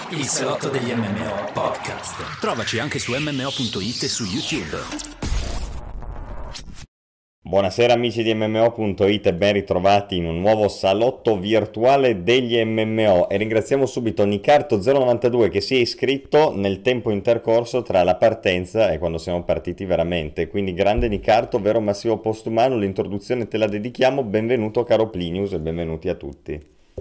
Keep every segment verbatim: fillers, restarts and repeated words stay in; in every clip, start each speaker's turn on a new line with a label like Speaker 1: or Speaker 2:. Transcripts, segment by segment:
Speaker 1: Il salotto degli M M O podcast. Trovaci anche su M M O punto it e su YouTube.
Speaker 2: Buonasera amici di M M O punto it e ben ritrovati in un nuovo salotto virtuale degli M M O, e ringraziamo subito Nicarto zero novantadue che si è iscritto nel tempo intercorso tra la partenza e quando siamo partiti veramente. Quindi grande Nicarto, vero massivo postumano, l'introduzione te la dedichiamo. Benvenuto caro Plinius e benvenuti a tutti.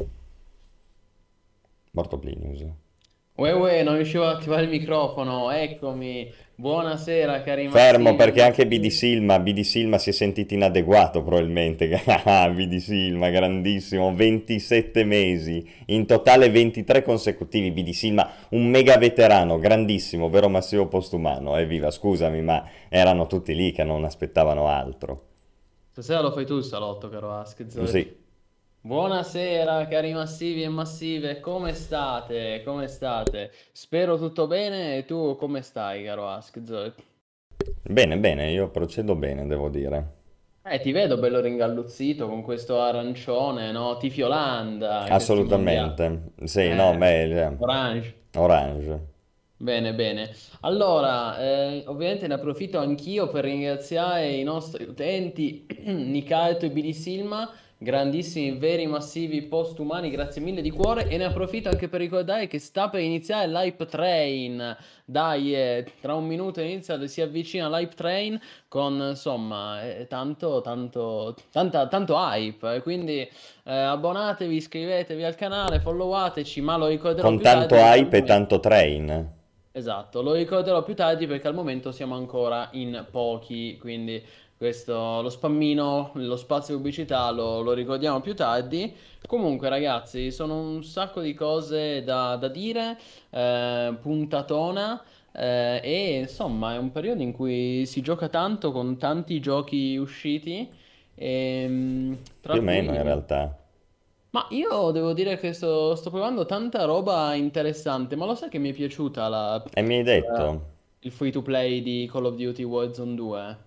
Speaker 2: Morto Plinius.
Speaker 3: Uè, uè, non riuscivo ad attivare il microfono, eccomi. Buonasera, cari
Speaker 2: Fermo,
Speaker 3: massivi.
Speaker 2: perché anche B D Silma, B D Silma si è sentito inadeguato probabilmente. B D Silma, grandissimo, ventisette mesi, in totale ventitré consecutivi. B D Silma, un mega veterano, grandissimo, vero massivo postumano. Evviva, scusami, ma erano tutti lì che non aspettavano altro.
Speaker 3: Stasera lo fai tu il salotto, caro Askez.
Speaker 2: Sì.
Speaker 3: Buonasera, cari massivi e massive, come state? Come state? Spero tutto bene, e tu come stai, caro Askez?
Speaker 2: Bene, bene, io procedo bene, devo dire.
Speaker 3: Eh, ti vedo bello ringalluzzito con questo arancione, no? Tifiolanda, che stimondiamo.
Speaker 2: Assolutamente. Sì, no,
Speaker 3: Eh,
Speaker 2: beh,
Speaker 3: orange.
Speaker 2: orange.
Speaker 3: Bene, bene. Allora, eh, ovviamente ne approfitto anch'io per ringraziare i nostri utenti, Nicaeto e Billy Silma, grandissimi, veri, massivi, postumani, grazie mille di cuore. E ne approfitto anche per ricordare che sta per iniziare l'Hype Train. Dai, eh, tra un minuto inizia, si avvicina l'Hype Train con, insomma, eh, tanto, tanto, tanta, tanto hype. eh, Quindi eh, abbonatevi, iscrivetevi al canale, followateci, ma lo ricorderò
Speaker 2: Con
Speaker 3: più
Speaker 2: tanto
Speaker 3: tardi perché al
Speaker 2: hype e
Speaker 3: momento...
Speaker 2: tanto train.
Speaker 3: Esatto, lo ricorderò più tardi perché al momento siamo ancora in pochi, quindi questo, lo spammino, lo spazio pubblicità lo, lo ricordiamo più tardi. Comunque ragazzi, sono un sacco di cose da, da dire, eh, puntatona, eh, e insomma è un periodo in cui si gioca tanto con tanti giochi usciti, ehm,
Speaker 2: Più
Speaker 3: tra
Speaker 2: o meno in
Speaker 3: cui...
Speaker 2: realtà.
Speaker 3: Ma io devo dire che sto, sto provando tanta roba interessante, ma lo sai che mi è piaciuta la,
Speaker 2: E mi hai detto,
Speaker 3: la- il free to play di Call of Duty Warzone due?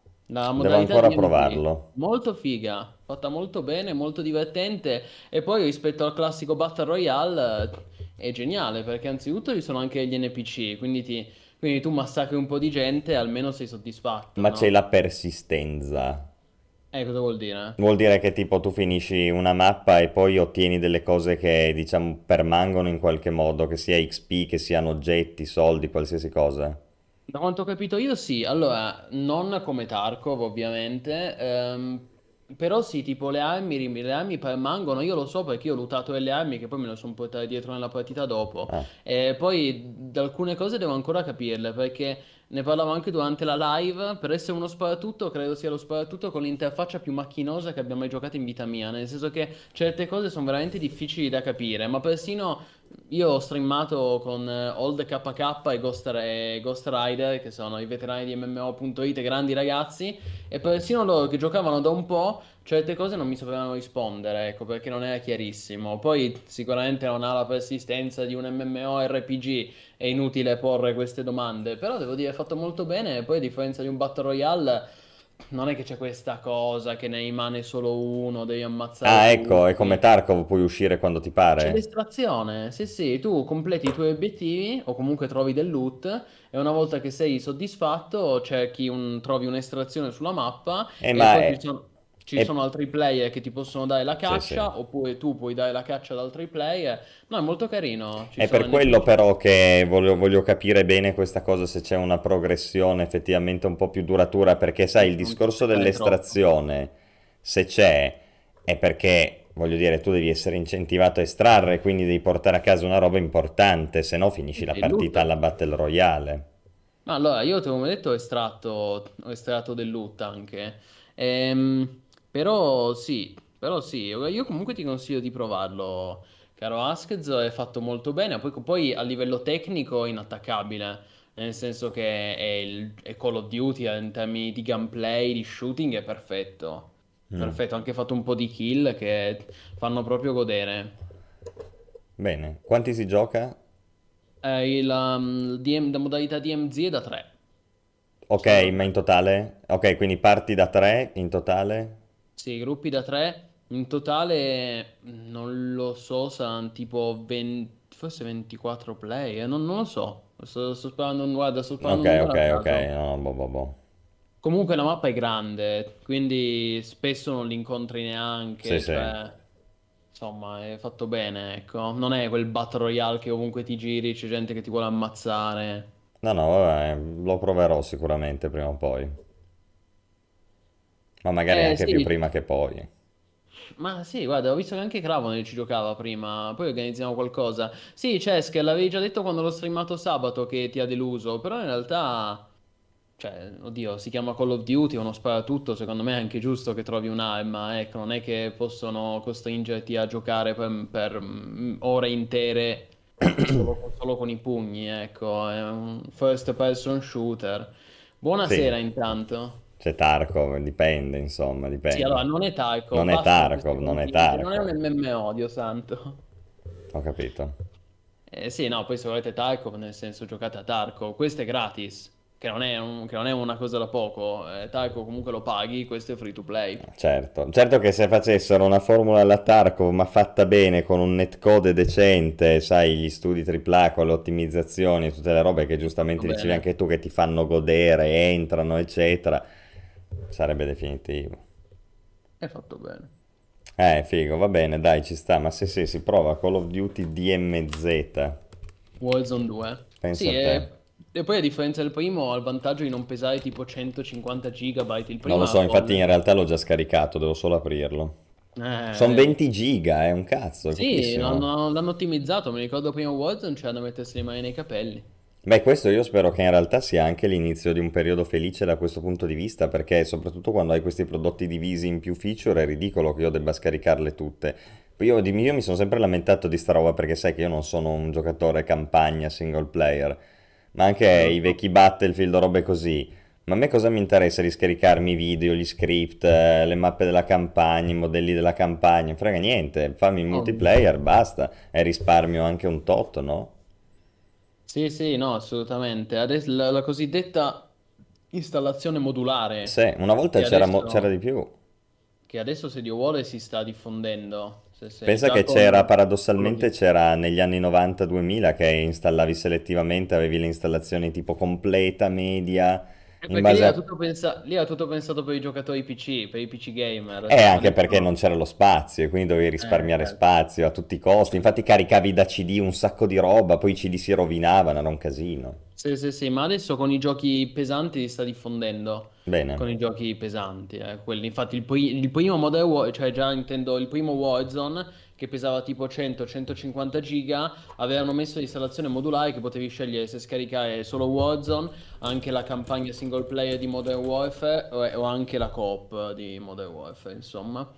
Speaker 3: La
Speaker 2: devo
Speaker 3: modalità
Speaker 2: ancora
Speaker 3: D M Z,
Speaker 2: provarlo.
Speaker 3: molto figa, fatta molto bene, molto divertente, e poi rispetto al classico Battle Royale eh, è geniale perché anzitutto ci sono anche gli N P C, quindi, ti- quindi tu massacri un po' di gente e almeno sei soddisfatto,
Speaker 2: Ma c'è
Speaker 3: no?
Speaker 2: la persistenza.
Speaker 3: Eh, cosa vuol dire?
Speaker 2: Vuol dire che tipo tu finisci una mappa e poi ottieni delle cose che diciamo permangono in qualche modo, che sia X P, che siano oggetti, soldi, qualsiasi cosa.
Speaker 3: Da quanto ho capito io sì, allora non come Tarkov ovviamente, ehm, però sì, tipo le armi, rim- le armi permangono, io lo so perché io ho lootato delle armi che poi me le sono portate dietro nella partita dopo,
Speaker 2: Ah,
Speaker 3: e poi da alcune cose devo ancora capirle perché ne parlavo anche durante la live, per essere uno sparatutto credo sia lo sparatutto con l'interfaccia più macchinosa che abbia mai giocato in vita mia, nel senso che certe cose sono veramente difficili da capire, ma persino... Io ho streamato con eh, Old K K e Ghost, e Ghost Rider, che sono i veterani di M M O punto it, grandi ragazzi, e persino loro che giocavano da un po', certe cose non mi sapevano rispondere, ecco, perché non era chiarissimo. Poi sicuramente non ha la persistenza di un MMORPG, è inutile porre queste domande, però devo dire, è fatto molto bene, e poi a differenza di un Battle Royale, non è che c'è questa cosa che ne rimane solo uno, devi ammazzare
Speaker 2: Ah, ecco, è come
Speaker 3: tutti.
Speaker 2: Tarkov, puoi uscire quando ti
Speaker 3: C'è
Speaker 2: pare.
Speaker 3: l'estrazione, sì sì, tu completi i tuoi obiettivi o comunque trovi del loot e una volta che sei soddisfatto cerchi un, trovi un'estrazione sulla mappa
Speaker 2: Eh,
Speaker 3: e
Speaker 2: ma
Speaker 3: poi ci
Speaker 2: è...
Speaker 3: sono, ci
Speaker 2: è-
Speaker 3: sono altri player che ti possono dare la
Speaker 2: Sì, sì.
Speaker 3: caccia oppure tu puoi dare la caccia ad altri player. No, è molto carino, ci
Speaker 2: È
Speaker 3: sono
Speaker 2: per quello
Speaker 3: N P C.
Speaker 2: però che voglio, voglio capire bene questa cosa, se c'è una progressione effettivamente un po' più duratura, perché sai, il
Speaker 3: Non ti
Speaker 2: discorso
Speaker 3: aspettare troppo.
Speaker 2: dell'estrazione, se c'è, è perché, voglio dire, tu devi essere incentivato a estrarre, quindi devi portare a casa una roba importante, se no finisci
Speaker 3: Sì,
Speaker 2: la
Speaker 3: sì, il
Speaker 2: partita
Speaker 3: loot.
Speaker 2: alla Battle Royale.
Speaker 3: Ma allora, io ti come detto ho estratto, ho estratto del loot anche. Ehm, però sì, però sì, io comunque ti consiglio di provarlo, caro Askez, è fatto molto bene, poi, poi a livello tecnico è inattaccabile, nel senso che è, il, è Call of Duty eh, in termini di gameplay, di shooting è perfetto.
Speaker 2: Mm.
Speaker 3: Perfetto, ho anche fatto un po' di kill che fanno proprio godere.
Speaker 2: Bene, quanti si gioca?
Speaker 3: Eh, il, um, D M la modalità D M Z è da tre,
Speaker 2: Ok,
Speaker 3: solo da
Speaker 2: ma in
Speaker 3: tre.
Speaker 2: totale? Ok, quindi parti da tre in totale?
Speaker 3: Sì, gruppi da tre, in totale mm, non lo so, saranno tipo venti, forse ventiquattro play, eh, non, non lo so. Sto, sto sparando, guarda, sto
Speaker 2: Ok,
Speaker 3: sparando un numero
Speaker 2: ok,
Speaker 3: a
Speaker 2: ok,
Speaker 3: caso.
Speaker 2: no, boh, boh, boh.
Speaker 3: Comunque la mappa è grande, quindi spesso non li incontri
Speaker 2: Sì,
Speaker 3: neanche,
Speaker 2: sì.
Speaker 3: cioè, insomma, è fatto bene, ecco. Non è quel Battle Royale che ovunque ti giri c'è gente che ti vuole ammazzare.
Speaker 2: No, no, vabbè, lo proverò sicuramente prima o poi. Ma magari
Speaker 3: Eh
Speaker 2: anche più
Speaker 3: sì,
Speaker 2: prima che poi.
Speaker 3: ma sì, guarda, ho visto che anche Cravon ci giocava prima, poi organizziamo qualcosa. Sì, Cesk, l'avevi già detto quando l'ho streamato sabato che ti ha deluso, però in realtà... Cioè, oddio, si chiama Call of Duty, è uno sparatutto, secondo me è anche giusto che trovi un'arma, ecco, non è che possono costringerti a giocare per, per, mm, ore intere solo, solo con i pugni, ecco, è un first person shooter.
Speaker 2: Sì,
Speaker 3: Buonasera intanto.
Speaker 2: c'è Tarkov, dipende, insomma,
Speaker 3: Sì, allora,
Speaker 2: dipende.
Speaker 3: non è
Speaker 2: Non
Speaker 3: Tarkov,
Speaker 2: è
Speaker 3: basta con queste
Speaker 2: Tarkov, non è
Speaker 3: contingenze, non è un
Speaker 2: Tarkov.
Speaker 3: M M O, Dio santo.
Speaker 2: Ho capito.
Speaker 3: Eh, sì, no, poi se volete Tarkov, nel senso giocate a Tarkov, questo è gratis, che non è, un- che non è una cosa da poco, eh, Tarkov comunque lo paghi, questo è free to play.
Speaker 2: Certo, certo che se facessero una formula alla Tarkov ma fatta bene con un netcode decente, sai, gli studi tripla A con le ottimizzazioni, tutte le robe che
Speaker 3: Va
Speaker 2: giustamente dicevi
Speaker 3: bene,
Speaker 2: anche tu che ti fanno godere, entrano, eccetera, sarebbe definitivo.
Speaker 3: è fatto bene.
Speaker 2: Eh, figo, va bene, dai, ci sta, ma se sì, si prova Call of Duty D M Z,
Speaker 3: Warzone due.
Speaker 2: pensa
Speaker 3: Sì,
Speaker 2: a te.
Speaker 3: e, e poi a differenza del primo ha il vantaggio di non pesare tipo centocinquanta gigabyte, il
Speaker 2: Non
Speaker 3: primo
Speaker 2: lo
Speaker 3: era
Speaker 2: so, infatti in
Speaker 3: folle.
Speaker 2: realtà l'ho già scaricato, devo solo aprirlo. Sono
Speaker 3: Eh,
Speaker 2: venti giga, è un cazzo, è
Speaker 3: sì,
Speaker 2: pochissimo.
Speaker 3: l'hanno l'hanno ottimizzato, mi ricordo prima Warzone c'era da mettersi le mani nei capelli.
Speaker 2: Beh, questo io spero che in realtà sia anche l'inizio di un periodo felice da questo punto di vista, perché soprattutto quando hai questi prodotti divisi in più feature è ridicolo che io debba scaricarle tutte. Poi Io, di- io mi sono sempre lamentato di sta roba perché sai che io non sono un giocatore campagna single player, ma anche
Speaker 3: Eh, lo
Speaker 2: i
Speaker 3: so.
Speaker 2: vecchi Battlefield o robe così. Ma a me cosa mi interessa di scaricarmi i video, gli script, eh, le mappe della campagna, i modelli della campagna? Non frega niente, fammi il
Speaker 3: No,
Speaker 2: multiplayer, basta. E risparmio anche un tot, no?
Speaker 3: sì, sì, no, assolutamente. Adesso la, la cosiddetta installazione modulare,
Speaker 2: Sì, una volta
Speaker 3: che
Speaker 2: c'era mo- c'era
Speaker 3: adesso,
Speaker 2: di più.
Speaker 3: che adesso se Dio vuole si sta diffondendo. Se, se-
Speaker 2: Pensa
Speaker 3: già
Speaker 2: che
Speaker 3: con
Speaker 2: c'era,
Speaker 3: Call of
Speaker 2: paradossalmente,
Speaker 3: Duty.
Speaker 2: c'era negli anni novanta duemila che installavi selettivamente, avevi le installazioni tipo completa, media,
Speaker 3: Eh,
Speaker 2: in
Speaker 3: Perché lì
Speaker 2: base
Speaker 3: era
Speaker 2: a...
Speaker 3: tutto, pensa- lì era tutto pensato per i giocatori P C, per i P C
Speaker 2: E
Speaker 3: gamer.
Speaker 2: anche perché non
Speaker 3: Adesso,
Speaker 2: c'era lo spazio e quindi dovevi
Speaker 3: eh,
Speaker 2: risparmiare
Speaker 3: certo.
Speaker 2: spazio a tutti i costi. Infatti caricavi da C D un sacco di roba, poi i C D si rovinavano, era un casino.
Speaker 3: Sì, sì, sì, ma adesso con i giochi pesanti si sta diffondendo.
Speaker 2: Bene.
Speaker 3: Con i giochi pesanti, eh, quelli. Infatti il, pri- il primo Modern War, cioè già intendo il primo Warzone, che pesava tipo cento centocinquanta giga, avevano messo l'installazione modulare che potevi scegliere se scaricare solo Warzone, anche la campagna single player di Modern Warfare o, o anche la co-op di Modern Warfare, insomma.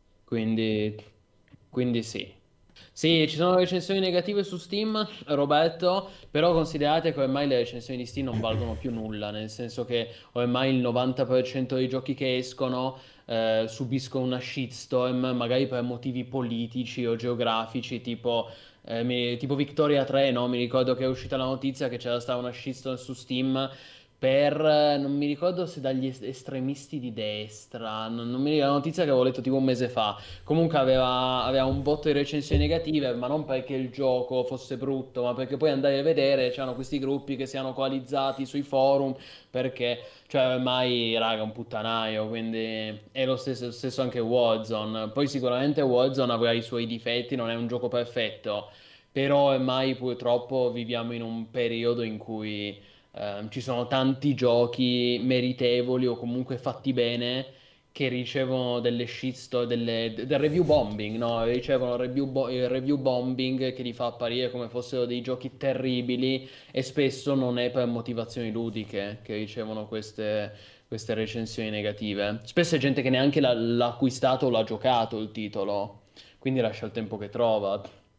Speaker 3: Quindi, quindi sì. Sì, ci sono recensioni negative su Steam, Roberto, però considerate che ormai le recensioni di Steam non valgono più nulla, nel senso che ormai il novanta per cento dei giochi che escono eh, subiscono una shitstorm, magari per motivi politici o geografici, tipo, eh, mi- tipo Victoria tre, no? Mi ricordo che è uscita la notizia che c'era stata una shitstorm su Steam per, eh, non mi ricordo se dagli es- estremisti di destra, non, non mi ricordo, la notizia che avevo letto tipo un mese fa. Comunque aveva, aveva un botto di recensioni negative, ma non perché il gioco fosse brutto, ma perché poi andai a vedere, c'erano questi gruppi che si erano coalizzati sui forum, perché, cioè, ormai, raga, è un puttanaio, quindi è lo stesso, stesso anche Warzone. Poi sicuramente Warzone avrà i suoi difetti, non è un gioco perfetto, però ormai purtroppo viviamo in un periodo in cui ehm, ci sono tanti giochi meritevoli o comunque fatti bene che ricevono delle shitstorm, delle, del review bombing, no? Ricevono review bo- il review bombing che li fa apparire come fossero dei giochi terribili e spesso non è per motivazioni ludiche che ricevono queste, queste recensioni negative. Spesso è gente che neanche l'ha l'ha acquistato o l'ha giocato il titolo, quindi lascia il tempo che trova.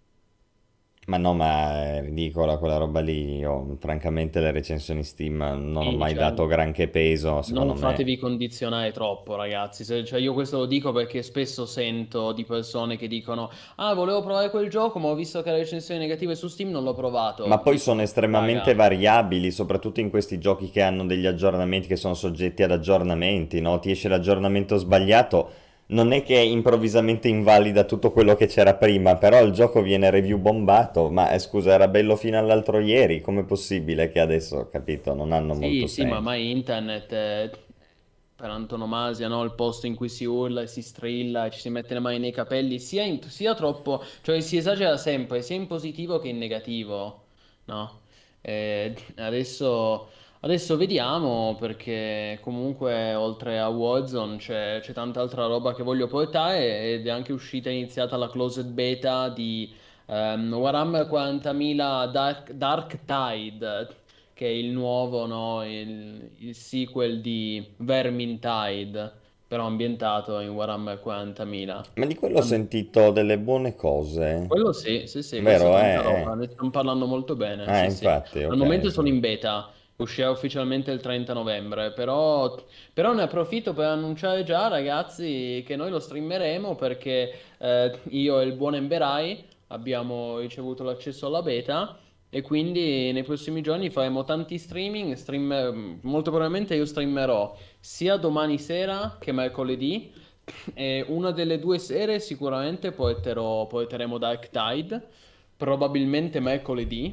Speaker 2: Ma no, ma è ridicola quella roba lì. Io, francamente, le recensioni Steam non ho
Speaker 3: Sì,
Speaker 2: mai
Speaker 3: cioè,
Speaker 2: dato granché peso, secondo
Speaker 3: non
Speaker 2: me.
Speaker 3: fatevi condizionare troppo, ragazzi. Se- cioè, io questo lo dico perché spesso sento di persone che dicono: Ah, volevo provare quel gioco, ma ho visto che ha recensioni negative su Steam, non l'ho
Speaker 2: Ma
Speaker 3: provato.
Speaker 2: poi sono
Speaker 3: Dico,
Speaker 2: estremamente
Speaker 3: raga,
Speaker 2: variabili, soprattutto in questi giochi che hanno degli aggiornamenti che sono soggetti ad aggiornamenti, no? Ti esce l'aggiornamento sbagliato, non è che improvvisamente invalida tutto quello che c'era prima, però il gioco viene review bombato, ma eh, scusa, era bello fino all'altro ieri, com'è possibile che adesso, capito, non hanno molto
Speaker 3: Sì, sì, ma
Speaker 2: senso?
Speaker 3: ormai internet è per antonomasia, no? Il posto in cui si urla e si strilla e ci si mette le mani nei capelli, sia, in- sia troppo, cioè si esagera sempre, sia in positivo che in negativo, no? Eh, adesso, adesso vediamo perché comunque oltre a Warzone c'è c'è tanta altra roba che voglio portare ed è anche uscita e iniziata la closed beta di ehm, Warhammer quarantamila Dark, Dark Tide, che è il nuovo, no? Il, il sequel di Vermintide, però ambientato in Warhammer quarantamila.
Speaker 2: Ma di quello ho
Speaker 3: Am-
Speaker 2: sentito delle buone cose,
Speaker 3: Quello sì, sì, sì, questo è
Speaker 2: vero?
Speaker 3: tanta
Speaker 2: Eh,
Speaker 3: roba,
Speaker 2: eh.
Speaker 3: ne stanno parlando molto bene,
Speaker 2: Ah,
Speaker 3: sì, sì.
Speaker 2: infatti,
Speaker 3: Al
Speaker 2: ok,
Speaker 3: momento
Speaker 2: sì.
Speaker 3: sono in beta, uscirà ufficialmente il trenta novembre, però, però ne approfitto per annunciare già, ragazzi, che noi lo streameremo perché eh, io e il buon Emberai abbiamo ricevuto l'accesso alla beta e quindi nei prossimi giorni faremo tanti streaming, stream- molto probabilmente io streamerò sia domani sera che mercoledì. E una delle due sere sicuramente porterò, porteremo Dark Tide, probabilmente mercoledì.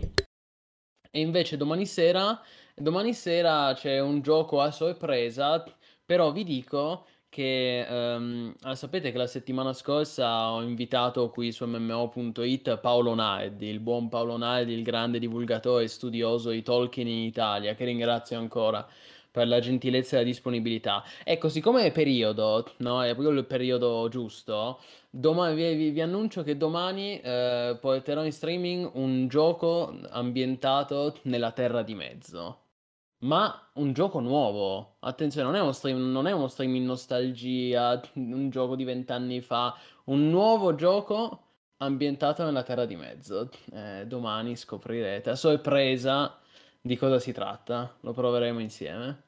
Speaker 3: E invece domani sera, domani sera c'è un gioco a sorpresa, però vi dico che ehm, ah, sapete che la settimana scorsa ho invitato qui su M M O punto it Paolo Nardi, il buon Paolo Nardi, il grande divulgatore e studioso di Tolkien in Italia, che ringrazio ancora per la gentilezza e la disponibilità. Ecco, siccome è periodo, no, è proprio il periodo giusto. Domani, vi, vi- vi annuncio che domani eh, porterò in streaming un gioco ambientato nella Terra di Mezzo. Ma un gioco nuovo. Attenzione, non è uno stream, non è uno stream in nostalgia, un gioco di vent'anni fa. Un nuovo gioco ambientato nella Terra di Mezzo. Eh, domani scoprirete a sorpresa di cosa si tratta. Lo proveremo insieme.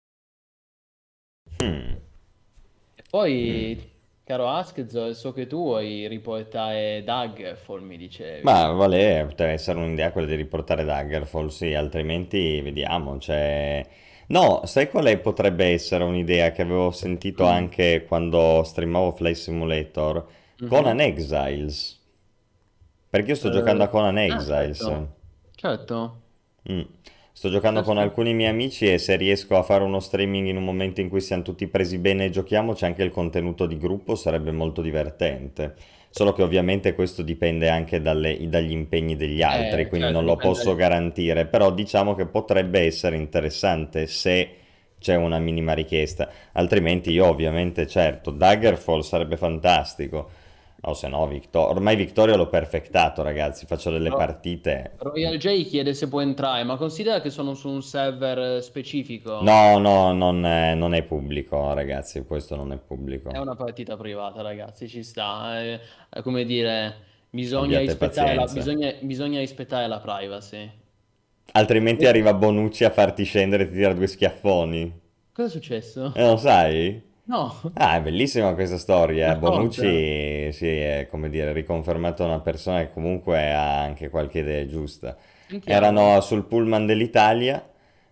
Speaker 2: Hmm,
Speaker 3: E
Speaker 2: hmm.
Speaker 3: poi, caro Askzo, so che tu vuoi riportare Daggerfall, mi dicevi.
Speaker 2: Ma vale, potrebbe essere un'idea quella di riportare Daggerfall, sì, altrimenti vediamo, cioè... No, sai qual è? Potrebbe essere un'idea che avevo sentito
Speaker 3: Mm.
Speaker 2: anche quando streamavo Flight Simulator? Conan
Speaker 3: Mhm.
Speaker 2: Exiles, perché io sto giocando a
Speaker 3: Eh,
Speaker 2: Conan
Speaker 3: ah,
Speaker 2: Exiles.
Speaker 3: certo, certo.
Speaker 2: Mm. Sto giocando
Speaker 3: Sì,
Speaker 2: con
Speaker 3: sì.
Speaker 2: alcuni miei amici e se riesco a fare uno streaming in un momento in cui siamo tutti presi bene e giochiamo, c'è anche il contenuto di gruppo, sarebbe molto divertente. Solo che ovviamente questo dipende anche dalle- dagli impegni degli altri,
Speaker 3: Eh,
Speaker 2: quindi
Speaker 3: certo,
Speaker 2: non lo posso
Speaker 3: dipende.
Speaker 2: garantire, però diciamo che potrebbe essere interessante se c'è una minima richiesta. Altrimenti io ovviamente, certo, Daggerfall sarebbe fantastico. O se no, Victor- ormai Victoria l'ho perfectato, ragazzi, faccio delle
Speaker 3: Ro-
Speaker 2: partite.
Speaker 3: Royal J chiede se può entrare, ma considera che sono su un server eh, specifico.
Speaker 2: No, no, non è, non è pubblico, ragazzi, questo non è
Speaker 3: È
Speaker 2: pubblico.
Speaker 3: una partita privata, ragazzi, ci sta. È, è come dire, bisogna
Speaker 2: Abbiate
Speaker 3: rispettare la,
Speaker 2: pazienza.
Speaker 3: bisogna, bisogna rispettare la privacy.
Speaker 2: Altrimenti arriva Bonucci a farti scendere e ti tira due schiaffoni.
Speaker 3: Cosa è successo?
Speaker 2: E non sai?
Speaker 3: No,
Speaker 2: Ah, è bellissima questa storia. eh.
Speaker 3: racconta.
Speaker 2: Bonucci, sì, è come dire, riconfermato una persona che comunque ha anche qualche idea giusta.
Speaker 3: Sentiamo.
Speaker 2: Erano sul pullman dell'Italia,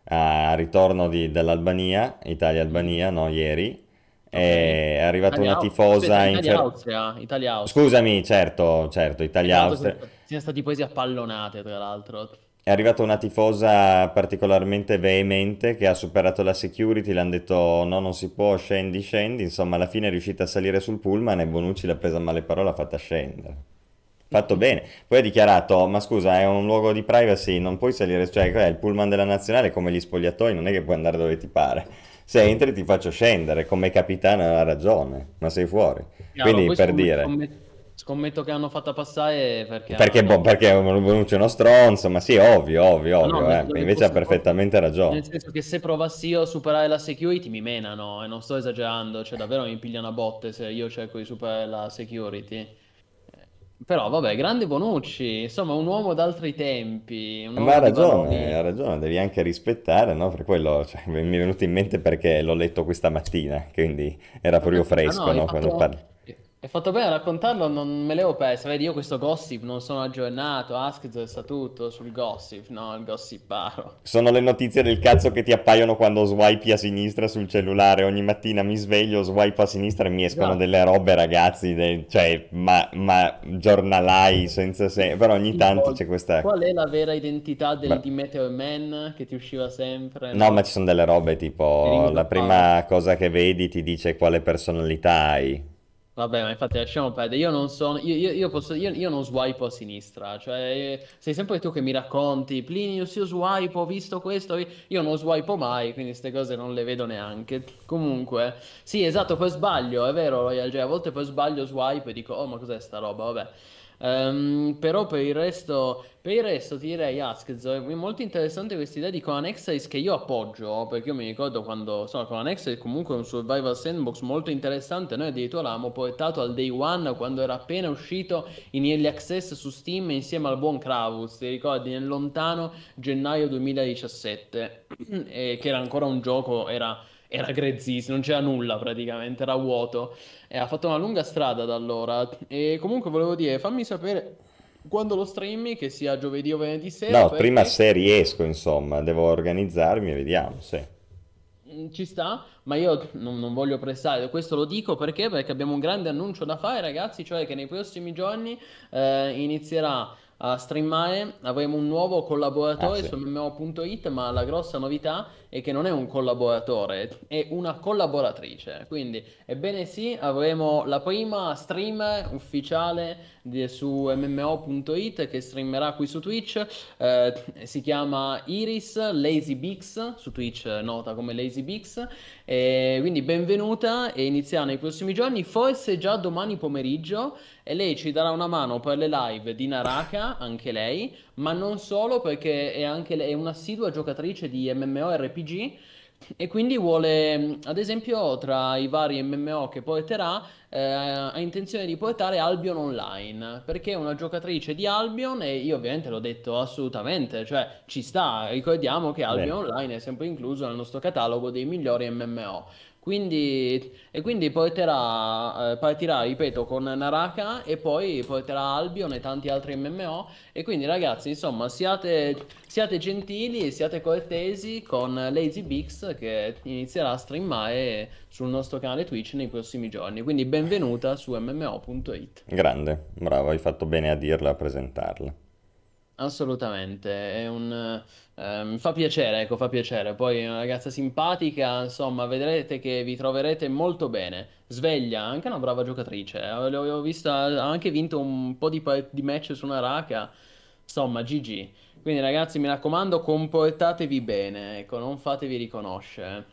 Speaker 2: a ritorno di- dall'Albania,
Speaker 3: Mhm.
Speaker 2: Italia-Albania, no, ieri.
Speaker 3: Ok.
Speaker 2: È arrivata una
Speaker 3: Italia, aspetta,
Speaker 2: tifosa infer...
Speaker 3: Italia-Austria, Italia-Austria.
Speaker 2: Scusami, certo, certo,
Speaker 3: E tra l'altro
Speaker 2: Italia-Austria.
Speaker 3: siamo siamo stati presi a pallonate, tra l'altro.
Speaker 2: È arrivata una tifosa particolarmente veemente che ha superato la security, le hanno detto no, non si può, scendi, scendi. Insomma, alla fine è riuscita a salire sul pullman e Bonucci l'ha presa a male parole e l'ha fatta scendere. Fatto bene. Poi ha dichiarato, ma scusa, è un luogo di privacy, non puoi salire, cioè è il pullman della nazionale come gli spogliatoi, non è che puoi andare dove ti pare. Se entri ti faccio scendere, come capitano ha ragione, ma sei fuori.
Speaker 3: Chiaro,
Speaker 2: Quindi
Speaker 3: poi
Speaker 2: per
Speaker 3: scomm-
Speaker 2: dire...
Speaker 3: scommet- scommetto che hanno fatto passare perché
Speaker 2: Perché, boh,
Speaker 3: hanno...
Speaker 2: perché Bonucci è uno stronzo, ma sì, ovvio, ovvio,
Speaker 3: No, no,
Speaker 2: ovvio,
Speaker 3: nel,
Speaker 2: eh.
Speaker 3: nel
Speaker 2: Invece ha
Speaker 3: posto proprio-
Speaker 2: perfettamente
Speaker 3: nel
Speaker 2: ragione.
Speaker 3: senso che se provassi io a superare la security mi menano e non sto esagerando, cioè davvero mi pigliano a botte se io cerco di superare la security. Eh, Però vabbè, grande Bonucci, insomma un uomo d'altri tempi, un
Speaker 2: Ma ha
Speaker 3: uomo di
Speaker 2: ragione,
Speaker 3: valori.
Speaker 2: ha ragione, devi anche rispettare, no? Per quello, cioè, mi è venuto in mente perché l'ho letto questa mattina, quindi era
Speaker 3: Ho
Speaker 2: proprio
Speaker 3: capito,
Speaker 2: fresco,
Speaker 3: no, hai
Speaker 2: no? Quando
Speaker 3: fatto,
Speaker 2: parli.
Speaker 3: Hai fatto bene a raccontarlo, non me l'avevo perso. Vedi, io questo gossip non sono aggiornato. Askz sa tutto sul gossip, no, il gossiparo.
Speaker 2: Sono le notizie del cazzo che ti appaiono quando swipi a sinistra sul cellulare. Ogni mattina mi sveglio, swipe a sinistra e mi escono
Speaker 3: Esatto.
Speaker 2: delle robe, ragazzi, de- cioè, ma, ma giornalai senza senso. Però ogni tanto
Speaker 3: Tipo,
Speaker 2: c'è questa...
Speaker 3: qual è la vera identità del
Speaker 2: ma-
Speaker 3: di Meteor Man che ti usciva sempre,
Speaker 2: No, ma ci
Speaker 3: no?
Speaker 2: sono delle robe
Speaker 3: Ti
Speaker 2: tipo la
Speaker 3: ringraziavo.
Speaker 2: prima cosa che vedi ti dice quale personalità hai.
Speaker 3: Vabbè, ma infatti lasciamo perdere. Io non sono. Io, io- io posso, io, io non swipe a sinistra. Cioè, eh, sei sempre tu che mi racconti. Plinius, io swipe, ho visto questo. Io non swipo mai, quindi queste cose non le vedo neanche. Comunque, sì, esatto, poi sbaglio, è vero, Royal J. A volte poi sbaglio swipe e dico, oh, ma cos'è sta roba? Vabbè. Ehm, però per il resto. Per il resto ti direi, Askzo, è molto interessante questa idea di Conan Exiles che io appoggio, perché io mi ricordo quando, insomma, Conan Exiles è comunque un survival sandbox molto interessante, noi addirittura l'avevamo portato al day one quando era appena uscito in early access su Steam insieme al buon Kravuz, ti ricordi, nel lontano gennaio duemiladiciassette, e che era ancora un gioco, era, era grezzissimo, non c'era nulla praticamente, era vuoto, e ha fatto una lunga strada da allora, e comunque volevo dire, fammi sapere quando lo streami, che sia giovedì o venerdì sera,
Speaker 2: No, prima
Speaker 3: perché
Speaker 2: se riesco, insomma, devo organizzarmi e vediamo, sì.
Speaker 3: mm, ci sta, ma io non, non voglio pressare, questo lo dico perché? Perché abbiamo un grande annuncio da fare, ragazzi, cioè che nei prossimi giorni eh, inizierà a streamare, avremo un nuovo
Speaker 2: Ah,
Speaker 3: collaboratore
Speaker 2: sì.
Speaker 3: su M M O punto it, ma la grossa novità è che non è un collaboratore, è una collaboratrice, quindi ebbene sì, avremo la prima streamer ufficiale di- su M M O punto it che streamerà qui su Twitch. Eh, si chiama Iris Lazy Bix, su Twitch è nota come Lazy Bix, e quindi benvenuta e inizierà nei prossimi giorni, forse già domani pomeriggio, e lei ci darà una mano per le live di Naraka, anche lei, ma non solo perché è anche lei è un'assidua giocatrice di MMORPG e quindi vuole, mh, ad esempio, tra i vari M M O che porterà, eh, ha intenzione di portare Albion Online, perché è una giocatrice di Albion e io ovviamente l'ho detto assolutamente, cioè ci sta, ricordiamo che
Speaker 2: Bene,
Speaker 3: Albion Online è sempre incluso nel nostro catalogo dei migliori M M O. Quindi, e quindi porterà, eh, partirà, ripeto, con Naraka e poi porterà Albion e tanti altri M M O. E quindi ragazzi, insomma, siate, siate gentili e siate cortesi con Lazy Bix che inizierà a streamare sul nostro canale Twitch nei prossimi giorni. Quindi benvenuta su M M O punto it.
Speaker 2: grande, bravo, hai fatto bene a dirla, a presentarla.
Speaker 3: Assolutamente, è un, eh, mi fa piacere, ecco, fa piacere. Poi è una ragazza simpatica, insomma, vedrete che vi troverete molto bene. Sveglia, anche una brava giocatrice. eh, L'ho vista, ha anche vinto un po' di, pa- di match su una raka. Insomma, G G. Quindi ragazzi, mi raccomando, comportatevi bene, ecco, non fatevi riconoscere.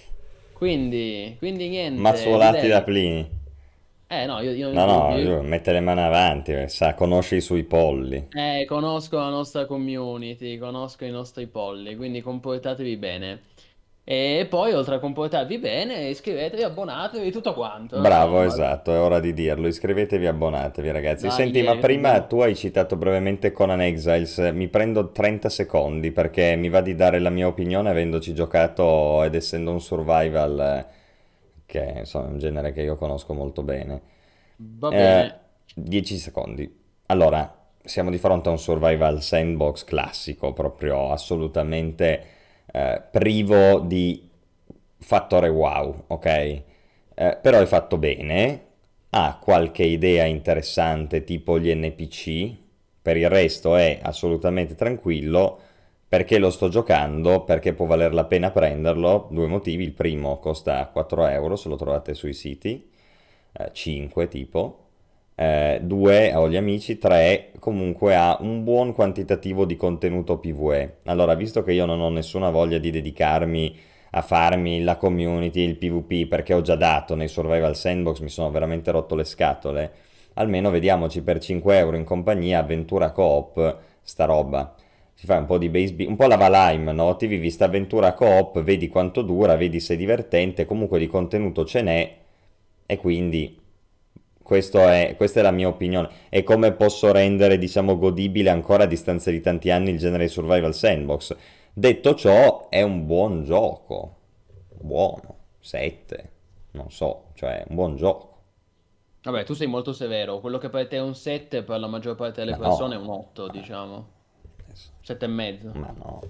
Speaker 3: Quindi, quindi niente,
Speaker 2: Mazzuolati da
Speaker 3: direi.
Speaker 2: Plini.
Speaker 3: Eh no, io, io
Speaker 2: No,
Speaker 3: in
Speaker 2: no,
Speaker 3: dubbio.
Speaker 2: giù, mette le mani avanti, eh, sa, conosce i suoi polli.
Speaker 3: Eh, conosco la nostra community, conosco i nostri polli, quindi comportatevi bene. E poi, oltre a comportarvi bene, iscrivetevi, abbonatevi, tutto quanto,
Speaker 2: Bravo,
Speaker 3: insomma.
Speaker 2: esatto, è ora di dirlo. Iscrivetevi e abbonatevi, ragazzi.
Speaker 3: Dai,
Speaker 2: Senti, ma
Speaker 3: eh,
Speaker 2: prima
Speaker 3: dobbiamo.
Speaker 2: tu hai citato brevemente Conan Exiles. Mi prendo trenta secondi perché mi va di dare la mia opinione avendoci giocato ed essendo un survival eh, che insomma è un genere che io conosco molto bene.
Speaker 3: Va
Speaker 2: Eh,
Speaker 3: bene.
Speaker 2: dieci secondi. Allora, siamo di fronte a un survival sandbox classico, proprio assolutamente eh, privo di fattore wow, ok? Eh, però è fatto bene, ha qualche idea interessante tipo gli N P C, per il resto è assolutamente tranquillo. Perché lo sto giocando? Perché può valer la pena prenderlo. Due motivi. Il primo costa quattro euro se lo trovate sui siti, eh, cinque tipo. Eh, due, ho gli amici. Tre, comunque ha un buon quantitativo di contenuto PvE. Allora, visto che io non ho nessuna voglia di dedicarmi a farmi la community, il PvP, perché ho già dato nei survival sandbox, mi sono veramente rotto le scatole, almeno vediamoci per cinque euro in compagnia, avventura coop, sta roba. Si fa un po' di base, un po' la Valheim, no? Ti vivi sta avventura coop, vedi quanto dura, vedi se è divertente, comunque di contenuto ce n'è e quindi questo è, questa è la mia opinione. E come posso rendere, diciamo, godibile ancora a distanza di tanti anni il genere survival sandbox? Detto ciò, è un buon gioco. Buono. sette. Non so, cioè, un buon gioco.
Speaker 3: Vabbè, tu sei molto severo. Quello che per te è un sette, per la maggior parte delle
Speaker 2: Ma
Speaker 3: persone è un
Speaker 2: no,
Speaker 3: otto,
Speaker 2: ma,
Speaker 3: diciamo.
Speaker 2: adesso-
Speaker 3: sette e mezzo.
Speaker 2: ma no.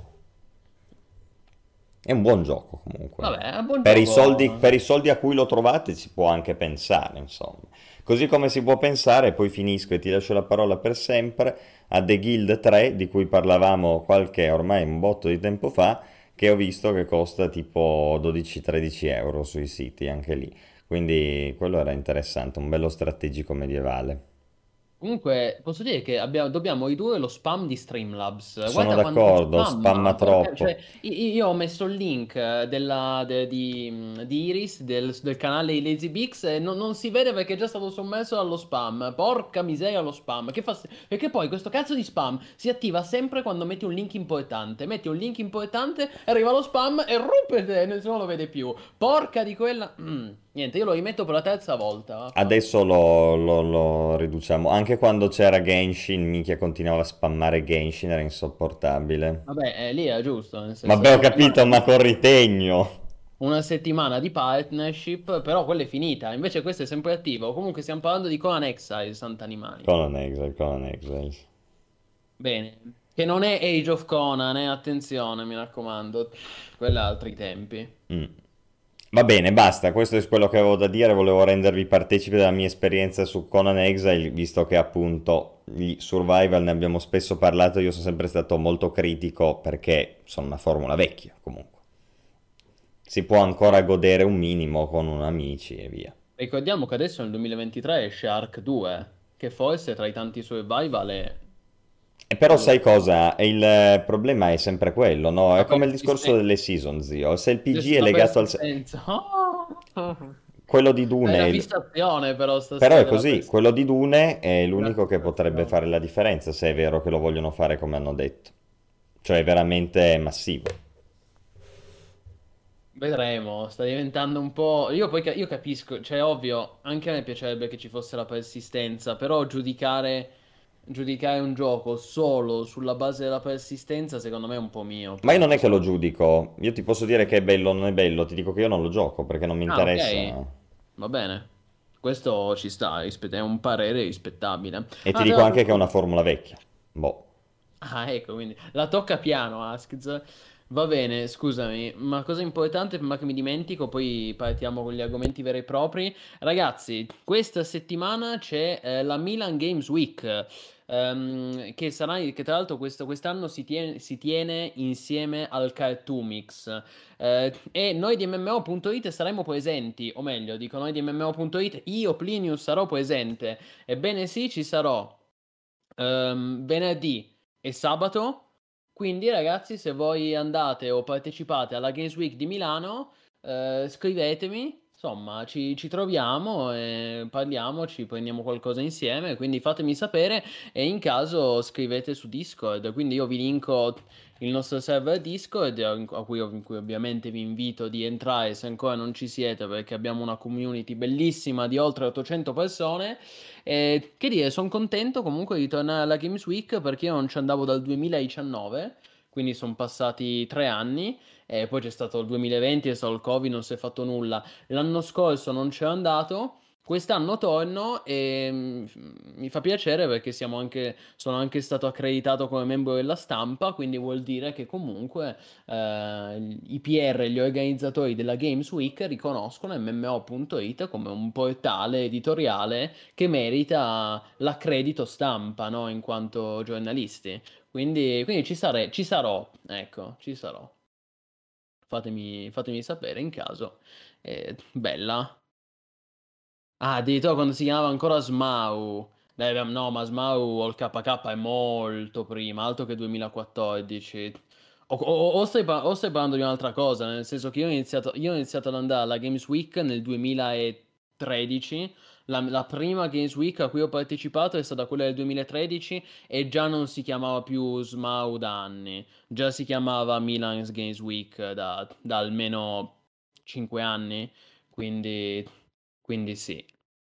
Speaker 2: È un buon gioco comunque.
Speaker 3: Vabbè, è un buon
Speaker 2: Per i soldi,
Speaker 3: gioco.
Speaker 2: per i soldi a cui lo trovate si può anche pensare, insomma. Così come si può pensare, poi finisco e ti lascio la parola per sempre, a The Guild tre, di cui parlavamo qualche, ormai un botto di tempo fa, che ho visto che costa tipo dodici tredici euro sui siti, anche lì. Quindi quello era interessante, un bello strategico medievale.
Speaker 3: Comunque, posso dire che abbiamo- dobbiamo i due lo spam di Streamlabs.
Speaker 2: Sono
Speaker 3: Guarda quanto
Speaker 2: d'accordo, spamma
Speaker 3: spam, porca, cioè,
Speaker 2: troppo.
Speaker 3: i- io ho messo il link eh, della, de- di, di Iris, del, del canale di Lazy Bix, e non, non si vede perché è già stato sommerso dallo spam. Porca miseria lo spam. Che fa... Perché poi questo cazzo di spam si attiva sempre quando metti un link importante. Metti un link importante, arriva lo spam e ruppete, nessuno lo vede più. Porca di quella... Mm, niente, io lo rimetto per la terza volta. Vaffanculo.
Speaker 2: Adesso lo, lo- lo riduciamo. Anche quando c'era Genshin, minchia continuava a spammare Genshin, era insopportabile.
Speaker 3: Vabbè, eh, lì è giusto, nel senso
Speaker 2: Vabbè, ho
Speaker 3: uno ti
Speaker 2: capito,
Speaker 3: manda
Speaker 2: ma con ritegno.
Speaker 3: una settimana di partnership, però quella è finita, invece questo è sempre attivo. Comunque stiamo parlando di Conan Exile, Sant'Animani.
Speaker 2: Conan Exile, Conan Exile.
Speaker 3: Bene, che non è Age of Conan, eh, attenzione, mi raccomando, quelli altri tempi.
Speaker 2: Mm. Va bene, basta, questo è quello che avevo da dire, volevo rendervi partecipe della mia esperienza su Conan Exile, visto che appunto gli survival ne abbiamo spesso parlato, io sono sempre stato molto critico perché sono una formula vecchia comunque. Si può ancora godere un minimo con un amici e via.
Speaker 3: Ricordiamo che adesso nel duemilaventitré esce Ark due, che forse tra i tanti survival è
Speaker 2: E però
Speaker 3: quello
Speaker 2: sai
Speaker 3: più...
Speaker 2: cosa? Il problema è sempre quello, no? È
Speaker 3: La
Speaker 2: come il discorso
Speaker 3: persistenza.
Speaker 2: delle season, zio. Se il P G
Speaker 3: Adesso
Speaker 2: è
Speaker 3: la
Speaker 2: legato al...
Speaker 3: persistenza.
Speaker 2: Quello di
Speaker 3: È
Speaker 2: Dune,
Speaker 3: la
Speaker 2: il-
Speaker 3: fissazione però
Speaker 2: però è
Speaker 3: stasera, la
Speaker 2: così,
Speaker 3: persistenza.
Speaker 2: quello di Dune è
Speaker 3: La
Speaker 2: l'unico che potrebbe
Speaker 3: fissazione.
Speaker 2: fare la differenza, se è vero che lo vogliono fare come hanno detto. Cioè è veramente massivo.
Speaker 3: Vedremo, sta diventando un po'... Io poi ca- io capisco, cioè ovvio, anche a me piacerebbe che ci fosse la persistenza, però giudicare, giudicare un gioco solo sulla base della persistenza secondo me è un po'
Speaker 2: Ma io
Speaker 3: miope,
Speaker 2: non
Speaker 3: ci
Speaker 2: è che lo
Speaker 3: sono...
Speaker 2: giudico, io ti posso dire che è bello o non è bello, ti dico che io non lo gioco perché non mi
Speaker 3: Ah,
Speaker 2: interessa.
Speaker 3: ok, va bene. Questo ci sta, rispe- è un parere rispettabile.
Speaker 2: E ti
Speaker 3: Ah, tra
Speaker 2: dico anche che è
Speaker 3: l'altro...
Speaker 2: una formula vecchia. Boh.
Speaker 3: Ah, ecco, quindi la tocca piano, Askiz. Va bene, scusami, ma cosa importante prima che mi dimentico, poi partiamo con gli argomenti veri e propri. Ragazzi, questa settimana c'è eh, la Milan Games Week, ehm, che sarà, che tra l'altro questo- quest'anno si tiene, si tiene insieme al Cartoomix. Eh, e noi di M M O punto it saremo presenti, o meglio, dico noi di M M O punto it, io Plinius sarò presente. Ebbene sì, ci sarò ehm, venerdì e sabato. Quindi, ragazzi, se voi andate o partecipate alla Games Week di Milano, eh, scrivetemi. Insomma, ci, ci troviamo e parliamo, ci prendiamo qualcosa insieme. Quindi fatemi sapere e in caso scrivete su Discord. Quindi io vi linko il nostro server Discord, a cui, in cui ovviamente vi invito di entrare se ancora non ci siete, perché abbiamo una community bellissima di oltre ottocento persone. E, che dire, sono contento comunque di tornare alla Games Week perché io non ci andavo dal duemiladiciannove, quindi sono passati tre anni. E poi c'è stato il duemilaventi, è stato il Covid, non si è fatto nulla. L'anno scorso non c'ero andato. Quest'anno torno e mm, mi fa piacere perché siamo anche, sono anche stato accreditato come membro della stampa, quindi vuol dire che comunque eh, i P R, gli organizzatori della Games Week, riconoscono M M O punto it come un portale editoriale che merita l'accredito stampa, no? In quanto giornalisti. Quindi, quindi ci sare- ci sarò, ecco, ci sarò. Fatemi, fatemi sapere in caso. Eh, bella. Ah, addirittura quando si chiamava ancora Smau. Dai, beh, no, ma Smau o il K K è molto prima, altro che duemilaquattordici. O, o- o stai, par- o stai parlando di un'altra cosa, nel senso che io ho iniziato, io ho iniziato ad andare alla Games Week nel duemilatredici. La, la prima Games Week a cui ho partecipato è stata quella del duemilatredici e già non si chiamava più Smau da anni, già si chiamava Milan's Games Week da, da almeno cinque anni, quindi, quindi sì.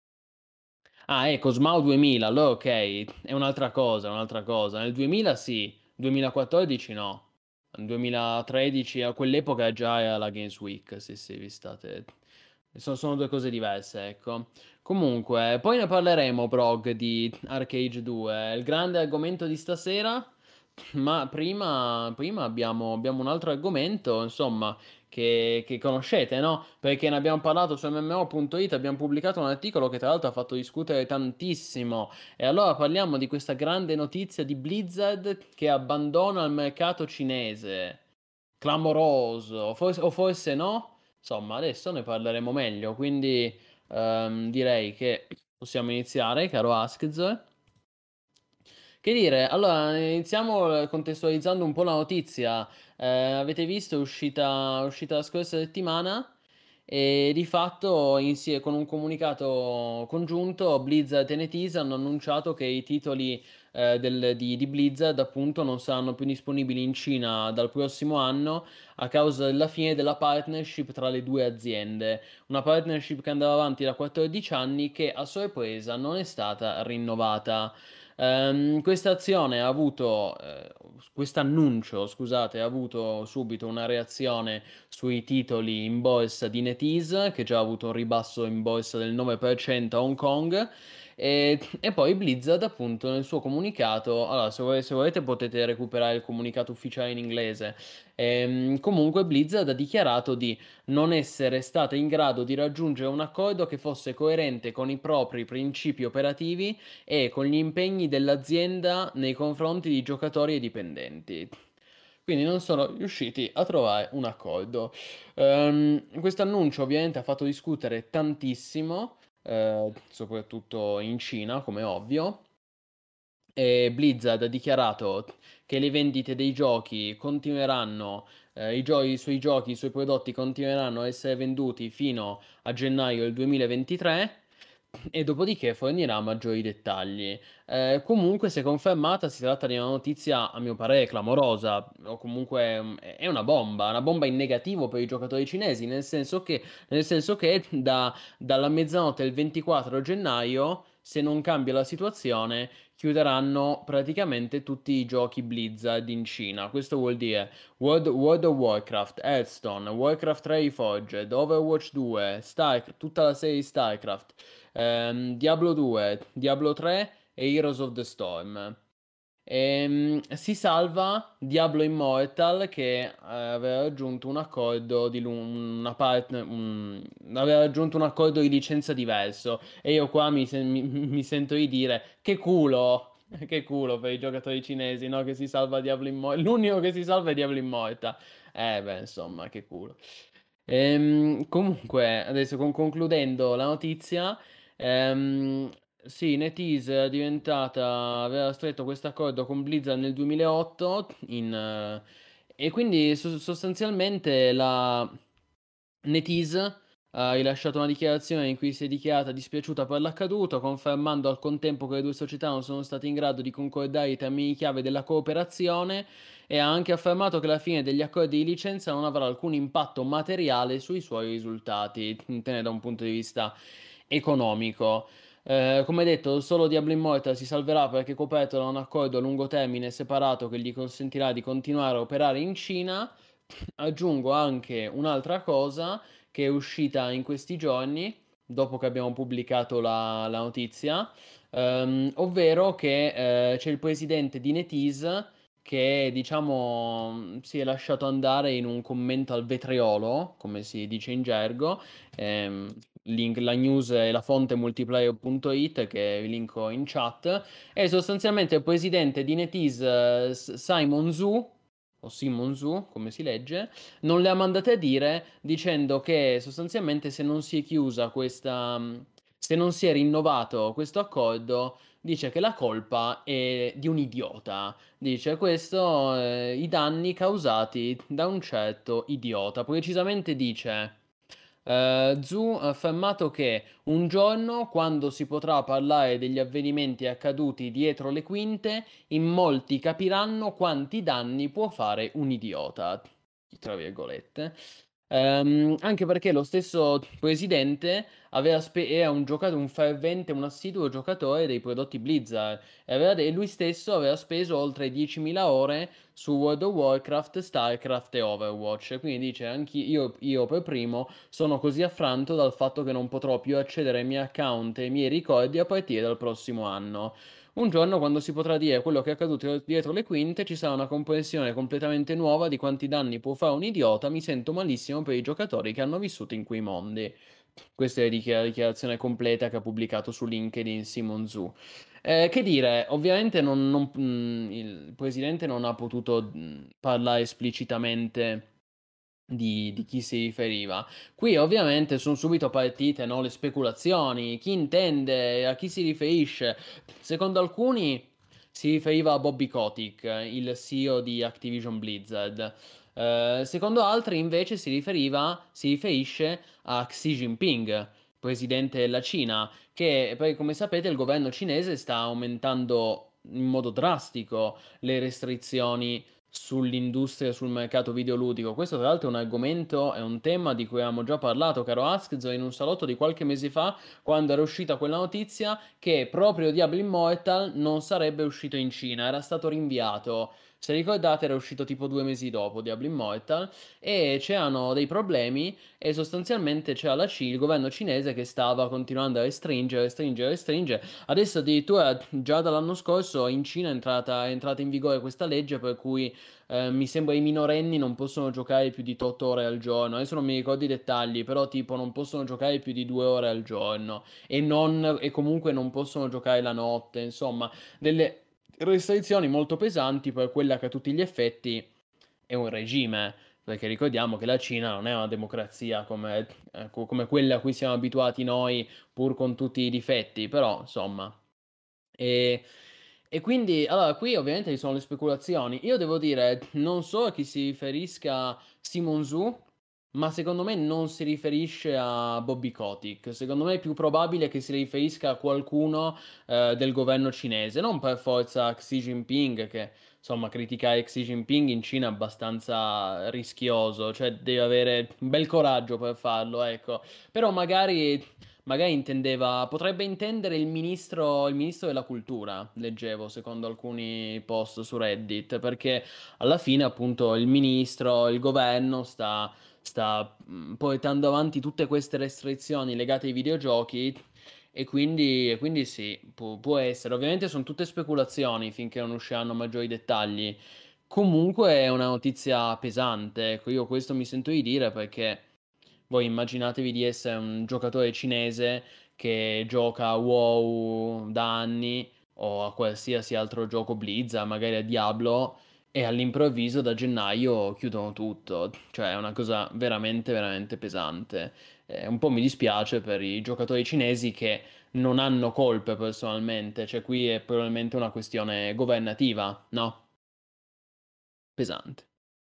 Speaker 3: Ah, ecco, Smau duemila, allora ok, è un'altra cosa, è un'altra cosa. Nel duemila sì, duemilaquattordici no. Nel duemilatredici a quell'epoca già era la Games Week, sì sì, vi state, Sono, sono due cose diverse, ecco. Comunque, poi ne parleremo, Prog, di Arcade due, il grande argomento di stasera. Ma prima, prima abbiamo, abbiamo un altro argomento, insomma, che, che conoscete, no? Perché ne abbiamo parlato su M M O punto it, abbiamo pubblicato un articolo che tra l'altro ha fatto discutere tantissimo. E allora parliamo di questa grande notizia di Blizzard che abbandona il mercato cinese. Clamoroso, o forse, o forse no? Insomma, adesso ne parleremo meglio, quindi ehm, direi che possiamo iniziare, caro Askz. Che dire, allora iniziamo eh, contestualizzando un po' la notizia. Eh, avete visto, è uscita, è uscita la scorsa settimana e di fatto insie- con un comunicato congiunto Blizzard e NetEase hanno annunciato che i titoli eh, del- di, di Blizzard appunto non saranno più disponibili in Cina dal prossimo anno a causa della fine della partnership tra le due aziende. Una partnership che andava avanti da quattordici anni che a sorpresa non è stata rinnovata. Ehm, questa azione ha avuto, eh, questo annuncio, scusate, ha avuto subito una reazione sui titoli in borsa di NetEase, che già ha avuto un ribasso in borsa del nove per cento a Hong Kong. E, e poi Blizzard, appunto, nel suo comunicato, allora, se, vole- se volete potete recuperare il comunicato ufficiale in inglese. Ehm, comunque, Blizzard ha dichiarato di non essere stata in grado di raggiungere un accordo che fosse coerente con i propri principi operativi e con gli impegni dell'azienda nei confronti di giocatori e dipendenti. Quindi non sono riusciti a trovare un accordo. Ehm, questo annuncio ovviamente ha fatto discutere tantissimo, eh, soprattutto in Cina, come ovvio. E Blizzard ha dichiarato che le vendite dei giochi continueranno, eh, i, gio- i suoi giochi, i suoi prodotti continueranno a essere venduti fino a gennaio del duemilaventitré e dopodiché fornirà maggiori dettagli. Eh, comunque, se confermata, si tratta di una notizia, a mio parere, clamorosa, o comunque mm, è una bomba, una bomba in negativo per i giocatori cinesi, nel senso che, nel senso che da- dalla mezzanotte del ventiquattro gennaio, se non cambia la situazione, chiuderanno praticamente tutti i giochi Blizzard in Cina. Questo vuol dire World, World of Warcraft, Hearthstone, Warcraft Reforged, Overwatch due, Star, tutta la serie di StarCraft, ehm, Diablo due, Diablo tre e Heroes of the Storm. Ehm, si salva Diablo Immortal che eh, aveva raggiunto un accordo di lu- una partner, un- aveva raggiunto un accordo di licenza diverso e io qua mi, sen- mi- mi sento di dire che culo, che culo per i giocatori cinesi, no? Che si salva Diablo Immortal, l'unico che si salva è Diablo Immortal. Eh beh, insomma, che culo. Ehm, comunque, adesso con- concludendo la notizia, ehm, sì, NetEase è diventata, aveva stretto questo accordo con Blizzard nel duemilaotto in, eh, e quindi so- sostanzialmente la NetEase ha rilasciato una dichiarazione in cui si è dichiarata dispiaciuta per l'accaduto, confermando al contempo che le due società non sono state in grado di concordare i termini chiave della cooperazione e ha anche affermato che la fine degli accordi di licenza non avrà alcun impatto materiale sui suoi risultati, intende da un punto di vista economico. Eh, come detto, solo Diablo Immortal si salverà perché coperto da un accordo a lungo termine separato che gli consentirà di continuare a operare in Cina. Aggiungo anche un'altra cosa che è uscita in questi giorni, dopo che abbiamo pubblicato la, la notizia, ehm, ovvero che eh, c'è il presidente di NetEase che, diciamo, si è lasciato andare in un commento al vetriolo, come si dice in gergo. Ehm, link- la news è la fonte multiplayer punto it che vi linko in chat. E sostanzialmente il presidente di NetEase, eh, S- Simon Zhu, o Simon Zhu, come si legge, non le ha mandate a dire dicendo che sostanzialmente se non si è chiusa questa, se non si è rinnovato questo accordo, dice che la colpa è di un idiota. Dice questo, eh, i danni causati da un certo idiota. Precisamente dice. Uh, Zhu ha affermato che un giorno, quando si potrà parlare degli avvenimenti accaduti dietro le quinte, in molti capiranno quanti danni può fare un idiota. Tra virgolette. Ehm, anche perché lo stesso presidente aveva spe- era un giocatore, un fervente, un assiduo giocatore dei prodotti Blizzard e, aveva de- lui stesso aveva speso oltre diecimila ore su World of Warcraft, StarCraft e Overwatch. Quindi dice, anche io, io per primo sono così affranto dal fatto che non potrò più accedere ai miei account e ai miei ricordi a partire dal prossimo anno. Un giorno, quando si potrà dire quello che è accaduto dietro le quinte, ci sarà una comprensione completamente nuova di quanti danni può fare un idiota. Mi sento malissimo per i giocatori che hanno vissuto in quei mondi. Questa è la dichi- la dichiarazione completa che ha pubblicato su LinkedIn Simon Zhu. Eh, che dire, ovviamente non- non- mh, il presidente non ha potuto mh, parlare esplicitamente di, di chi si riferiva. Qui ovviamente sono subito partite, no, le speculazioni, chi intende, a chi si riferisce. Secondo alcuni si riferiva a Bobby Kotick, il C E O di Activision Blizzard. Eh, secondo altri invece si riferiva, si riferisce a Xi Jinping, presidente della Cina, che poi come sapete il governo cinese sta aumentando in modo drastico le restrizioni sull'industria, sul mercato videoludico. Questo tra l'altro è un argomento, è un tema di cui avevamo già parlato, caro Askzo, in un salotto di qualche mese fa, quando era uscita quella notizia che proprio Diablo Immortal non sarebbe uscito in Cina, era stato rinviato. Se ricordate era uscito tipo due mesi dopo Diablo Immortal e c'erano dei problemi e sostanzialmente c'era la C- il governo cinese che stava continuando a restringere, restringere, restringere. Adesso addirittura già dall'anno scorso in Cina è entrata, è entrata in vigore questa legge per cui eh, mi sembra i minorenni non possono giocare più di otto ore al giorno. Adesso non mi ricordo i dettagli, però tipo non possono giocare più di due ore al giorno e, non, e comunque non possono giocare la notte. Insomma, delle restrizioni molto pesanti per quella che a tutti gli effetti è un regime. Perché ricordiamo che la Cina non è una democrazia come, eh, co- come quella a cui siamo abituati noi, pur con tutti i difetti, però insomma. E, e quindi, allora, qui ovviamente ci sono le speculazioni. Io devo dire, non so a chi si riferisca Simon Zhu, ma secondo me non si riferisce a Bobby Kotick. Secondo me è più probabile che si riferisca a qualcuno eh, del governo cinese, non per forza a Xi Jinping, che insomma criticare Xi Jinping in Cina è abbastanza rischioso, cioè devi avere un bel coraggio per farlo, ecco. Però magari Magari intendeva, potrebbe intendere il ministro, il ministro della cultura, leggevo secondo alcuni post su Reddit, perché alla fine appunto il ministro, il governo sta, sta mh, portando avanti tutte queste restrizioni legate ai videogiochi e quindi, e quindi sì, può, può essere. Ovviamente sono tutte speculazioni finché non usciranno maggiori dettagli. Comunque è una notizia pesante, ecco, io questo mi sento di dire perché voi immaginatevi di essere un giocatore cinese che gioca a WoW da anni o a qualsiasi altro gioco Blizzard, magari a Diablo, e all'improvviso da gennaio chiudono tutto. Cioè è una cosa veramente, veramente pesante. Eh, un po' mi dispiace per i giocatori cinesi che non hanno colpe personalmente, cioè qui è probabilmente una questione governativa, no? Pesante.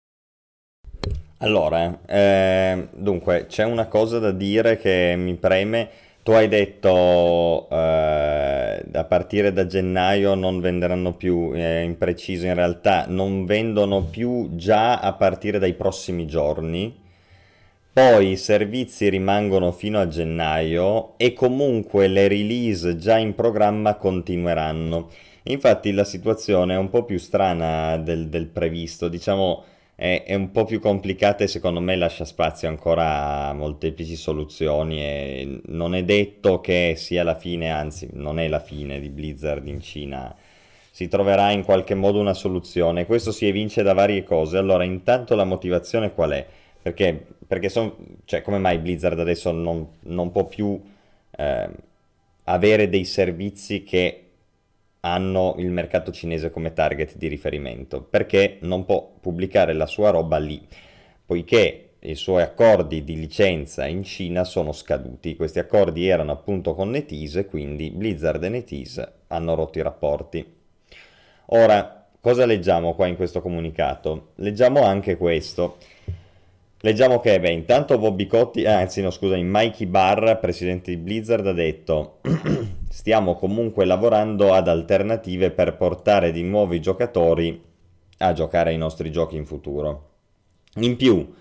Speaker 2: Allora, eh, dunque, c'è una cosa da dire che mi preme. Tu hai detto eh, a partire da gennaio non venderanno più, eh, in preciso in realtà non vendono più già a partire dai prossimi giorni. Poi i servizi rimangono fino a gennaio e comunque le release già in programma continueranno. Infatti la situazione è un po' più strana del, del previsto, diciamo è, è un po' più complicata e secondo me lascia spazio ancora a molteplici soluzioni e non è detto che sia la fine, anzi non è la fine di Blizzard in Cina. Si troverà in qualche modo una soluzione. Questo si evince da varie cose. Allora, intanto la motivazione qual è? Perché, perché son- cioè, come mai Blizzard adesso non, non può più eh, avere dei servizi che hanno il mercato cinese come target di riferimento? Perché non può pubblicare la sua roba lì, poiché i suoi accordi di licenza in Cina sono scaduti. Questi accordi erano appunto con NetEase, quindi Blizzard e NetEase hanno rotto i rapporti. Ora, cosa leggiamo qua in questo comunicato? Leggiamo anche questo. Leggiamo che, beh, intanto Bobby Cotti, eh, anzi no scusami, Mikey Barr, presidente di Blizzard, ha detto stiamo comunque lavorando ad alternative per portare di nuovo i giocatori a giocare ai nostri giochi in futuro. In più,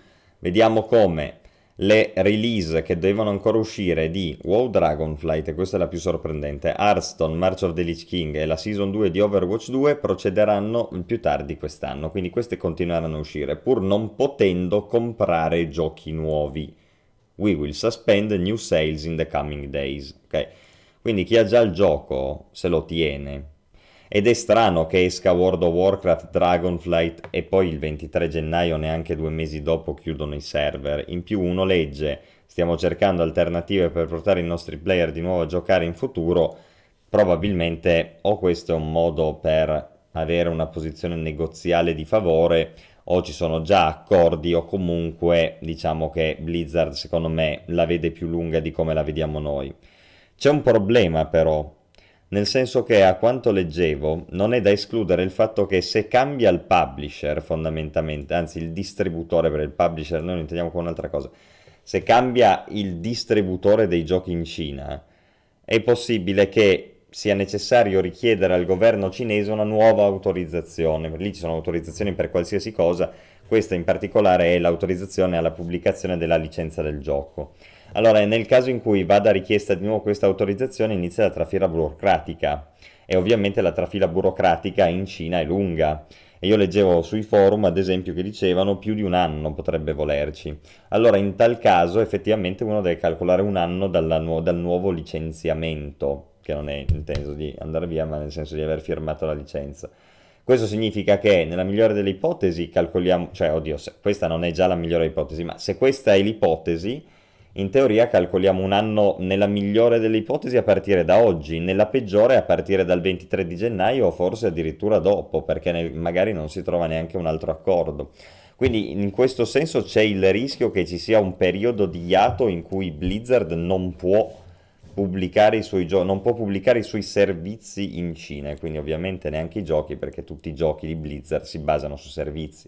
Speaker 2: Vediamo come le release che devono ancora uscire di WoW Dragonflight, e questa è la più sorprendente, Hearthstone, March of the Lich King e la Season due di Overwatch due procederanno più tardi quest'anno, quindi queste continueranno a uscire, pur non potendo comprare giochi nuovi. We will suspend new sales in the coming days. Ok? Quindi chi ha già il gioco se lo tiene. Ed è strano che esca World of Warcraft, Dragonflight e poi il ventitré gennaio, neanche due mesi dopo, chiudono i server. In più uno legge, stiamo cercando alternative per portare i nostri player di nuovo a giocare in futuro. Probabilmente o questo è un modo per avere una posizione negoziale di favore, o ci sono già accordi, o comunque diciamo che Blizzard secondo me la vede più lunga di come la vediamo noi. C'è un problema però, nel senso che a quanto leggevo non è da escludere il fatto che se cambia il publisher fondamentalmente, anzi il distributore, per il publisher noi lo intendiamo con un'altra cosa, se cambia il distributore dei giochi in Cina, è possibile che sia necessario richiedere al governo cinese una nuova autorizzazione. Lì ci sono autorizzazioni per qualsiasi cosa, questa in particolare è l'autorizzazione alla pubblicazione della licenza del gioco. Allora, nel caso in cui vada richiesta di nuovo questa autorizzazione, inizia la trafila burocratica e ovviamente la trafila burocratica in Cina è lunga. E io leggevo sui forum, ad esempio, che dicevano più di un anno potrebbe volerci. Allora, in tal caso, effettivamente uno deve calcolare un anno dalla nu- dal nuovo licenziamento, che non è inteso di andare via, ma nel senso di aver firmato la licenza. Questo significa che, nella migliore delle ipotesi, calcoliamo, cioè, oddio, se questa non è già la migliore ipotesi, ma se questa è l'ipotesi, in teoria calcoliamo un anno nella migliore delle ipotesi a partire da oggi, nella peggiore a partire dal ventitré di gennaio o forse addirittura dopo, perché ne- magari non si trova neanche un altro accordo. Quindi in questo senso c'è il rischio che ci sia un periodo di hiato in cui Blizzard non può pubblicare i suoi giochi, non può pubblicare i suoi servizi in Cina, e quindi ovviamente neanche i giochi, perché tutti i giochi di Blizzard si basano su servizi.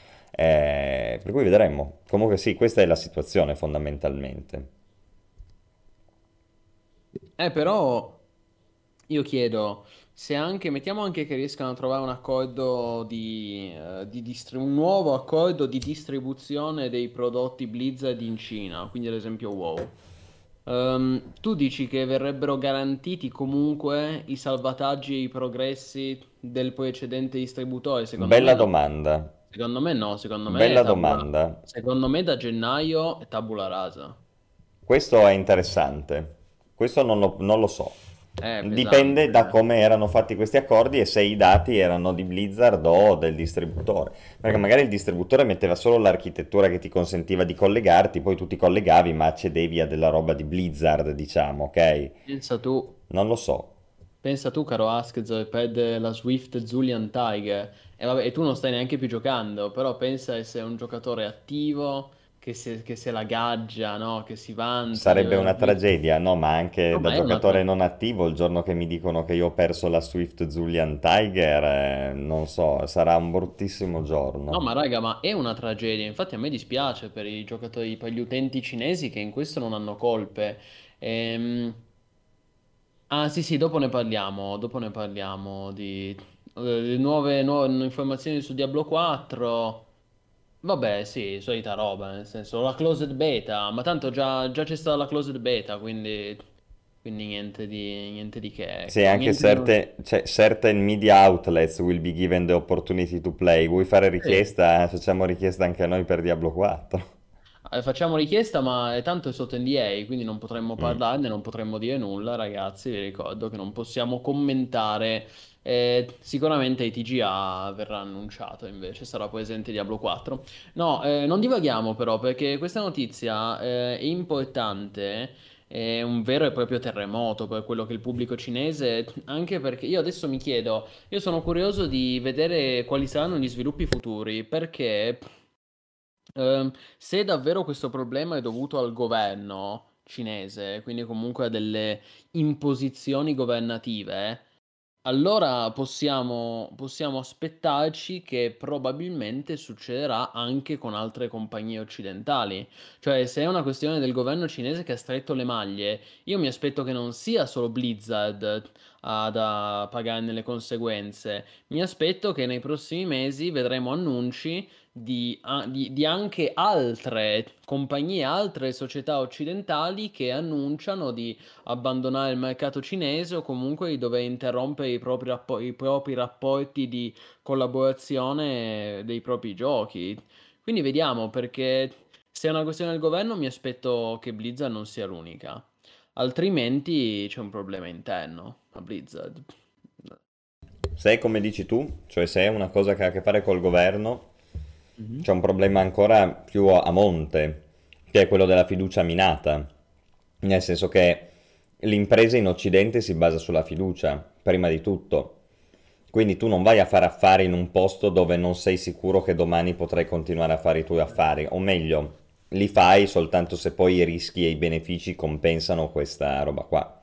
Speaker 2: Eh, per cui vedremo. Comunque sì, questa è la situazione fondamentalmente.
Speaker 3: Eh, però io chiedo se anche, mettiamo anche che riescano a trovare un accordo di, eh, di distri- un nuovo accordo di distribuzione dei prodotti Blizzard in Cina, quindi ad esempio WoW. Ehm, tu dici che verrebbero garantiti comunque i salvataggi e i progressi del precedente distributore? Secondo me
Speaker 2: Bella
Speaker 3: no.
Speaker 2: domanda.
Speaker 3: Secondo me no, secondo me è
Speaker 2: Bella
Speaker 3: tabula...
Speaker 2: domanda.
Speaker 3: Secondo me da gennaio è tabula rasa.
Speaker 2: Questo è interessante. Questo non lo, non lo so.
Speaker 3: È pesante.
Speaker 2: Dipende da come erano fatti questi accordi e se i dati erano di Blizzard o del distributore. Perché magari il distributore metteva solo l'architettura che ti consentiva di collegarti, poi tu ti collegavi ma accedevi a della roba di Blizzard, diciamo, ok?
Speaker 3: Pensa tu,
Speaker 2: Non lo so.
Speaker 3: pensa tu, caro Askzo, per la Swift Zulian Tiger. E vabbè, e tu non stai neanche più giocando, però pensa se è un giocatore attivo che se, che se la gaggia, no? Che si vanta di
Speaker 2: Sarebbe
Speaker 3: aver
Speaker 2: una
Speaker 3: vinto.
Speaker 2: tragedia, no, ma anche
Speaker 3: No,
Speaker 2: da
Speaker 3: ma è una
Speaker 2: giocatore
Speaker 3: tra-
Speaker 2: non attivo, il giorno che mi dicono che io ho perso la Swift Zulian Tiger, eh, non so, sarà un bruttissimo
Speaker 3: No,
Speaker 2: giorno.
Speaker 3: ma raga, ma è una tragedia. Infatti a me dispiace per i giocatori, per gli utenti cinesi che in questo non hanno colpe. Ehm, Ah, sì, sì, dopo ne parliamo. Dopo ne parliamo di eh, nuove, nuove informazioni su Diablo quattro. Vabbè, sì, solita roba, nel senso, la closed beta, ma tanto già, già c'è stata la closed beta, quindi, quindi niente di, niente di che,
Speaker 2: Sì,
Speaker 3: ecco,
Speaker 2: anche
Speaker 3: niente di... non-
Speaker 2: certe, cioè, certain media outlets will be given the opportunity to play. Vuoi fare
Speaker 3: Sì.
Speaker 2: richiesta? Eh, Facciamo richiesta anche a noi per Diablo quattro.
Speaker 3: Eh, Facciamo richiesta, ma è tanto è sotto N D A, quindi non potremmo
Speaker 2: Mm.
Speaker 3: parlarne, non potremmo dire nulla, ragazzi. Vi ricordo che non possiamo commentare. Eh, sicuramente i T G A verrà annunciato, invece sarà presente Diablo quattro. No, eh, non divaghiamo però, perché questa notizia eh, è importante. È un vero e proprio terremoto per quello che è il pubblico cinese, anche perché io adesso mi chiedo, io sono curioso di vedere quali saranno gli sviluppi futuri, perché Ehm, se davvero questo problema è dovuto al governo cinese, quindi comunque a delle imposizioni governative, allora possiamo, possiamo aspettarci che probabilmente succederà anche con altre compagnie occidentali. Cioè, se è una questione del governo cinese che ha stretto le maglie, io mi aspetto che non sia solo Blizzard ad a pagarne le conseguenze. Mi aspetto che nei prossimi mesi vedremo annunci di, a- di- di anche altre compagnie, altre società occidentali che annunciano di abbandonare il mercato cinese o comunque di dover interrompere i propri, rappo- i propri rapporti di collaborazione dei propri giochi. Quindi vediamo, perché se è una questione del governo mi aspetto che Blizzard non sia l'unica, altrimenti c'è un problema interno a Blizzard.
Speaker 2: Se è come dici tu, cioè se è una cosa che ha a che fare col governo,
Speaker 3: Mhm.
Speaker 2: c'è un problema ancora più a monte, che è quello della fiducia minata. Nel senso che l'impresa in Occidente si basa sulla fiducia, prima di tutto. Quindi tu non vai a fare affari in un posto dove non sei sicuro che domani potrai continuare a fare i tuoi affari, o meglio, li fai soltanto se poi i rischi e i benefici compensano questa roba qua.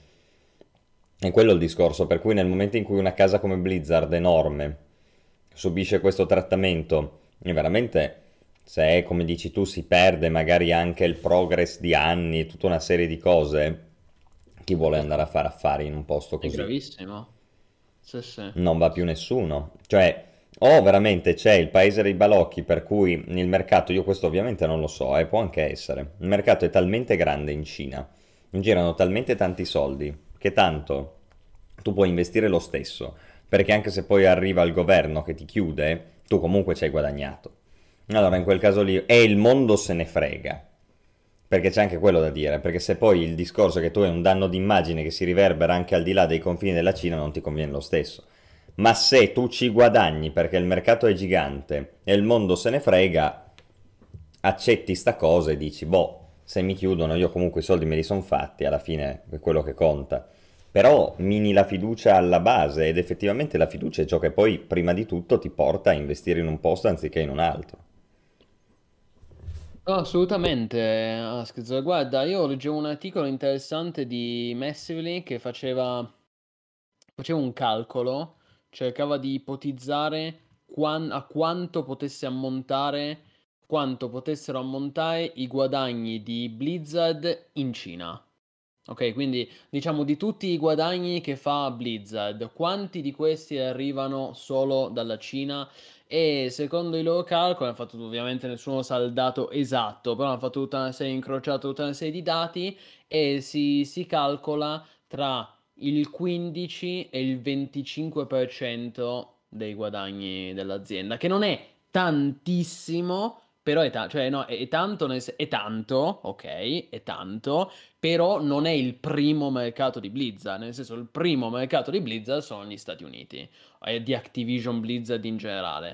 Speaker 2: E quello è il discorso, per cui nel momento in cui una casa come Blizzard, enorme, subisce questo trattamento, e veramente, se è come dici tu, si perde magari anche il progress di anni, tutta una serie di cose, chi vuole andare a fare affari in un posto
Speaker 3: È
Speaker 2: così?
Speaker 3: gravissimo. Sì, sì.
Speaker 2: Non va più nessuno. Cioè, o veramente c'è il paese dei balocchi per cui il mercato, io questo ovviamente non lo so, eh, può anche essere, il mercato è talmente grande in Cina, girano talmente tanti soldi, che tanto tu puoi investire lo stesso, perché anche se poi arriva il governo che ti chiude, tu comunque ci hai guadagnato. Allora, in quel caso lì, e il mondo se ne frega. Perché c'è anche quello da dire, perché se poi il discorso è che tu hai un danno d'immagine che si riverbera anche al di là dei confini della Cina, non ti conviene lo stesso. Ma se tu ci guadagni perché il mercato è gigante e il mondo se ne frega, accetti sta cosa e dici, boh, se mi chiudono io comunque i soldi me li sono fatti, alla fine è quello che conta. Però mini la fiducia alla base ed effettivamente la fiducia è ciò che poi prima di tutto ti porta a investire in un posto anziché in un altro.
Speaker 3: No, assolutamente, Askez. Guarda, io leggevo un articolo interessante di Massively che faceva, faceva un calcolo, cercava di ipotizzare quan- a quanto potesse ammontare, quanto potessero ammontare i guadagni di Blizzard in Cina. Ok, quindi diciamo di tutti i guadagni che fa Blizzard, quanti di questi arrivano solo dalla Cina? E secondo i loro calcoli, hanno fatto ovviamente nessuno sa il dato esatto, però hanno fatto tutta una serie, incrociato tutta una serie di dati e si, si calcola tra il quindici e il venticinque per cento dei guadagni dell'azienda, che non è tantissimo, però è, ta- cioè, no, è, è tanto, nel se- è tanto, ok, è tanto, però non è il primo mercato di Blizzard, nel senso il primo mercato di Blizzard sono gli Stati Uniti, e di Activision Blizzard in generale.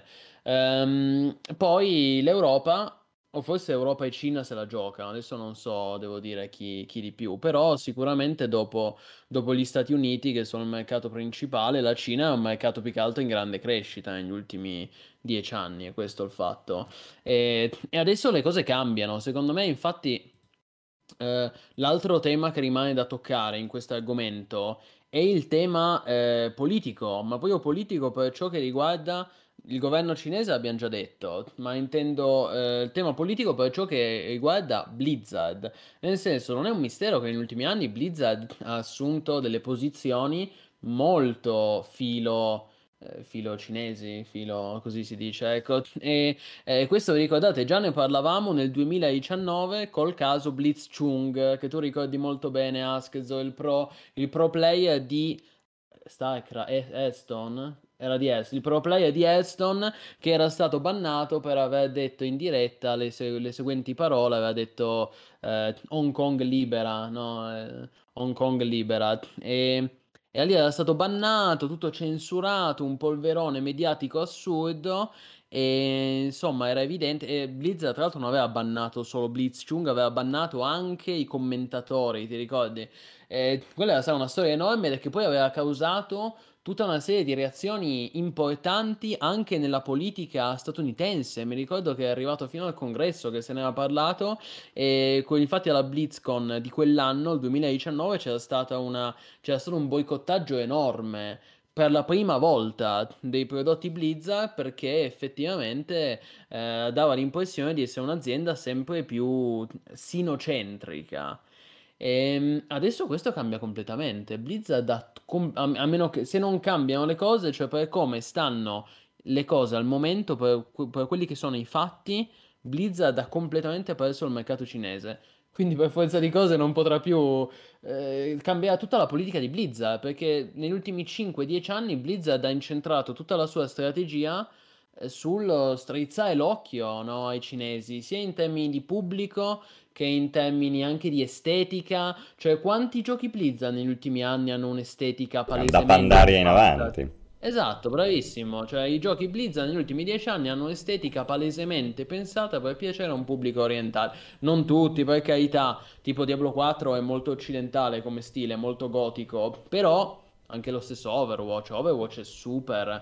Speaker 3: Ehm, poi l'Europa, o forse Europa e Cina se la giocano, adesso non so, devo dire chi, chi di più, però sicuramente dopo, dopo gli Stati Uniti, che sono il mercato principale, la Cina è un mercato più che altro in grande crescita negli ultimi dieci anni, e questo è il fatto. E, e adesso le cose cambiano, secondo me, infatti. Eh, l'altro tema che rimane da toccare in questo argomento è il tema eh, politico, ma proprio politico per ciò che riguarda il governo cinese, abbiamo già detto, ma intendo eh, il tema politico per ciò che riguarda Blizzard. Nel senso, non è un mistero che negli ultimi anni Blizzard ha assunto delle posizioni molto filo, eh, filo cinesi, filo così si dice, ecco, e eh, questo vi ricordate, già ne parlavamo nel duemiladiciannove col caso Blitz Chung, che tu ricordi molto bene, Askezo, il pro, il pro player di Starcraft, e- Hearthstone? Era di Hearthstone, il pro player di Hearthstone che era stato bannato per aver detto in diretta le, se- le seguenti parole, aveva detto eh, Hong Kong libera, no? Eh, Hong Kong libera. E, e lì era stato bannato, tutto censurato, un polverone mediatico assurdo. E insomma, era evidente. E Blizzard, tra l'altro, non aveva bannato solo Blitzchung, aveva bannato anche i commentatori, ti ricordi? E quella era stata una storia enorme perché poi aveva causato tutta una serie di reazioni importanti anche nella politica statunitense. Mi ricordo che è arrivato fino al congresso che se ne era parlato. E con- infatti alla BlizzCon di quell'anno, il duemiladiciannove, c'era stata una, c'era stato un boicottaggio enorme per la prima volta dei prodotti Blizzard perché effettivamente eh, dava l'impressione di essere un'azienda sempre più sinocentrica. E adesso questo cambia completamente. Blizzard, ha com- a, a meno che se non cambiano le cose, cioè per come stanno le cose al momento, per, per quelli che sono i fatti, Blizzard ha completamente perso il mercato cinese. Quindi per forza di cose non potrà più eh, cambiare tutta la politica di Blizzard, perché negli ultimi cinque dieci anni Blizzard ha incentrato tutta la sua strategia eh, sul strizzare l'occhio, no, ai cinesi, sia in termini di pubblico che in termini anche di estetica. Cioè, quanti giochi Blizzard negli ultimi anni hanno un'estetica
Speaker 2: Da
Speaker 3: palesemente
Speaker 2: Pandaria in
Speaker 3: fatta?
Speaker 2: avanti.
Speaker 3: Esatto, bravissimo. Cioè, i giochi Blizzard negli ultimi dieci anni hanno un'estetica palesemente pensata per piacere a un pubblico orientale. Non tutti, per carità, tipo Diablo quattro è molto occidentale come stile, molto gotico, però anche lo stesso Overwatch, Overwatch è super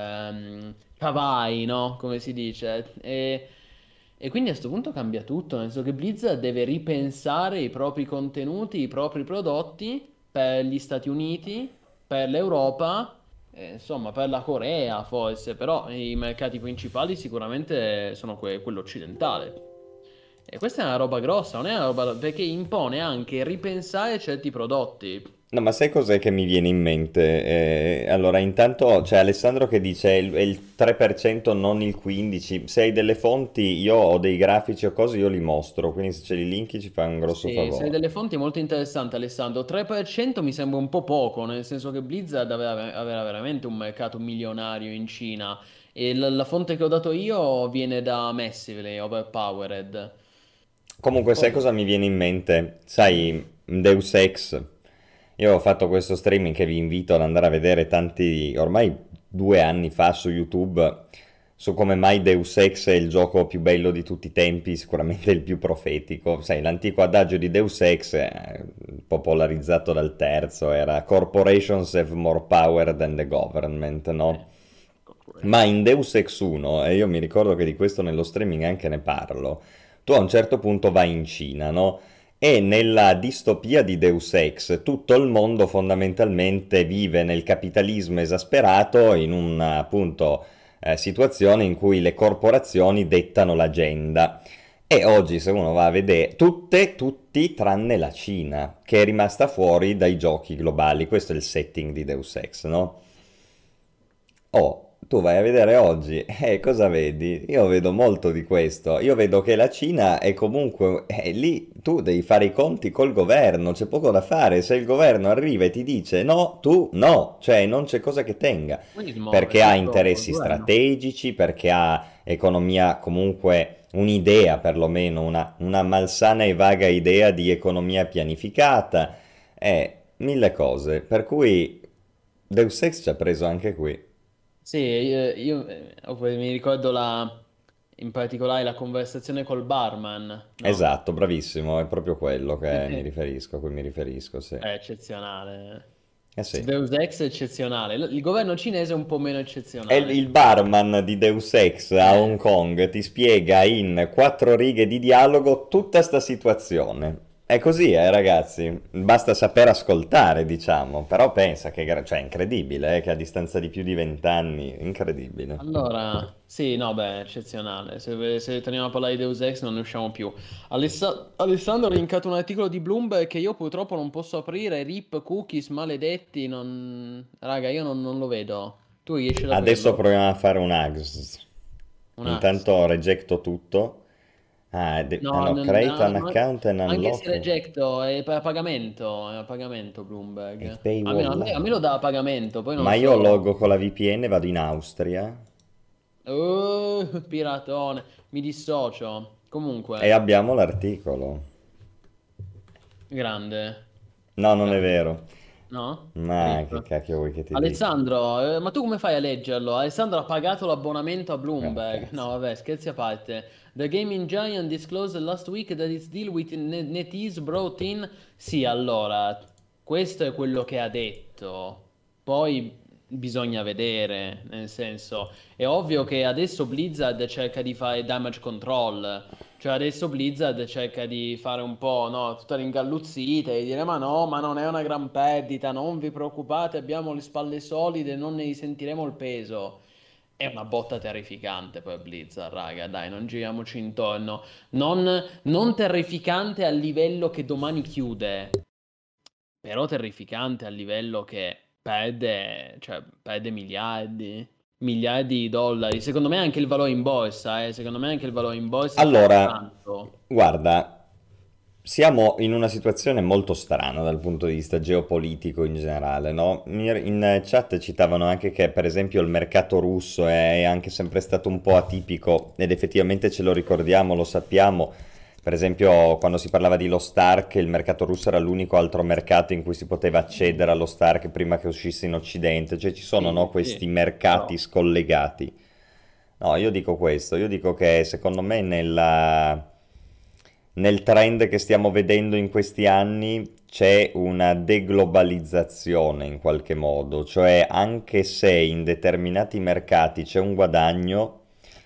Speaker 3: ehm, kawaii, no? Come si dice. E, e quindi a questo punto cambia tutto, nel senso che Blizzard deve ripensare i propri contenuti, i propri prodotti per gli Stati Uniti, per l'Europa, eh, insomma per la Corea forse, però i mercati principali sicuramente sono que- quello occidentale. E questa è una roba grossa, non è una roba perché impone anche ripensare certi prodotti.
Speaker 2: No, ma sai cos'è che mi viene in mente? Eh, allora, intanto c'è Alessandro che dice è il, è il tre per cento, non il quindici per cento. Se hai delle fonti, io ho dei grafici o cose, io li mostro, quindi se ce li linki ci fai un grosso
Speaker 3: Sì, sei
Speaker 2: favore.
Speaker 3: delle fonti molto interessanti, Alessandro. tre per cento mi sembra un po' poco, nel senso che Blizzard aveva, aveva veramente un mercato milionario in Cina. E la, la fonte che ho dato io viene da Massively, Overpowered.
Speaker 2: Comunque, sai
Speaker 3: Poi,
Speaker 2: cosa mi viene in mente? Sai, Deus Ex. Io ho fatto questo streaming che vi invito ad andare a vedere tanti, ormai due anni fa su YouTube, su come mai Deus Ex è il gioco più bello di tutti i tempi, sicuramente il più profetico. Sai, l'antico adagio di Deus Ex, eh, popolarizzato dal terzo, era Corporations have more power than the government,
Speaker 3: eh,
Speaker 2: no? Ma
Speaker 3: Corporation.
Speaker 2: in Deus Ex uno, e io mi ricordo che di questo nello streaming anche ne parlo, tu a un certo punto vai in Cina, no? E nella distopia di Deus Ex tutto il mondo fondamentalmente vive nel capitalismo esasperato in una appunto eh, situazione in cui le corporazioni dettano l'agenda. E oggi se uno va a vedere tutte, tutti tranne la Cina, che è rimasta fuori dai giochi globali. Questo è il setting di Deus Ex, no? Oh, tu vai a vedere oggi, e cosa vedi? Io vedo molto di questo. Io vedo che la Cina è comunque è lì, tu devi fare i conti col governo, c'è poco da fare. Se il governo arriva e ti dice no, tu no, cioè non c'è cosa che tenga,
Speaker 3: Quindi si muove
Speaker 2: perché ha
Speaker 3: tutto il
Speaker 2: interessi
Speaker 3: governo.
Speaker 2: strategici, perché ha economia comunque un'idea, perlomeno una, una malsana e vaga idea di economia pianificata, e mille cose. Per cui Deus Ex ci ha preso anche qui.
Speaker 3: Sì, io, io, eh, oppure mi ricordo la, in particolare la conversazione col barman, no?
Speaker 2: Esatto, bravissimo, è proprio quello che mi riferisco, a cui mi riferisco, sì.
Speaker 3: È eccezionale.
Speaker 2: Eh
Speaker 3: Su
Speaker 2: sì.
Speaker 3: Deus Ex è eccezionale. Il governo cinese è un po' meno
Speaker 2: E il
Speaker 3: eccezionale.
Speaker 2: il barman di Deus Ex a
Speaker 3: Eh,
Speaker 2: Hong Kong ti spiega in quattro righe di dialogo tutta sta situazione. È così, eh, ragazzi. Basta saper ascoltare, diciamo. Però pensa che, gra- cioè, è incredibile, eh, che a distanza di più di vent'anni, incredibile.
Speaker 3: allora, sì, no, beh, eccezionale. Se, se torniamo a parlare di Deus Ex non ne usciamo più. Alessa- Alessandro ha linkato un articolo di Bloomberg che io purtroppo non posso aprire. RIP, cookies, maledetti. Non... Raga, io non, non lo vedo. Tu riesci ad
Speaker 2: Adesso
Speaker 3: aprirlo?
Speaker 2: proviamo a fare un Axe.
Speaker 3: Un Axe.
Speaker 2: Intanto regetto tutto. Ah, de- ah
Speaker 3: No,
Speaker 2: no,
Speaker 3: non-
Speaker 2: create
Speaker 3: ah,
Speaker 2: an
Speaker 3: ma-
Speaker 2: account and
Speaker 3: anche se
Speaker 2: unlock.
Speaker 3: rejecto è a pagamento, è a pagamento
Speaker 2: Il
Speaker 3: Bloomberg. Almeno a
Speaker 2: paywall
Speaker 3: me, a me
Speaker 2: live.
Speaker 3: lo dà a pagamento, poi
Speaker 2: Ma
Speaker 3: non
Speaker 2: io
Speaker 3: so.
Speaker 2: loggo con la V P N, vado in Austria
Speaker 3: Uh, piratone, mi dissocio.
Speaker 2: e
Speaker 3: Comunque,
Speaker 2: abbiamo l'articolo.
Speaker 3: grande,
Speaker 2: No, non è
Speaker 3: grande.
Speaker 2: vero.
Speaker 3: No?
Speaker 2: Ma che
Speaker 3: RIP.
Speaker 2: cacchio vuoi che ti dica?
Speaker 3: Alessandro, eh, ma tu come fai a leggerlo? Alessandro ha pagato l'abbonamento a
Speaker 2: Ah,
Speaker 3: Bloomberg. No,
Speaker 2: cazzo.
Speaker 3: vabbè, scherzi a parte. The Gaming Giant disclosed last week that its deal with Ne- NetEase brought in. Sì, allora, questo è quello che ha detto. Poi bisogna vedere, nel senso, è ovvio che adesso Blizzard cerca di fare damage control. Cioè adesso Blizzard cerca di fare un po', no, tutta ringalluzzita e dire ma no, ma non è una gran perdita, non vi preoccupate, abbiamo le spalle solide, non ne risentiremo il peso. È una botta terrificante per Blizzard, raga, dai, non giriamoci intorno. Non, non terrificante a livello che domani chiude, però terrificante a livello che perde, cioè, perde miliardi, miliardi di dollari. Secondo me anche il valore in borsa, eh, secondo me anche il valore in borsa cade
Speaker 2: Allora,
Speaker 3: tanto.
Speaker 2: guarda, siamo in una situazione molto strana dal punto di vista geopolitico in generale, no? In in chat citavano anche che, per esempio, il mercato russo è anche sempre stato un po' atipico ed effettivamente ce lo ricordiamo, lo sappiamo. Per esempio, quando si parlava di Lost Ark, il mercato russo era l'unico altro mercato in cui si poteva accedere allo Ark prima che uscisse in Occidente, cioè ci sono,
Speaker 3: Sì,
Speaker 2: no,
Speaker 3: sì,
Speaker 2: questi mercati
Speaker 3: però
Speaker 2: scollegati. No, io dico questo, io dico che secondo me nella- nel trend che stiamo vedendo in questi anni c'è una deglobalizzazione in qualche modo, cioè anche se in determinati mercati c'è un guadagno,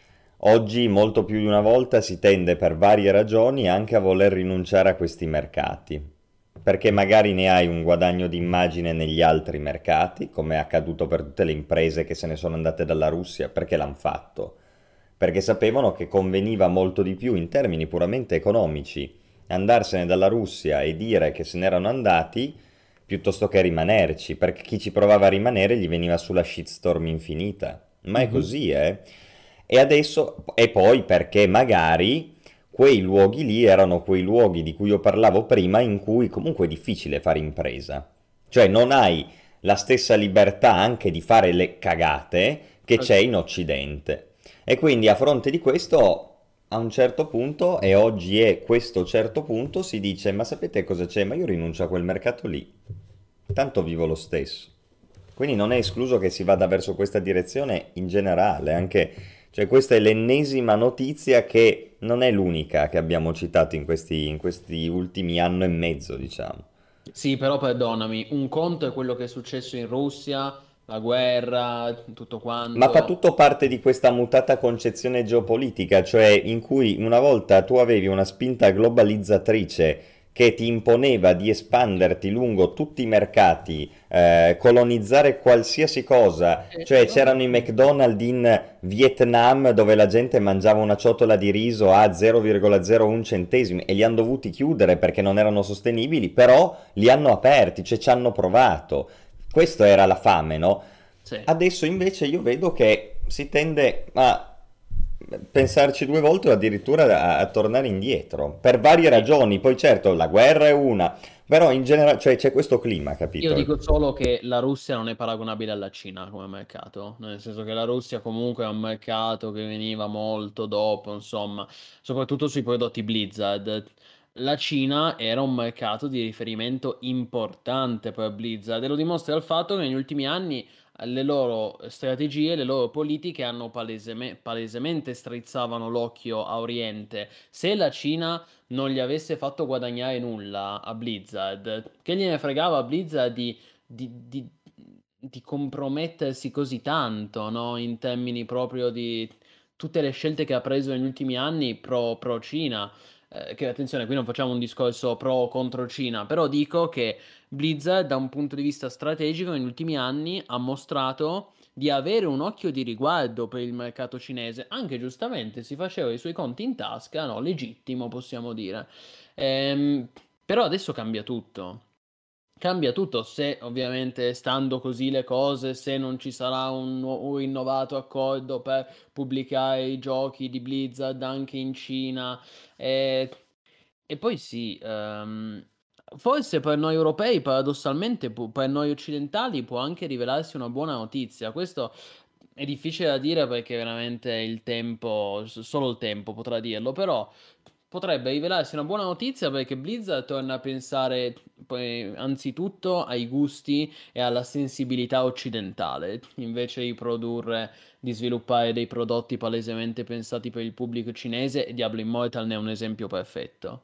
Speaker 2: oggi molto più di una volta si tende per varie ragioni anche a voler rinunciare a questi mercati. Perché magari ne hai un guadagno di immagine negli altri mercati, come è accaduto per tutte le imprese che se ne sono andate dalla Russia, perché l'hanno fatto? Perché sapevano che conveniva molto di più in termini puramente economici andarsene dalla Russia e dire che se n'erano andati piuttosto che rimanerci, perché chi ci provava a rimanere gli veniva sulla shitstorm infinita. Ma è
Speaker 3: Mhm.
Speaker 2: così, eh? E adesso, e poi perché magari quei luoghi lì erano quei luoghi di cui io parlavo prima in cui comunque è difficile fare impresa. Cioè non hai la stessa libertà anche di fare le cagate che c'è in Occidente. E quindi a fronte di questo, a un certo punto, e oggi è questo certo punto, si dice, ma sapete cosa c'è? Ma io rinuncio a quel mercato lì, tanto vivo lo stesso. Quindi non è escluso che si vada verso questa direzione in generale, anche, cioè questa è l'ennesima notizia che non è l'unica che abbiamo citato in questi, in questi ultimi anno e mezzo, diciamo.
Speaker 3: Sì, però perdonami, un conto è quello che è successo in Russia, la guerra, tutto
Speaker 2: Ma fa
Speaker 3: quanto.
Speaker 2: tutto parte di questa mutata concezione geopolitica, cioè in cui una volta tu avevi una spinta globalizzatrice che ti imponeva di espanderti lungo tutti i mercati, eh, colonizzare qualsiasi cosa,
Speaker 3: Eh,
Speaker 2: cioè
Speaker 3: vabbè,
Speaker 2: c'erano i McDonald's in Vietnam dove la gente mangiava una ciotola di riso a zero virgola zero uno centesimi e li hanno dovuti chiudere perché non erano sostenibili, però li hanno aperti, cioè ci hanno provato. Questo era la fame, no?
Speaker 3: sì.
Speaker 2: Adesso invece io vedo che si tende a pensarci due volte o addirittura a, a tornare indietro, per varie
Speaker 3: Sì.
Speaker 2: ragioni. Poi certo, la guerra è una, però in generale, cioè c'è questo clima,
Speaker 3: Io
Speaker 2: capito?
Speaker 3: dico solo che la Russia non è paragonabile alla Cina come mercato, nel senso che la Russia comunque è un mercato che veniva molto dopo, insomma, soprattutto sui prodotti Blizzard. La Cina era un mercato di riferimento importante per Blizzard e lo dimostra il fatto che negli ultimi anni eh, le loro strategie, le loro politiche hanno paleseme- palesemente strizzavano l'occhio a Oriente. Se la Cina non gli avesse fatto guadagnare nulla a Blizzard, che gliene fregava a Blizzard di, di- di- di compromettersi così tanto, no? In termini proprio di tutte le scelte che ha preso negli ultimi anni pro, pro Cina. Eh, che attenzione, qui non facciamo un discorso pro o contro Cina, però dico che Blizzard, da un punto di vista strategico, negli ultimi anni ha mostrato di avere un occhio di riguardo per il mercato cinese, anche giustamente si faceva i suoi conti in tasca, no? Legittimo, possiamo dire. Ehm, però adesso cambia tutto. Cambia tutto se ovviamente stando così le cose, se non ci sarà un, nu- un rinnovato accordo per pubblicare i giochi di Blizzard anche in Cina. E, e poi sì, ehm, forse per noi europei, paradossalmente, pu- per noi occidentali può anche rivelarsi una buona notizia. Questo è difficile da dire perché veramente il tempo, s- solo il tempo potrà dirlo, però potrebbe rivelarsi una buona notizia perché Blizzard torna a pensare poi, anzitutto ai gusti e alla sensibilità occidentale, invece di produrre, di sviluppare dei prodotti palesemente pensati per il pubblico cinese, e Diablo Immortal ne è un esempio perfetto.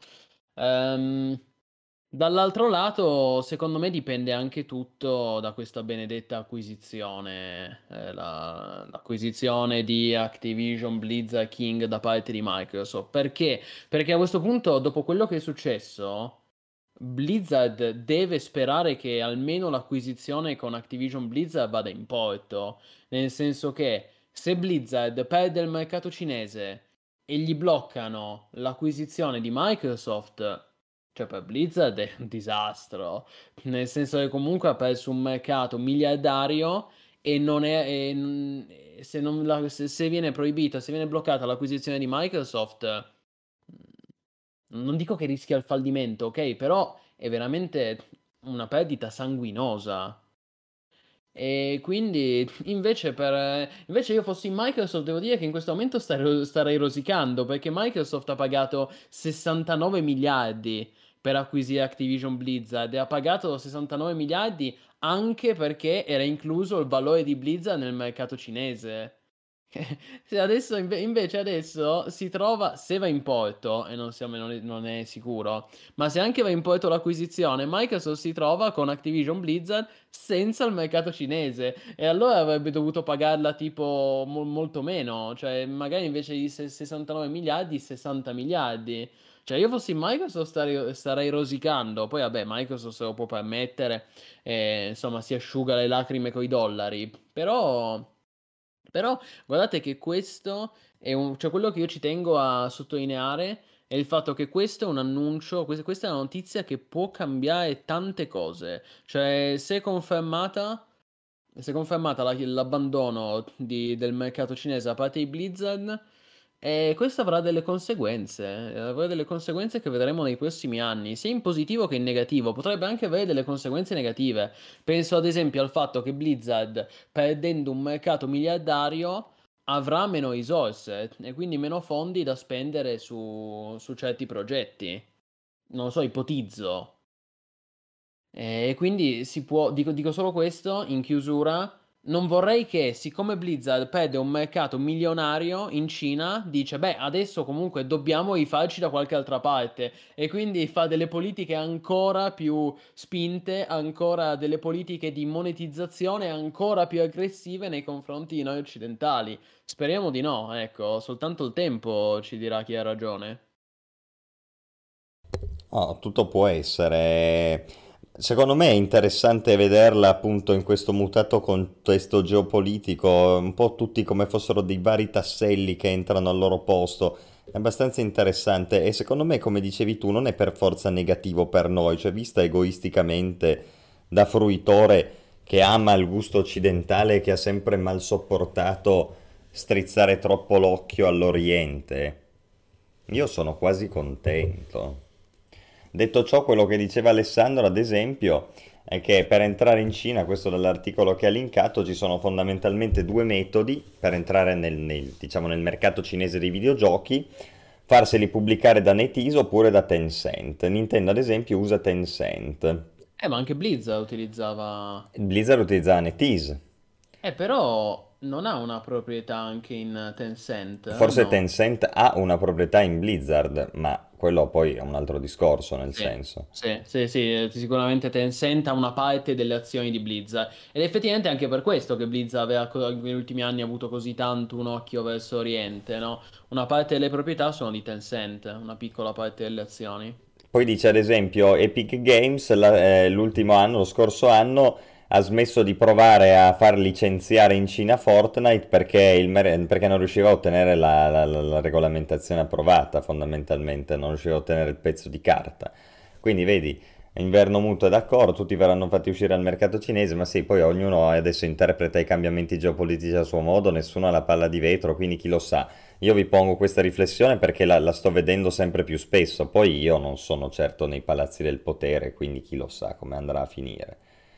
Speaker 3: Ehm, Dall'altro lato, secondo me dipende anche tutto da questa benedetta acquisizione, eh, la- l'acquisizione di Activision Blizzard King da parte di Microsoft. Perché? Perché a questo punto, dopo quello che è successo, Blizzard deve sperare che almeno l'acquisizione con Activision Blizzard vada in porto, nel senso che Se Blizzard perde il mercato cinese e gli bloccano l'acquisizione di Microsoft, cioè per Blizzard è un disastro, nel senso che comunque ha perso un mercato miliardario e non è, e n- e se, non la- se- se viene proibita, se viene bloccata l'acquisizione di Microsoft, mm, non dico che rischia il fallimento, ok? Però è veramente una perdita sanguinosa. E quindi invece per invece io fossi in Microsoft devo dire che in questo momento starei, starei rosicando perché Microsoft ha pagato sessantanove miliardi per acquisire Activision Blizzard e ha pagato sessantanove miliardi anche perché era incluso il valore di Blizzard nel mercato cinese. Se adesso inve- invece adesso si trova, se va in porto, e non, siamo, non, è, non è sicuro, ma se anche va in porto l'acquisizione, Microsoft si trova con Activision Blizzard senza il mercato cinese e allora avrebbe dovuto pagarla tipo mo- molto meno, cioè magari invece di se- sessantanove miliardi, sessanta miliardi. Cioè io fossi in Microsoft starei, starei rosicando, poi vabbè Microsoft se lo può permettere, e, insomma si asciuga le lacrime coi dollari, però... Però guardate che questo è un, cioè quello che io ci tengo a sottolineare è il fatto che questo è un annuncio, questa, questa è una notizia che può cambiare tante cose. Cioè, se confermata, se confermata la- l'abbandono di- del mercato cinese da parte di Blizzard, e questo avrà delle conseguenze, eh, avrà delle conseguenze che vedremo nei prossimi anni, sia in positivo che in negativo, potrebbe anche avere delle conseguenze negative. Penso ad esempio al fatto che Blizzard, perdendo un mercato miliardario, avrà meno risorse e quindi meno fondi da spendere su, su certi progetti. Non lo so, ipotizzo. E quindi si può, dico, dico solo questo in chiusura. Non vorrei che, siccome Blizzard perde un mercato milionario in Cina, dice, beh, adesso comunque dobbiamo rifarci da qualche altra parte. E quindi fa delle politiche ancora più spinte, ancora delle politiche di monetizzazione ancora più aggressive nei confronti di noi occidentali. Speriamo di no, ecco, soltanto il tempo ci dirà chi ha ragione.
Speaker 2: Oh, tutto può essere. Secondo me è interessante vederla appunto in questo mutato contesto geopolitico, un po' tutti come fossero dei vari tasselli che entrano al loro posto. È abbastanza interessante e secondo me, come dicevi tu, non è per forza negativo per noi, cioè vista egoisticamente da fruitore che ama il gusto occidentale e che ha sempre mal sopportato strizzare troppo l'occhio all'Oriente. Io sono quasi contento. Detto ciò, quello che diceva Alessandro, ad esempio, è che per entrare in Cina, questo dall'articolo che ha linkato, ci sono fondamentalmente due metodi per entrare nel, nel, diciamo, nel mercato cinese dei videogiochi, farseli pubblicare da NetEase oppure da Tencent. Nintendo, ad esempio, usa Tencent.
Speaker 3: Eh, ma anche Blizzard utilizzava...
Speaker 2: Blizzard utilizza NetEase.
Speaker 3: Eh, però non ha una proprietà anche in Tencent, o
Speaker 2: Forse
Speaker 3: no?
Speaker 2: Tencent ha una proprietà in Blizzard, ma quello poi è un altro discorso, nel
Speaker 3: Sì,
Speaker 2: senso.
Speaker 3: sì, sì, sì, eh, sicuramente Tencent ha una parte delle azioni di Blizzard ed effettivamente è anche per questo che Blizzard aveva co- negli ultimi anni avuto così tanto un occhio verso Oriente, no? Una parte delle proprietà sono di Tencent, una piccola parte delle azioni.
Speaker 2: Poi dice ad esempio Epic Games la- eh, l'ultimo anno, lo scorso anno, ha smesso di provare a far licenziare in Cina Fortnite perché, il mer- perché non riusciva a ottenere la, la- la- la regolamentazione approvata, fondamentalmente, non riusciva a ottenere il pezzo di carta. Quindi vedi, inverno muto è d'accordo, tutti verranno fatti uscire al mercato cinese, ma sì, poi ognuno adesso interpreta i cambiamenti geopolitici a suo modo, nessuno ha la palla di vetro, quindi chi lo sa. Io vi pongo questa riflessione perché la, la sto vedendo sempre più spesso, poi io non sono certo nei palazzi del potere, quindi chi lo sa come andrà a finire.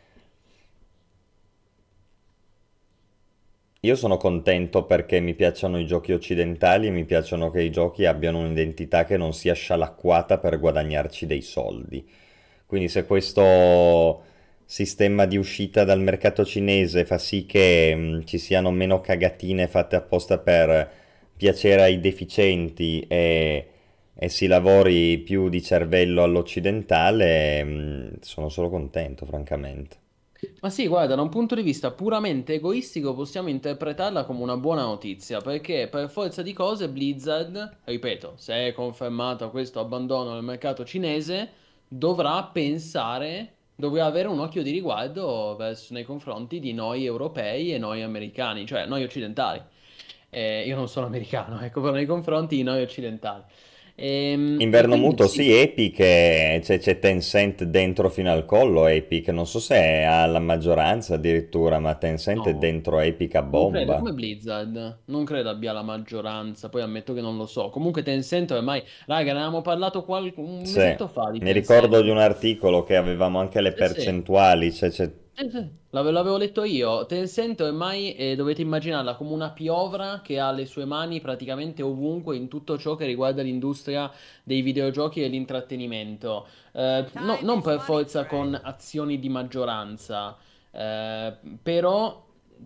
Speaker 2: Io sono contento perché mi piacciono i giochi occidentali e mi piacciono che i giochi abbiano un'identità che non sia scialacquata per guadagnarci dei soldi. Quindi se questo sistema di uscita dal mercato cinese fa sì che mh, ci siano meno cagatine fatte apposta per piacere ai deficienti e, e si lavori più di cervello all'occidentale, mh, sono solo contento, francamente.
Speaker 3: Ma sì, guarda, da un punto di vista puramente egoistico possiamo interpretarla come una buona notizia, perché per forza di cose Blizzard, ripeto, se è confermato questo abbandono del mercato cinese, dovrà pensare, dovrà avere un occhio di riguardo verso, nei confronti di noi europei e noi americani, cioè noi occidentali. Eh, io non sono americano, ecco, però nei confronti di noi occidentali. Ehm, E,
Speaker 2: Inverno
Speaker 3: quindi
Speaker 2: muto,
Speaker 3: sì,
Speaker 2: sì, Epic, e c'è c'è Tencent dentro fino al collo, Epic, non so se ha la maggioranza addirittura, ma Tencent è
Speaker 3: no,
Speaker 2: dentro Epic a
Speaker 3: non credo,
Speaker 2: bomba.
Speaker 3: come Blizzard, non credo abbia la maggioranza, poi ammetto che non lo so. Comunque Tencent ormai, raga, ne avevamo parlato qual- un
Speaker 2: Sì,
Speaker 3: mesetto fa di
Speaker 2: mi ricordo di
Speaker 3: Tencent.
Speaker 2: un articolo che avevamo anche le
Speaker 3: Sì, sì.
Speaker 2: percentuali, cioè, c'è-
Speaker 3: Eh, sì, l'ave- l'avevo letto io. Tencent ormai eh, dovete immaginarla come una piovra che ha le sue mani praticamente ovunque in tutto ciò che riguarda l'industria dei videogiochi e l'intrattenimento. Eh, no- non per forza con azioni di maggioranza, eh, però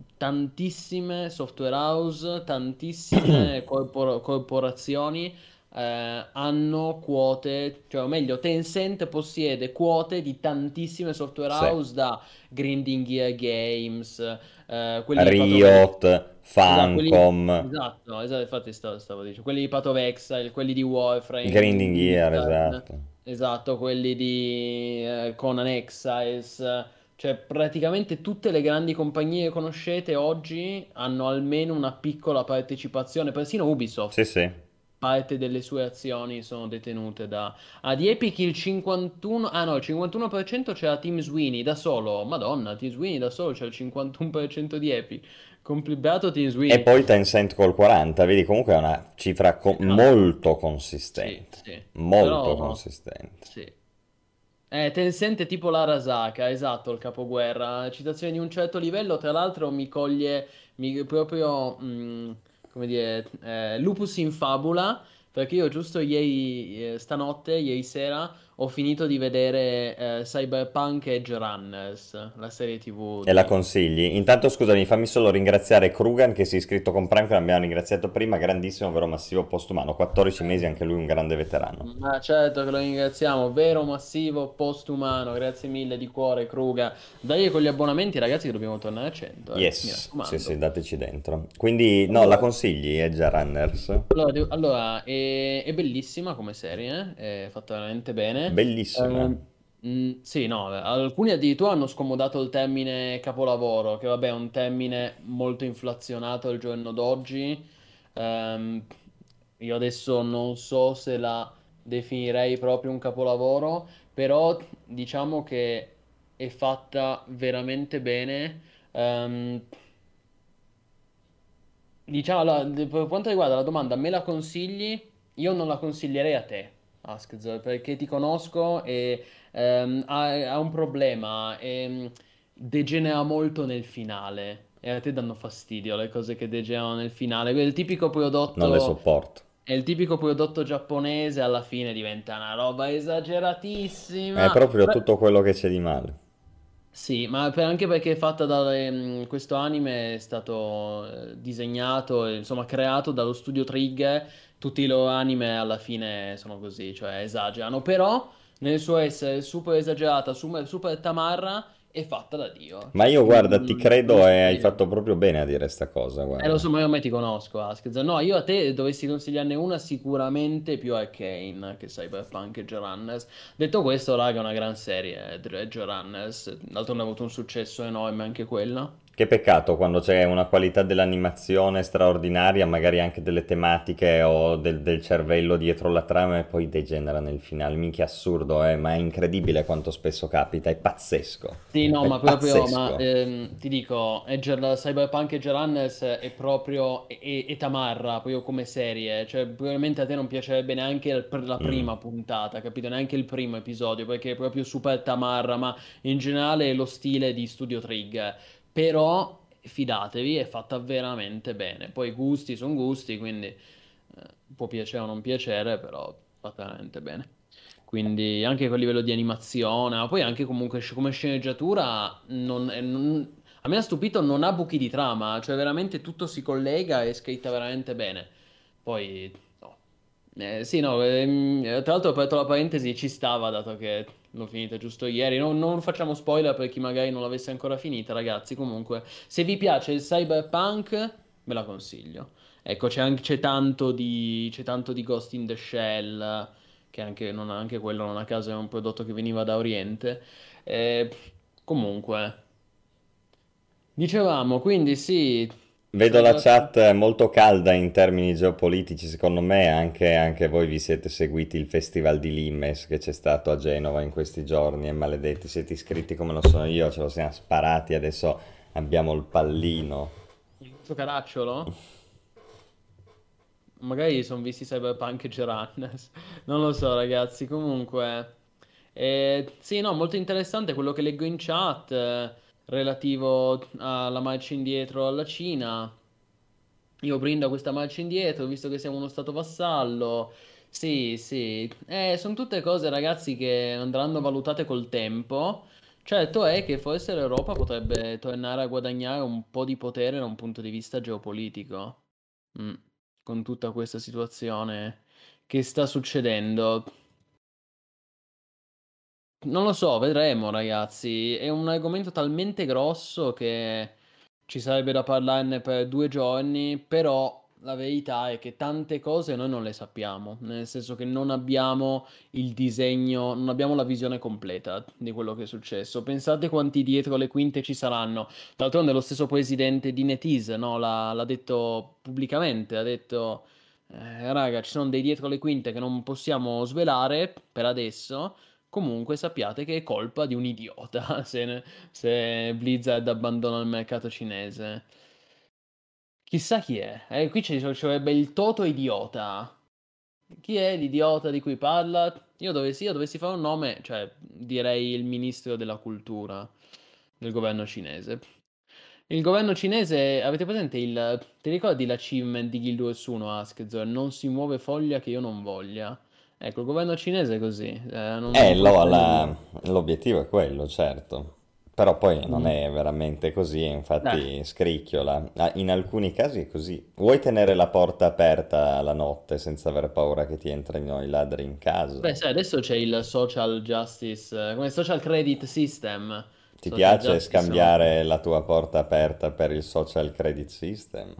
Speaker 3: tantissime software house, tantissime corpor- corporazioni eh, hanno quote, cioè o meglio, Tencent possiede quote di tantissime software
Speaker 2: sì.
Speaker 3: house da Grinding Gear Games, eh, quelli di Path of Exile,
Speaker 2: Riot,
Speaker 3: esatto, quelli,
Speaker 2: Funcom,
Speaker 3: esatto, esatto, infatti stavo, stavo dicendo, quelli di Path of Exile, quelli di Warframe,
Speaker 2: Grinding Gear,
Speaker 3: Blizzard,
Speaker 2: esatto.
Speaker 3: esatto, quelli di eh, Conan Exiles, cioè praticamente tutte le grandi compagnie che conoscete oggi hanno almeno una piccola partecipazione, persino
Speaker 2: Sì,
Speaker 3: Ubisoft.
Speaker 2: sì.
Speaker 3: Parte delle sue azioni sono detenute da... Ah, di Epic il cinquantuno... Ah no, il cinquantuno per cento c'era Team Sweeney da solo. Madonna, Team Sweeney da solo c'è il cinquantuno per cento di Epic. Complicato Team
Speaker 2: E
Speaker 3: Sweeney.
Speaker 2: poi Tencent col quaranta, vedi, comunque è una cifra co-
Speaker 3: Alto.
Speaker 2: molto
Speaker 3: Sì,
Speaker 2: consistente,
Speaker 3: sì.
Speaker 2: molto
Speaker 3: Però...
Speaker 2: consistente.
Speaker 3: Sì. Eh, Tencent è tipo l'Arasaka, esatto, il capoguerra. Citazione di un certo livello, tra l'altro mi coglie mi- proprio, mh, come dire, eh, lupus in fabula, perché io giusto ieri, eh, stanotte, ieri sera, ho finito di vedere eh, Cyberpunk Edge Runners, la serie T V
Speaker 2: E la
Speaker 3: di...
Speaker 2: consigli? Intanto scusami, fammi solo ringraziare Krugan che si è iscritto con Prime, che l'abbiamo ringraziato prima, grandissimo, ovvero massivo postumano, quattordici mesi, anche lui un grande veterano.
Speaker 3: Ma certo che lo ringraziamo, vero massivo postumano, grazie mille di cuore, Kruga. Dai con gli abbonamenti, ragazzi, che dobbiamo tornare a cento, eh, mi
Speaker 2: Yes, sì sì,
Speaker 3: raccomando.
Speaker 2: dateci dentro. Quindi, no, la
Speaker 3: Allora,
Speaker 2: consigli, Edge Runners?
Speaker 3: allora, devo- allora, è, è bellissima come serie, eh, è fatta veramente bene.
Speaker 2: Bellissima.
Speaker 3: Ehm, mh, sì, no, alcuni addirittura hanno scomodato il termine capolavoro, che vabbè è un termine molto inflazionato al giorno d'oggi. Ehm, io adesso non so se la definirei proprio un capolavoro, però diciamo che è fatta veramente bene. Ehm, Diciamo, allora, de- per quanto riguarda la domanda, me la consigli? Io non la consiglierei a te, Askz, perché ti conosco e ehm, ha, ha un problema, ehm, degenera molto nel finale e a te danno fastidio le cose che degenerano nel finale. È il tipico
Speaker 2: Non le
Speaker 3: prodotto,
Speaker 2: sopporto.
Speaker 3: è il tipico prodotto giapponese, alla fine diventa una roba
Speaker 2: È
Speaker 3: esageratissima.
Speaker 2: proprio tutto quello che c'è di male.
Speaker 3: Sì, ma per- anche perché è fatta da ehm, questo anime è stato eh, disegnato, e, insomma, creato dallo studio Trigger. Tutti i loro anime alla fine sono così, cioè esagerano, però nel suo essere super esagerata, super, super tamarra, è fatta da Dio,
Speaker 2: Ma
Speaker 3: cioè
Speaker 2: io
Speaker 3: quindi
Speaker 2: guarda,
Speaker 3: non,
Speaker 2: ti
Speaker 3: non
Speaker 2: credo
Speaker 3: si
Speaker 2: e hai
Speaker 3: frega.
Speaker 2: fatto proprio bene a dire sta cosa,
Speaker 3: Eh, lo
Speaker 2: guarda.
Speaker 3: so, ma io ormai ti conosco, Askez. No, io a te dovessi consigliarne una sicuramente più Arcane che Cyberpunk e Runners. Detto questo, raga, è una gran serie, Edge Runners. D'altronde ha avuto un successo enorme anche quella.
Speaker 2: Che peccato quando c'è una qualità dell'animazione straordinaria, magari anche delle tematiche o del, del cervello dietro la trama e poi degenera nel finale. Minchia assurdo, eh, ma è incredibile quanto spesso capita, è pazzesco.
Speaker 3: Sì, no,
Speaker 2: È
Speaker 3: ma proprio, ma
Speaker 2: pazzesco.
Speaker 3: ehm, ti dico, Edge, la Cyberpunk Edge Runners è proprio, è, è- è tamarra, proprio come serie, cioè probabilmente a te non piacerebbe neanche il pr- la
Speaker 2: Mm.
Speaker 3: prima puntata, capito? Neanche il primo episodio, perché è proprio super tamarra, ma in generale è lo stile di Studio Trigger, però fidatevi, è fatta veramente bene, poi gusti sono gusti, quindi eh, può piacere o non piacere, però è fatta veramente bene. Quindi anche a livello di animazione, ma poi anche comunque sc- come sceneggiatura, non- eh, non- a me ha stupito, non ha buchi di trama, cioè veramente tutto si collega e è scritta veramente bene. Poi, no. Eh, sì, no, ehm, eh, tra l'altro ho aperto la parentesi, ci stava, dato che l'ho finita giusto ieri. Non, non facciamo spoiler per chi magari non l'avesse ancora finita, ragazzi. Comunque, se vi piace il cyberpunk, ve la consiglio. Ecco, c'è anche, c'è tanto di, c'è tanto di Ghost in the Shell, che anche, non, anche quello non a caso è un prodotto che veniva da Oriente. Eh, comunque, dicevamo, quindi sì.
Speaker 2: Vedo la
Speaker 3: Saluto a tutti.
Speaker 2: chat molto calda in termini geopolitici, secondo me anche, anche voi vi siete seguiti il festival di Limes che c'è stato a Genova in questi giorni e maledetti, siete iscritti come lo sono io, ce lo siamo sparati, adesso abbiamo il pallino.
Speaker 3: Il vostro caracciolo? Magari sono visti Cyberpunk e Gerannes. Non lo so, ragazzi. Comunque, eh, sì, no, molto interessante quello che leggo in chat eh, relativo alla marcia indietro alla Cina. Io brindo a questa marcia indietro, visto che siamo uno stato vassallo. Sì, sì. Eh, sono tutte cose, ragazzi, che andranno valutate col tempo. Certo è che forse l'Europa potrebbe tornare a guadagnare un po' di potere da un punto di vista geopolitico. Mm, con tutta questa situazione che sta succedendo. Non lo so, vedremo, ragazzi. È un argomento talmente grosso che ci sarebbe da parlarne per due giorni, però la verità è che tante cose noi non le sappiamo, nel senso che non abbiamo il disegno, non abbiamo la visione completa di quello che è successo. Pensate quanti dietro le quinte ci saranno. D'altronde lo stesso presidente di NetEase, no, l'ha l'ha detto pubblicamente, ha detto, eh, raga, ci sono dei dietro le quinte che non possiamo svelare per adesso. Comunque sappiate che è colpa di un idiota se, ne- se Blizzard abbandona il mercato cinese. Chissà chi è. Eh, qui ci ci sarebbe il Toto idiota. Chi è l'idiota di cui parla? Io dovessi, io dovessi fare un nome, cioè direi il ministro della cultura del governo cinese. Il governo cinese, avete presente il... Ti ricordi l'achievement di Guild Wars uno, Askzor? Non si muove foglia che io non voglia. Ecco, il governo cinese è così, eh, non,
Speaker 2: Eh,
Speaker 3: non puoi
Speaker 2: lo-
Speaker 3: fare
Speaker 2: la-
Speaker 3: nulla.
Speaker 2: l'obiettivo è quello, certo. Però poi non
Speaker 3: Mm.
Speaker 2: è veramente così,
Speaker 3: Eh,
Speaker 2: infatti scricchiola. Ah, in alcuni casi è così. Vuoi tenere la porta aperta la notte senza aver paura che ti entrino i ladri in
Speaker 3: beh,
Speaker 2: casa?
Speaker 3: sai, adesso c'è il social justice, eh, come social credit system.
Speaker 2: Ti
Speaker 3: Social
Speaker 2: piace
Speaker 3: justice sono...
Speaker 2: scambiare la tua porta aperta per il social credit system?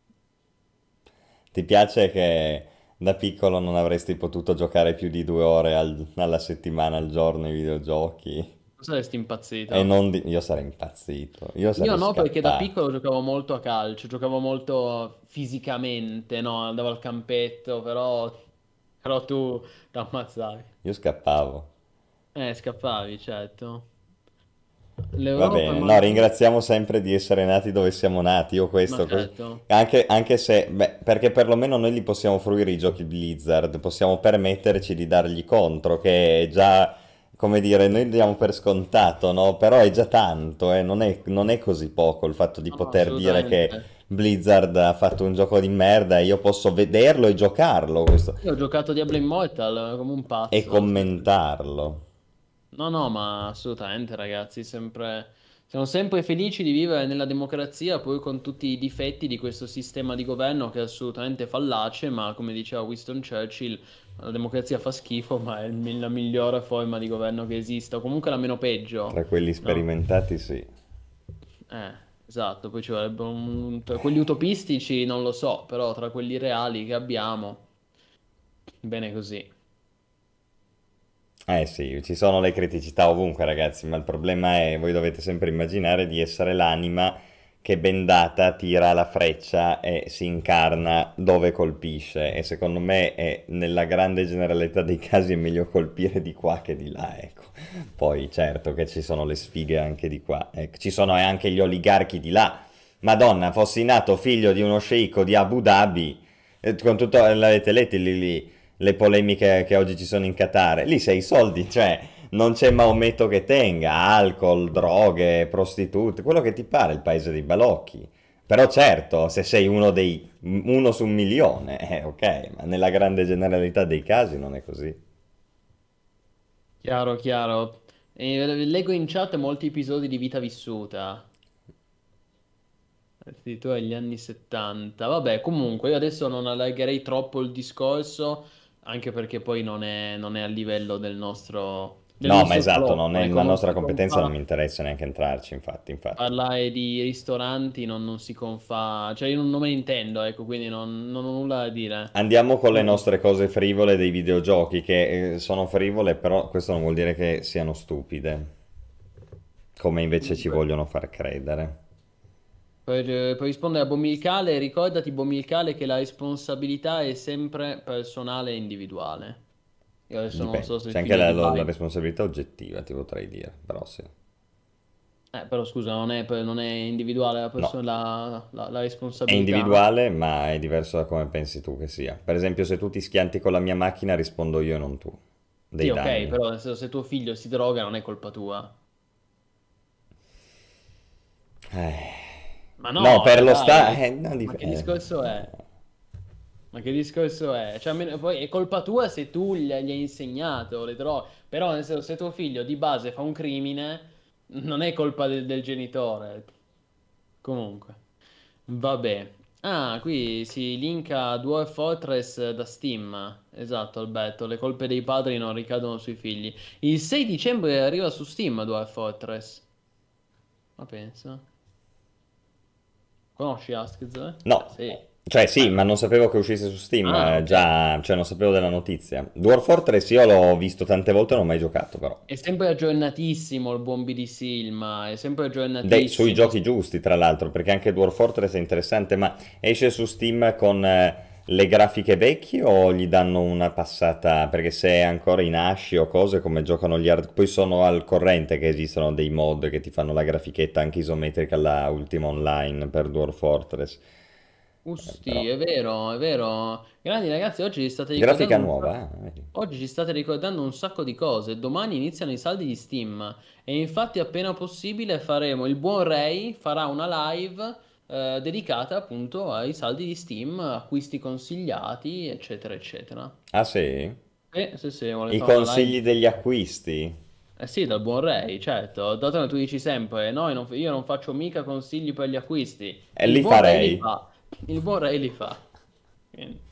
Speaker 2: Ti piace che da piccolo non avresti potuto giocare più di due ore al- alla settimana, al giorno ai videogiochi?
Speaker 3: Saresti
Speaker 2: E
Speaker 3: impazzito.
Speaker 2: non di... Io sarei impazzito, io
Speaker 3: Io
Speaker 2: sarei
Speaker 3: no, perché da
Speaker 2: scappato.
Speaker 3: piccolo giocavo molto a calcio, giocavo molto fisicamente, no? Andavo al campetto, però, però tu ti ammazzavi.
Speaker 2: Io scappavo.
Speaker 3: Eh, scappavi, certo.
Speaker 2: Va
Speaker 3: L'Europa,
Speaker 2: bene, no,
Speaker 3: ma...
Speaker 2: ringraziamo sempre di essere nati dove siamo nati, io
Speaker 3: Ma
Speaker 2: questo così.
Speaker 3: certo.
Speaker 2: Anche, anche se, beh, perché perlomeno noi li possiamo fruire i giochi Blizzard, possiamo permetterci di dargli contro, che è già, come dire, noi diamo per scontato, no? Però è già tanto, eh? Non è, non è così poco il fatto di
Speaker 3: No, no,
Speaker 2: poter dire che
Speaker 3: assolutamente.
Speaker 2: Blizzard ha fatto un gioco di merda e io posso vederlo e giocarlo, questo,
Speaker 3: Io ho giocato Diablo Immortal come un
Speaker 2: e
Speaker 3: pazzo.
Speaker 2: commentarlo.
Speaker 3: No, no, ma assolutamente, ragazzi, sempre... siamo sempre felici di vivere nella democrazia, pur con tutti i difetti di questo sistema di governo che è assolutamente fallace, ma come diceva Winston Churchill, la democrazia fa schifo, ma è il- la migliore forma di governo che esista, o comunque la meno peggio,
Speaker 2: Tra quelli
Speaker 3: no?
Speaker 2: sperimentati, sì.
Speaker 3: Eh, esatto, poi ci vorrebbe un... tra quelli utopistici non lo so, però tra quelli reali che abbiamo, bene così.
Speaker 2: Eh sì, ci sono le criticità ovunque, ragazzi, ma il problema è, voi dovete sempre immaginare di essere l'anima che bendata tira la freccia e si incarna dove colpisce. E secondo me è, nella grande generalità dei casi è meglio colpire di qua che di là, ecco. Poi certo che ci sono le sfighe anche di qua, ecco. Ci sono anche gli oligarchi di là. Madonna, fossi nato figlio di uno sceicco di Abu Dhabi, eh, con tutto, l'avete letto lì lì le polemiche che oggi ci sono in Qatar. Lì sei i soldi, cioè non c'è Maometto che tenga, alcol, droghe, prostitute, quello che ti pare, il paese dei balocchi. Però certo, se sei uno dei uno su un milione, eh, ok, ma nella grande generalità dei casi non è così.
Speaker 3: Chiaro, chiaro. E leggo in chat molti episodi di vita vissuta. Addirittura gli anni settanta. Vabbè, comunque, io adesso non allargherei troppo il discorso, anche perché poi non è, non è a livello del nostro, del
Speaker 2: No, ma
Speaker 3: nostro
Speaker 2: esatto, non
Speaker 3: salotto.
Speaker 2: è
Speaker 3: Ecco,
Speaker 2: nella
Speaker 3: non
Speaker 2: nostra
Speaker 3: si
Speaker 2: competenza, non
Speaker 3: confà
Speaker 2: mi interessa neanche entrarci, infatti, infatti.
Speaker 3: parlare di ristoranti, non, non si confà, cioè io non, non me ne intendo, ecco, quindi non, non ho nulla da dire.
Speaker 2: Andiamo con le
Speaker 3: Quindi,
Speaker 2: nostre cose frivole dei videogiochi, che eh, sono frivole, però questo non vuol dire che siano stupide, come invece ci
Speaker 3: comunque,
Speaker 2: vogliono far credere.
Speaker 3: Per, per rispondere a Bomilcale, ricordati Bomilcale che la responsabilità è sempre personale e individuale. Io adesso non so
Speaker 2: Dipende,
Speaker 3: se il
Speaker 2: c'è anche
Speaker 3: figlio
Speaker 2: la,
Speaker 3: di
Speaker 2: la- la
Speaker 3: Biden...
Speaker 2: responsabilità oggettiva, ti potrei dire, però sì.
Speaker 3: Eh, però scusa, non è, non è individuale la,
Speaker 2: No,
Speaker 3: perso- la, la- la
Speaker 2: è
Speaker 3: responsabilità.
Speaker 2: individuale, ma è diverso da come pensi tu che sia. Per esempio, se tu ti schianti con la mia macchina, rispondo io e non tu,
Speaker 3: Sì,
Speaker 2: dei
Speaker 3: ok,
Speaker 2: danni.
Speaker 3: però se, se tuo figlio si droga non è colpa tua.
Speaker 2: Eh.
Speaker 3: Ma
Speaker 2: No,
Speaker 3: no,
Speaker 2: per
Speaker 3: eh,
Speaker 2: lo sta...
Speaker 3: dai,
Speaker 2: eh, no,
Speaker 3: ma
Speaker 2: dip-
Speaker 3: che
Speaker 2: eh.
Speaker 3: discorso è? Ma che discorso è? Cioè, almeno- poi è colpa tua se tu gli, gli hai insegnato le droghe, però nel senso, se tuo figlio di base fa un crimine, non è colpa del, del genitore. Comunque, vabbè. Ah, qui si linka Dwarf Fortress da Steam. Esatto, Alberto, le colpe dei padri non ricadono sui figli. Il sei dicembre arriva su Steam Dwarf Fortress. Ma pensa. Conosci Askez? Eh
Speaker 2: No,
Speaker 3: sì.
Speaker 2: cioè sì,
Speaker 3: Eh.
Speaker 2: ma non sapevo che uscisse su Steam,
Speaker 3: Ah,
Speaker 2: eh,
Speaker 3: ok.
Speaker 2: già, cioè non sapevo della notizia. Dwarf Fortress io l'ho visto tante volte e non ho mai giocato però.
Speaker 3: È sempre aggiornatissimo il buon B D Silma, è sempre
Speaker 2: Dei- sui
Speaker 3: aggiornatissimo.
Speaker 2: giochi giusti, tra l'altro, perché anche Dwarf Fortress è interessante, ma esce su Steam con eh, le grafiche vecchie o gli danno una passata? Perché se è ancora in asci o cose come giocano gli hard... Poi sono al corrente che esistono dei mod che ti fanno la grafichetta anche isometrica alla Ultima Online per Dwarf Fortress. Eh,
Speaker 3: Usti,
Speaker 2: però...
Speaker 3: è vero, è vero. Grandi ragazzi, oggi ci state
Speaker 2: Grafica
Speaker 3: ricordando un
Speaker 2: nuova,
Speaker 3: sacco...
Speaker 2: eh? Vedi?
Speaker 3: Oggi ci state ricordando un sacco di cose. Domani iniziano i saldi di Steam. E infatti, appena possibile, faremo. Il buon Ray farà una live eh, dedicata appunto ai saldi di Steam, acquisti consigliati, eccetera, eccetera.
Speaker 2: Ah sì?
Speaker 3: E se se vuole
Speaker 2: I
Speaker 3: fare una live.
Speaker 2: consigli degli acquisti?
Speaker 3: Eh sì, dal buon Ray, certo. Dato che tu dici sempre, no, io non, io non faccio mica consigli per gli acquisti.
Speaker 2: E
Speaker 3: Il
Speaker 2: li
Speaker 3: buon Ray li
Speaker 2: farei.
Speaker 3: fa. Il buon Ray li fa. Quindi,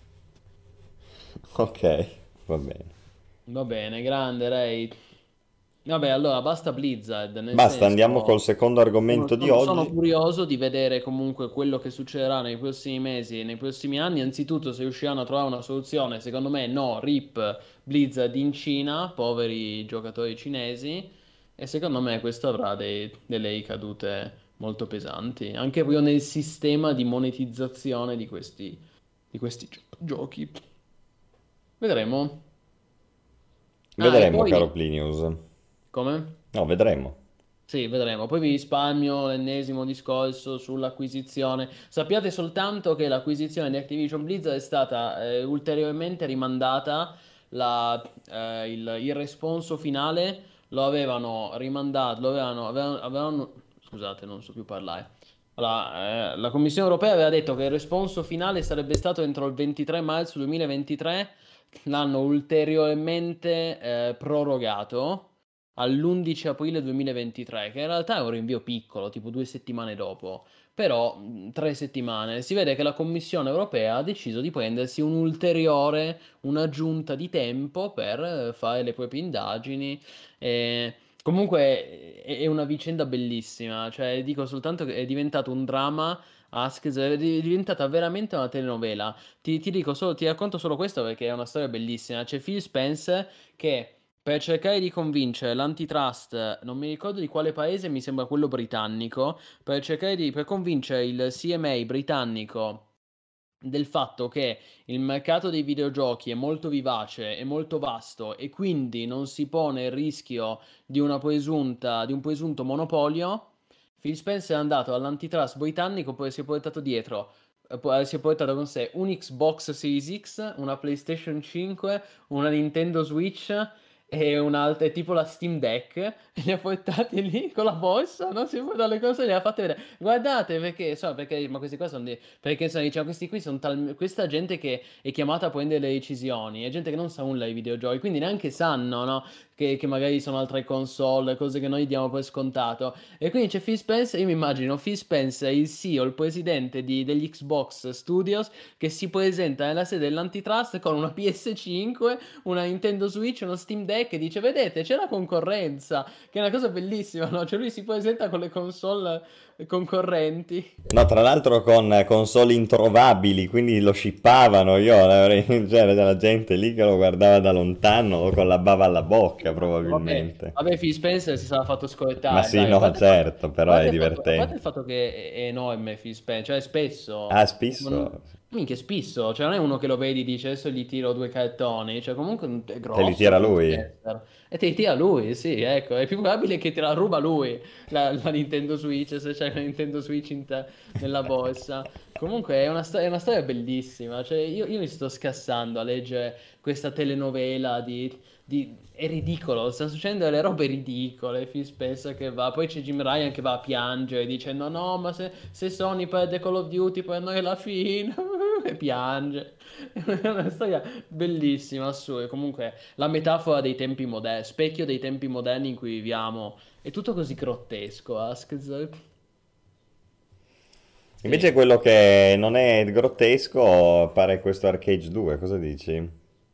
Speaker 2: Ok, va bene.
Speaker 3: va bene, grande Ray. Vabbè, allora basta Blizzard, nel
Speaker 2: Basta, andiamo col
Speaker 3: senso,
Speaker 2: secondo
Speaker 3: sono,
Speaker 2: argomento di
Speaker 3: sono- sono
Speaker 2: oggi.
Speaker 3: curioso di vedere comunque quello che succederà nei prossimi mesi e nei prossimi anni. Anzitutto, se riusciranno a trovare una soluzione, secondo me no, rip Blizzard in Cina, poveri giocatori cinesi. E secondo me questo avrà dei- delle ricadute molto pesanti, anche proprio nel sistema di monetizzazione di questi, di questi gio- giochi. Vedremo. Ah, e
Speaker 2: Vedremo, caro
Speaker 3: poi...
Speaker 2: Plinius.
Speaker 3: Come?
Speaker 2: No, vedremo.
Speaker 3: Sì, vedremo. Poi vi risparmio l'ennesimo discorso sull'acquisizione. Sappiate soltanto che l'acquisizione di Activision Blizzard è stata eh, ulteriormente rimandata. La- eh, il, il responso finale lo avevano rimandato, lo avevano, avevano- avevano- scusate, non so più parlare. Allora, eh, la Commissione europea aveva detto che il responso finale sarebbe stato entro il ventitré marzo duemilaventitré. L'hanno ulteriormente eh, prorogato all'undici aprile duemilaventitré, che in realtà è un rinvio piccolo, tipo due settimane dopo, però mh, tre settimane. Si vede che la Commissione europea ha deciso di prendersi un'ulteriore, un'aggiunta di tempo per eh, fare le proprie indagini. E... Comunque è è una vicenda bellissima, cioè dico soltanto che è diventato un dramma. Ask è di- diventata veramente una telenovela. Ti, ti dico solo, ti racconto solo questo perché è una storia bellissima. C'è Phil Spencer che per cercare di convincere l'antitrust, non mi ricordo di quale paese, mi sembra quello britannico, per cercare di per convincere il C M A britannico del fatto che il mercato dei videogiochi è molto vivace e molto vasto e quindi non si pone il rischio di una presunta, di un presunto monopolio. Phil Spencer è andato all'antitrust britannico, poi si è portato dietro, eh, poi si è portato con sé un Xbox Series X, una PlayStation cinque, una Nintendo Switch e un'altra, è tipo la Steam Deck, e li ha portati lì con la borsa, no? Si può dare le cose e le ha fatte vedere. Guardate perché, so, perché, ma questi qua sono dei, perché sono, diciamo, questi qui sono tal, questa gente che è chiamata a prendere le decisioni, è gente che non sa nulla di videogiochi, quindi neanche sanno, no? Che, che magari sono altre console, cose che noi diamo per scontato. E quindi c'è Phil Spencer, io mi immagino Phil Spencer, il C E O, il presidente di- degli Xbox Studios, che si presenta nella sede dell'antitrust con una P S cinque, una Nintendo Switch, uno Steam Deck Tech e dice vedete c'è la concorrenza, che è una cosa bellissima, no? Cioè lui si presenta con le console concorrenti.
Speaker 2: No, tra l'altro con console introvabili, quindi lo shippavano, io avrei, cioè, la gente lì che lo guardava da lontano o con la bava alla bocca
Speaker 3: Vabbè,
Speaker 2: probabilmente.
Speaker 3: vabbè, Phil Spencer si sarà fatto
Speaker 2: Ma
Speaker 3: scolettare,
Speaker 2: sì,
Speaker 3: dai, a
Speaker 2: no,
Speaker 3: parte il fatto,
Speaker 2: certo,
Speaker 3: a
Speaker 2: però
Speaker 3: parte
Speaker 2: è
Speaker 3: il fatto- a parte il
Speaker 2: divertente.
Speaker 3: fatto che è, è enorme Phil Spencer, cioè spesso,
Speaker 2: Ah,
Speaker 3: non-
Speaker 2: spisso
Speaker 3: minchia, spisso, cioè non è uno che lo vedi e dice adesso gli tiro due cartoni, cioè comunque è
Speaker 2: te li
Speaker 3: grosso
Speaker 2: tira
Speaker 3: Phil
Speaker 2: lui.
Speaker 3: Spencer, e te li tira lui, sì, ecco, è più probabile che te la ruba lui, la, la Nintendo Switch, se c'è la Nintendo Switch in te- nella borsa. Comunque è una, sto- è una storia bellissima, cioè io, io mi sto scassando a leggere questa telenovela di, di- È ridicolo, sta succedendo delle robe ridicole, Phil Spencer che va, poi c'è Jim Ryan che va a piangere dicendo no, ma se, se Sony perde Call of Duty per noi è la fine, e piange. È una storia bellissima, assurda. Comunque la metafora dei tempi moderni, specchio dei tempi moderni in cui viviamo, è tutto così grottesco, Askz.
Speaker 2: Invece
Speaker 3: Sì.
Speaker 2: quello che non è grottesco pare questo Arcade due, cosa dici?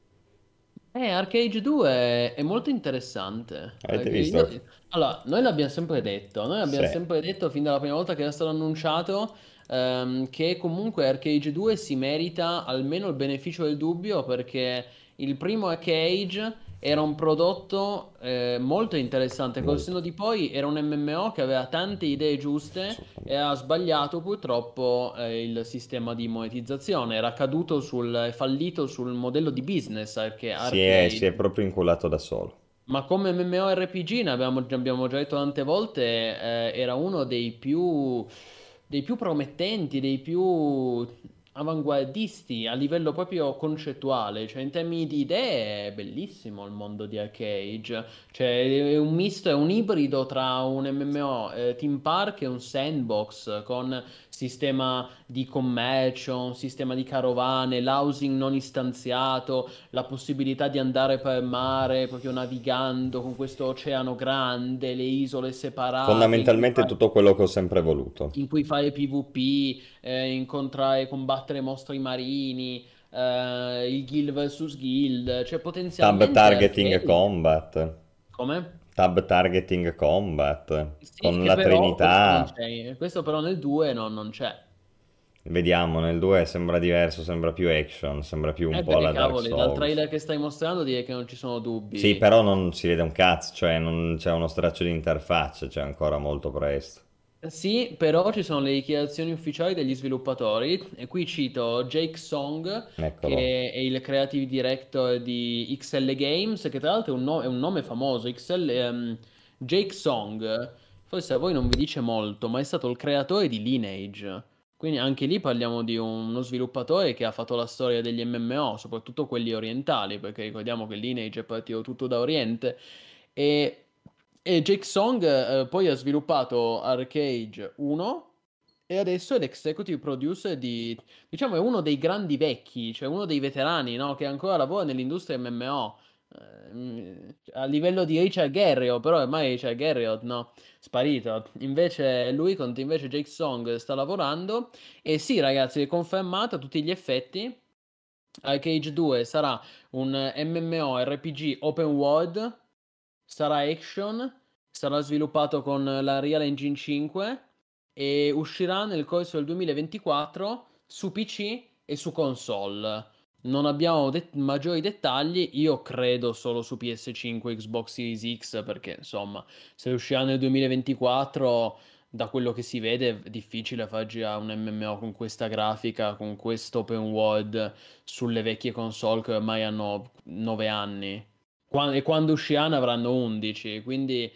Speaker 3: Eh, Arcade due è molto interessante.
Speaker 2: Avete
Speaker 3: Perché io-
Speaker 2: visto?
Speaker 3: Allora, noi l'abbiamo sempre detto, noi
Speaker 2: Sì.
Speaker 3: abbiamo sempre detto fin dalla prima volta che era stato annunciato ehm, che comunque Arcade due si merita almeno il beneficio del dubbio perché il primo Arcade era un prodotto eh, molto interessante, col
Speaker 2: Molto.
Speaker 3: senno di poi era un M M O che aveva tante idee giuste e ha sbagliato purtroppo eh, il sistema di monetizzazione, era caduto sul, è fallito sul modello di business perché
Speaker 2: Si è, si
Speaker 3: Arcade.
Speaker 2: è proprio inculato da solo.
Speaker 3: Ma come MMORPG, ne abbiamo, abbiamo già detto tante volte, eh, era uno dei più, dei più promettenti, dei più avanguardisti a livello proprio concettuale, cioè in termini di idee è bellissimo il mondo di Arcade, cioè è un misto, è un ibrido tra un M M O eh, team park e un sandbox con sistema di commercio, un sistema di carovane, l'housing non istanziato, la possibilità di andare per mare proprio navigando con questo oceano grande, le isole separate in cui
Speaker 2: Fondamentalmente
Speaker 3: fare,
Speaker 2: tutto quello che ho sempre voluto.
Speaker 3: in cui fare PvP, eh, incontrare, combattere mostri marini, eh, il guild versus guild, cioè
Speaker 2: Tab
Speaker 3: potenzialmente
Speaker 2: targeting
Speaker 3: arcade.
Speaker 2: combat.
Speaker 3: Come?
Speaker 2: Tab targeting combat.
Speaker 3: Sì,
Speaker 2: Con
Speaker 3: che
Speaker 2: la
Speaker 3: però questo non
Speaker 2: Trinità.
Speaker 3: c'è, questo però nel due non, non c'è.
Speaker 2: Vediamo, nel due sembra diverso, sembra più action, sembra più un
Speaker 3: Eh
Speaker 2: po'
Speaker 3: beh,
Speaker 2: alla Dark
Speaker 3: cavoli, dal
Speaker 2: Souls.
Speaker 3: trailer che stai mostrando direi che non ci sono
Speaker 2: Sì,
Speaker 3: dubbi.
Speaker 2: però non si vede un cazzo, cioè non c'è uno straccio di interfaccia, c'è ancora molto presto.
Speaker 3: Sì, però ci sono le dichiarazioni ufficiali degli sviluppatori e qui cito Jake Song,
Speaker 2: Eccolo.
Speaker 3: che è il creative director di X L Games, che tra l'altro è un, no- è un nome famoso. X L, ehm, Jake Song, forse a voi non vi dice molto, ma è stato il creatore di Lineage. Quindi anche lì parliamo di uno sviluppatore che ha fatto la storia degli M M O, soprattutto quelli orientali, perché ricordiamo che Lineage è partito tutto da Oriente. E, e Jake Song eh, poi ha sviluppato Arcade uno e adesso è l'executive producer di, diciamo, è uno dei grandi vecchi, cioè uno dei veterani, no? Che ancora lavora nell'industria M M O. Eh, mm, a livello di Richard Garriott, però ormai Richard Garriott, no, sparito. Invece lui, con invece Jake Song sta lavorando e sì, ragazzi, è confermato a tutti gli effetti. Arcade due sarà un MMORPG open world, sarà action, sarà sviluppato con la Real Engine cinque e uscirà nel corso del duemilaventiquattro su P C e su console. Non abbiamo det- maggiori dettagli, io credo solo su P S cinque e Xbox Series X perché insomma, se uscirà nel duemilaventiquattro, da quello che si vede è difficile far girare un M M O con questa grafica, con questo open world sulle vecchie console che ormai hanno nove anni. Qua- e quando usciranno avranno undici, quindi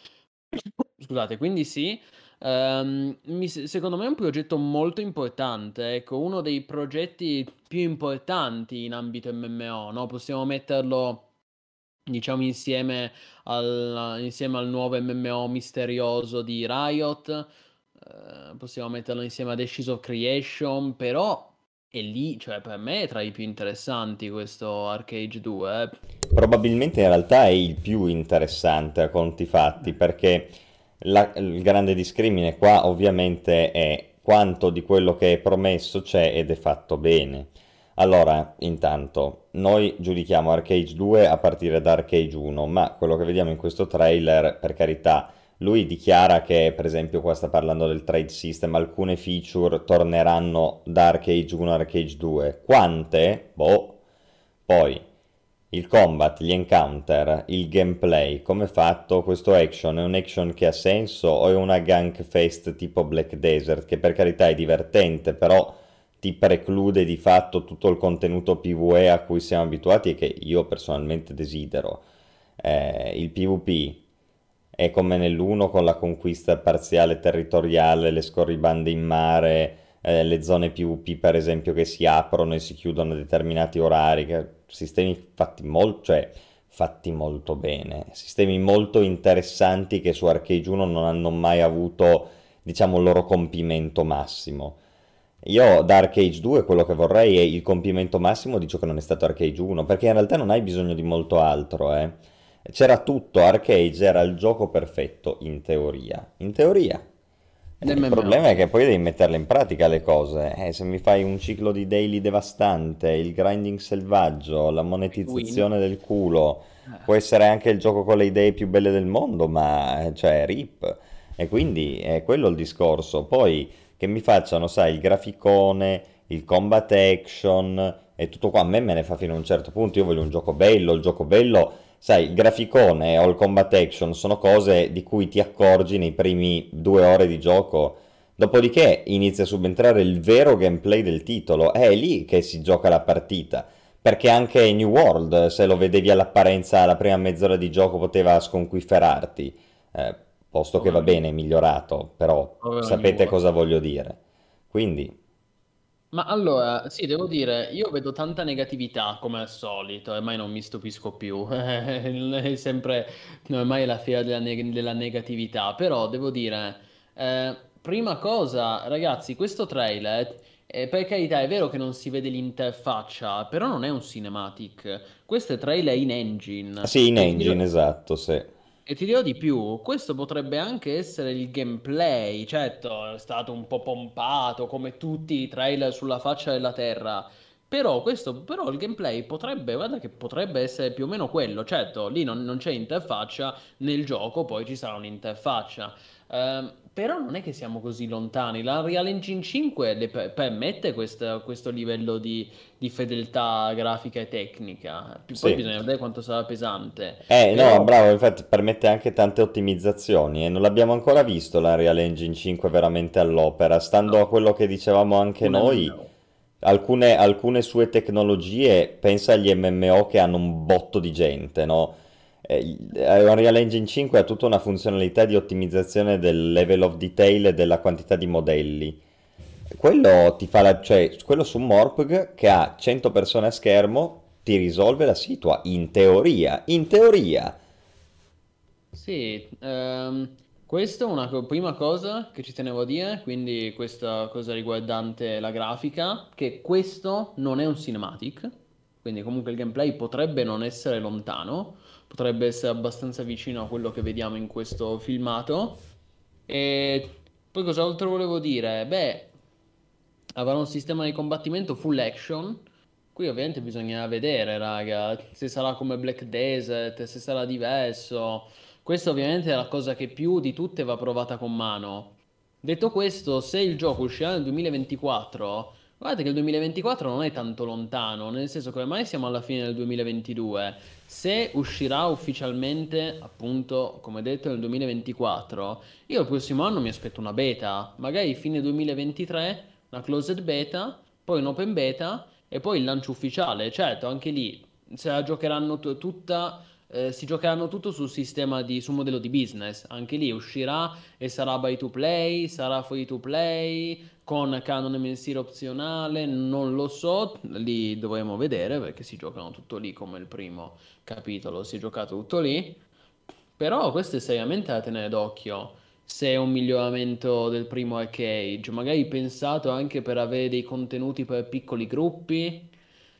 Speaker 3: scusate, quindi sì, ehm, mi- secondo me è un progetto molto importante, ecco, uno dei progetti più importanti in ambito M M O, no? Possiamo metterlo, diciamo, insieme al, insieme al nuovo M M O misterioso di Riot, eh, possiamo metterlo insieme ad Ashes of Creation, però è lì, cioè per me è tra i più interessanti questo Arcade due, eh.
Speaker 2: Probabilmente in realtà è il più interessante a conti fatti, perché la- il grande discrimine qua ovviamente è quanto di quello che è promesso c'è ed è fatto bene. Allora, intanto, noi giudichiamo Arcade due a partire da Arcade uno, ma quello che vediamo in questo trailer, per carità, lui dichiara che, per esempio, qua sta parlando del trade system, alcune feature torneranno da Arcade uno a Arcade due. Quante? Boh. Poi, il combat, gli encounter, il gameplay, come è fatto? Questo action è un action che ha senso o è una gank fest tipo Black Desert, che per carità è divertente, però ti preclude di fatto tutto il contenuto PvE a cui siamo abituati e che io personalmente desidero. Eh, il PvP è come nell'uno con la conquista parziale territoriale, le scorribande in mare, eh, le zone PvP per esempio che si aprono e si chiudono a determinati orari, che- sistemi fatti molto, cioè, fatti molto bene, sistemi molto interessanti che su Arcade uno non hanno mai avuto, diciamo, il loro compimento massimo. Io da Arcade due quello che vorrei è il compimento massimo di ciò che non è stato Arcade uno, perché in realtà non hai bisogno di molto altro, eh. C'era tutto, Arcade era il gioco perfetto, in teoria. In teoria. Eh, il
Speaker 3: M M O.
Speaker 2: problema è che poi devi metterle in pratica le cose. Eh, se mi fai un ciclo di daily devastante, il grinding selvaggio, la
Speaker 3: Win.
Speaker 2: monetizzazione del culo,
Speaker 3: Eh,
Speaker 2: può essere anche il gioco con le idee più belle del mondo, ma eh, cioè rip. E quindi è quello il discorso. Poi che mi facciano, sai, il graficone, il combat action e tutto qua. A me me ne fa fino a un certo punto. Io voglio un gioco bello, il gioco bello, sai, il graficone o il combat action sono cose di cui ti accorgi nei primi due ore di gioco. Dopodiché inizia a subentrare il vero gameplay del titolo. È lì che si gioca la partita. Perché anche New World, se lo vedevi all'apparenza, la prima mezz'ora di gioco poteva sconquiferarti. Eh, posto che va
Speaker 3: povero New,
Speaker 2: bene, è migliorato, però
Speaker 3: povero New
Speaker 2: sapete
Speaker 3: World.
Speaker 2: cosa voglio dire. Quindi,
Speaker 3: Ma allora, sì, devo dire, io vedo tanta negatività come al solito e mai non mi stupisco più. È sempre, non è mai la fiera della, neg- della negatività, però devo dire, eh, prima cosa, ragazzi, questo trailer, eh, per carità, è vero che non si vede l'interfaccia, però non è un cinematic. Questo è trailer in engine.
Speaker 2: sì, in
Speaker 3: E ti dirò,
Speaker 2: engine, esatto, sì.
Speaker 3: e ti dirò di più, questo potrebbe anche essere il gameplay, certo, è stato un po' pompato come tutti i trailer sulla faccia della terra, però questo, però il gameplay potrebbe, guarda che potrebbe essere più o meno quello, certo, lì non, non c'è interfaccia, nel gioco poi ci sarà un'interfaccia. Ehm, però non è che siamo così lontani, la Unreal Engine cinque le per- permette quest- questo livello di, di fedeltà grafica e tecnica, poi
Speaker 2: Sì.
Speaker 3: bisogna vedere quanto sarà pesante.
Speaker 2: Eh, no,
Speaker 3: Però
Speaker 2: bravo, infatti permette anche tante ottimizzazioni e non l'abbiamo ancora visto la Real Engine cinque veramente all'opera. Stando a
Speaker 3: no,
Speaker 2: quello che dicevamo anche
Speaker 3: un
Speaker 2: noi,
Speaker 3: M M O.
Speaker 2: alcune, alcune sue tecnologie, pensa agli M M O che hanno un botto di gente, no? Eh, il- eh, Unreal Engine cinque ha tutta una funzionalità di ottimizzazione del level of detail e della quantità di modelli. Quello ti fa la, cioè, quello su Morpg che ha cento persone a schermo ti risolve la situa, in teoria, in teoria.
Speaker 3: Sì, ehm, questa è una co- prima cosa che ci tenevo a dire, quindi questa cosa riguardante la grafica, che questo non è un cinematic, quindi comunque il gameplay potrebbe non essere lontano, potrebbe essere abbastanza vicino a quello che vediamo in questo filmato. E poi cos'altro volevo dire? Beh, avrà un sistema di combattimento full action. Qui ovviamente bisogna vedere, raga, se sarà come Black Desert, se sarà diverso. Questa ovviamente è la cosa che più di tutte va provata con mano. Detto questo, se il gioco uscirà nel duemilaventiquattro, guardate che il duemilaventiquattro non è tanto lontano, nel senso che ormai siamo alla fine del duemilaventidue. Se uscirà ufficialmente, appunto, come detto, nel duemilaventiquattro, io il prossimo anno mi aspetto una beta, magari fine duemilaventitré, una closed beta, poi un open beta e poi il lancio ufficiale. Certo, anche lì se la giocheranno t- tutta, eh, si giocheranno tutto sul sistema di, sul modello di business. Anche lì uscirà e sarà buy to play, sarà free to play, con canone mensile opzionale, non lo so, lì dovremo vedere perché si giocano tutto lì come il primo capitolo, si è giocato tutto lì. Però questo è seriamente da tenere d'occhio. Se è un miglioramento del primo Arcade, magari pensato anche per avere dei contenuti per piccoli gruppi,